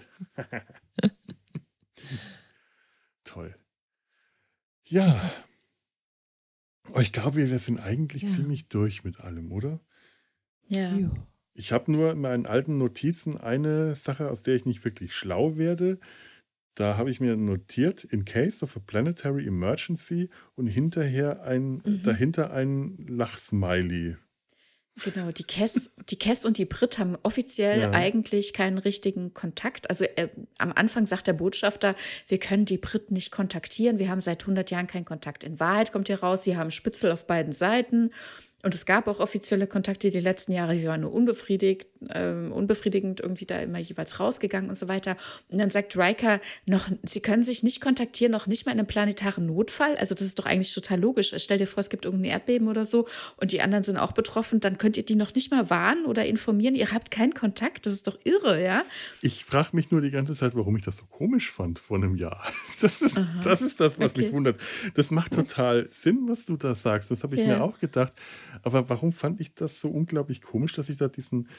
Toll. Ja. Ich glaube, wir sind eigentlich ziemlich durch mit allem, oder? Ja. Ich habe nur in meinen alten Notizen eine Sache, aus der ich nicht wirklich schlau werde. Da habe ich mir notiert, in case of a planetary emergency und dahinter ein Lachsmiley. Genau, die Cass und die Brit haben offiziell eigentlich keinen richtigen Kontakt. Also am Anfang sagt der Botschafter, wir können die Brit nicht kontaktieren, wir haben seit 100 Jahren keinen Kontakt. In Wahrheit kommt hier raus, sie haben Spitzel auf beiden Seiten. Und es gab auch offizielle Kontakte die letzten Jahre, die waren nur unbefriedigend irgendwie da immer jeweils rausgegangen und so weiter. Und dann sagt Riker sie können sich nicht kontaktieren, noch nicht mal in einem planetaren Notfall. Also das ist doch eigentlich total logisch. Stell dir vor, es gibt irgendein Erdbeben oder so und die anderen sind auch betroffen. Dann könnt ihr die noch nicht mal warnen oder informieren. Ihr habt keinen Kontakt. Das ist doch irre, ja? Ich frage mich nur die ganze Zeit, warum ich das so komisch fand vor einem Jahr. Das ist das, was mich wundert. Das macht total Sinn, was du da sagst. Das habe ich mir auch gedacht. Aber warum fand ich das so unglaublich komisch, dass ich da diesen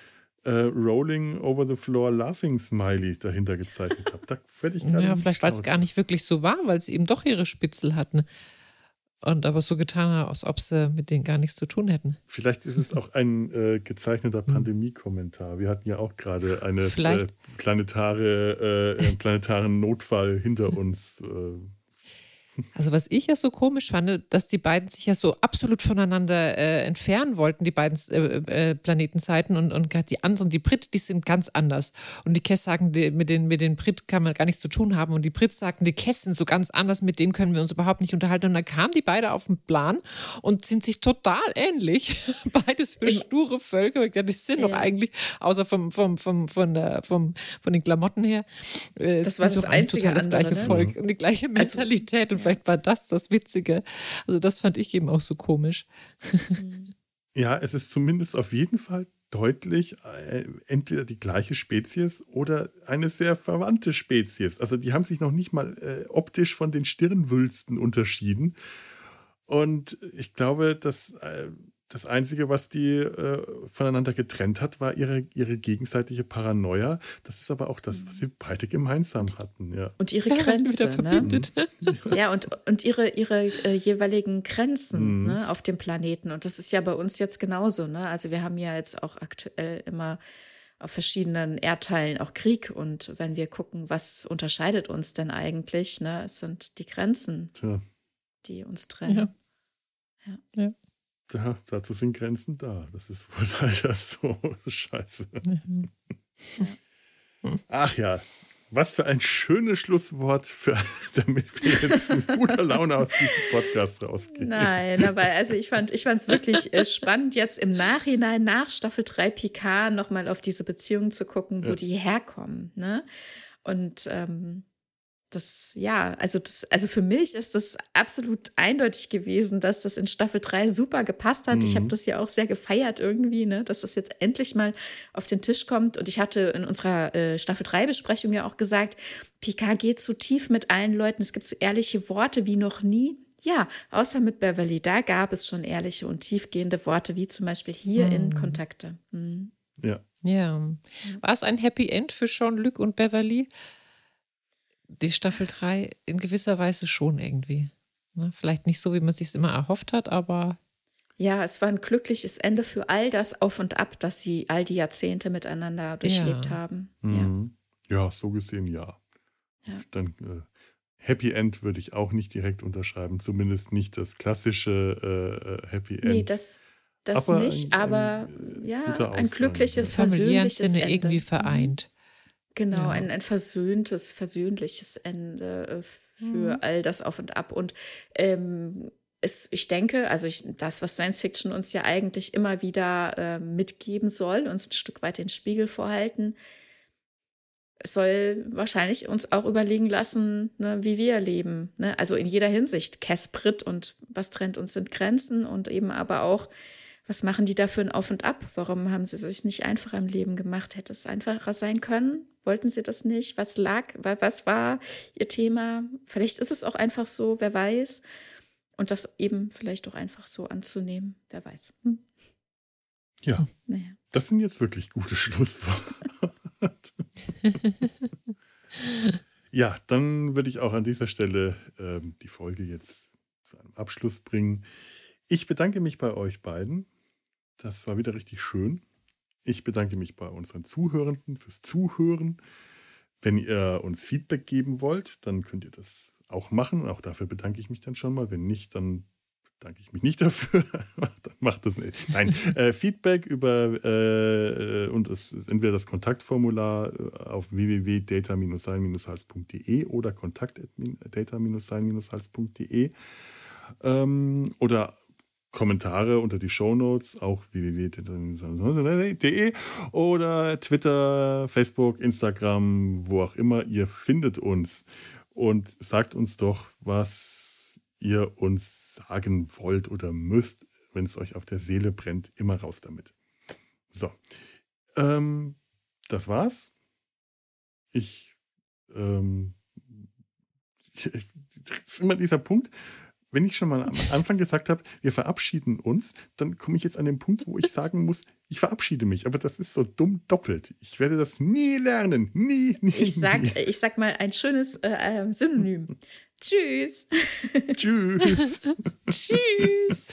Rolling over the floor laughing Smiley dahinter gezeichnet habe. Da werde ich gerade Ja, nicht vielleicht, weil es schlau gar nicht wirklich so war, weil sie eben doch ihre Spitzel hatten und aber so getan haben, als ob sie mit denen gar nichts zu tun hätten. Vielleicht ist es auch ein gezeichneter Pandemie-Kommentar. Wir hatten ja auch gerade eine Vielleicht. planetaren Notfall hinter uns. Also was ich ja so komisch fand, dass die beiden sich ja so absolut voneinander entfernen wollten, die beiden Planetenseiten und gerade die anderen, die Brit, die sind ganz anders. Und die Kess sagen, mit den Brit kann man gar nichts zu tun haben. Und die Brit sagten, die Kess sind so ganz anders, mit denen können wir uns überhaupt nicht unterhalten. Und dann kamen die beide auf den Plan und sind sich total ähnlich. Beides für sture Völker. Die sind doch eigentlich, außer von den Klamotten her, das war das einzige total das andere, gleiche ne? Volk und die gleiche Mentalität. Und vielleicht war das Witzige. Also das fand ich eben auch so komisch. Ja, es ist zumindest auf jeden Fall deutlich entweder die gleiche Spezies oder eine sehr verwandte Spezies. Also die haben sich noch nicht mal optisch von den Stirnwülsten unterschieden. Und ich glaube, dass das Einzige, was die voneinander getrennt hat, war ihre gegenseitige Paranoia. Das ist aber auch das, was sie beide gemeinsam hatten. Ja. Und ihre Ja, was sie Grenze, wieder verbindet. Ja, und ihre jeweiligen Grenzen ne, auf dem Planeten. Und das ist ja bei uns jetzt genauso. Ne? Also wir haben ja jetzt auch aktuell immer auf verschiedenen Erdteilen auch Krieg. Und wenn wir gucken, was unterscheidet uns denn eigentlich, ne, es sind die Grenzen, die uns trennen. Ja. Dazu sind Grenzen da. Das ist wohl leider so. Scheiße. Ach ja, was für ein schönes Schlusswort, damit wir jetzt mit guter Laune aus diesem Podcast rausgehen. Nein, aber also ich fand es wirklich spannend, jetzt im Nachhinein nach Staffel 3 Picard nochmal auf diese Beziehungen zu gucken, wo die herkommen. Ne? Und also für mich ist das absolut eindeutig gewesen, dass das in Staffel 3 super gepasst hat. Ich habe das ja auch sehr gefeiert irgendwie, ne, dass das jetzt endlich mal auf den Tisch kommt. Und ich hatte in unserer Staffel 3-Besprechung ja auch gesagt, Picard geht so tief mit allen Leuten. Es gibt so ehrliche Worte wie noch nie. Ja, außer mit Beverly. Da gab es schon ehrliche und tiefgehende Worte, wie zum Beispiel hier in Kontakte. Ja. War es ein Happy End für Jean-Luc und Beverly? Die Staffel 3 in gewisser Weise schon irgendwie. Ne? Vielleicht nicht so, wie man es sich immer erhofft hat, aber. Ja, es war ein glückliches Ende für all das Auf und Ab, das sie all die Jahrzehnte miteinander durchlebt haben. Ja, so gesehen ja. Dann Happy End würde ich auch nicht direkt unterschreiben, zumindest nicht das klassische Happy End. Nee, das aber nicht, aber ein glückliches, versöhnliches Ende. Irgendwie vereint. Genau, ein versöhnliches Ende für all das Auf und Ab. Und ich denke, das, was Science Fiction uns ja eigentlich immer wieder mitgeben soll, uns ein Stück weit den Spiegel vorhalten, es soll wahrscheinlich uns auch überlegen lassen, ne, wie wir leben. Ne? Also in jeder Hinsicht, Brit und was trennt uns sind Grenzen und eben aber auch, was machen die da für ein Auf und Ab? Warum haben sie sich nicht einfacher im Leben gemacht? Hätte es einfacher sein können? Wollten sie das nicht? Was war ihr Thema? Vielleicht ist es auch einfach so, wer weiß. Und das eben vielleicht auch einfach so anzunehmen, wer weiß. Ja, Das sind jetzt wirklich gute Schlussworte. Ja, dann würde ich auch an dieser Stelle die Folge jetzt zu einem Abschluss bringen. Ich bedanke mich bei euch beiden. Das war wieder richtig schön. Ich bedanke mich bei unseren Zuhörenden fürs Zuhören. Wenn ihr uns Feedback geben wollt, dann könnt ihr das auch machen. Auch dafür bedanke ich mich dann schon mal. Wenn nicht, dann bedanke ich mich nicht dafür. Dann macht das nicht. Nein, Feedback über entweder das Kontaktformular auf www.data-sein-hals.de oder kontakt@data-sein-hals.de oder Kommentare unter die Shownotes, auch www.de oder Twitter, Facebook, Instagram, wo auch immer. Ihr findet uns und sagt uns doch, was ihr uns sagen wollt oder müsst, wenn es euch auf der Seele brennt. Immer raus damit. So, das war's. Immer dieser Punkt. wenn ich schon mal am Anfang gesagt habe, wir verabschieden uns, dann komme ich jetzt an den Punkt, wo ich sagen muss, ich verabschiede mich. Aber das ist so dumm doppelt. Ich werde das nie lernen. Nie. Ich sag mal ein schönes Synonym. Tschüss. Tschüss. Tschüss.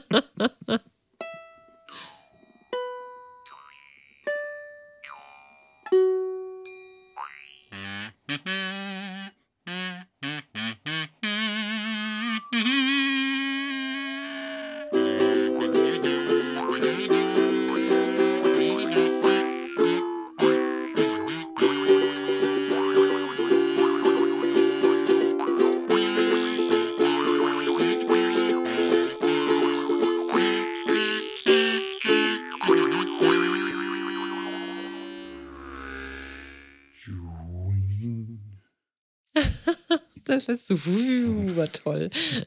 Das letzte war toll.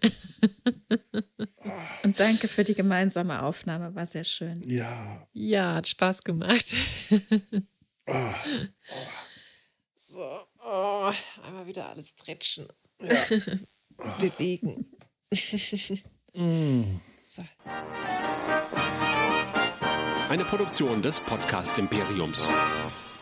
Und danke für die gemeinsame Aufnahme, war sehr schön. Ja. Ja, hat Spaß gemacht. Oh. So, einmal wieder alles stretchen. Bewegen. So. Eine Produktion des Podcast Imperiums.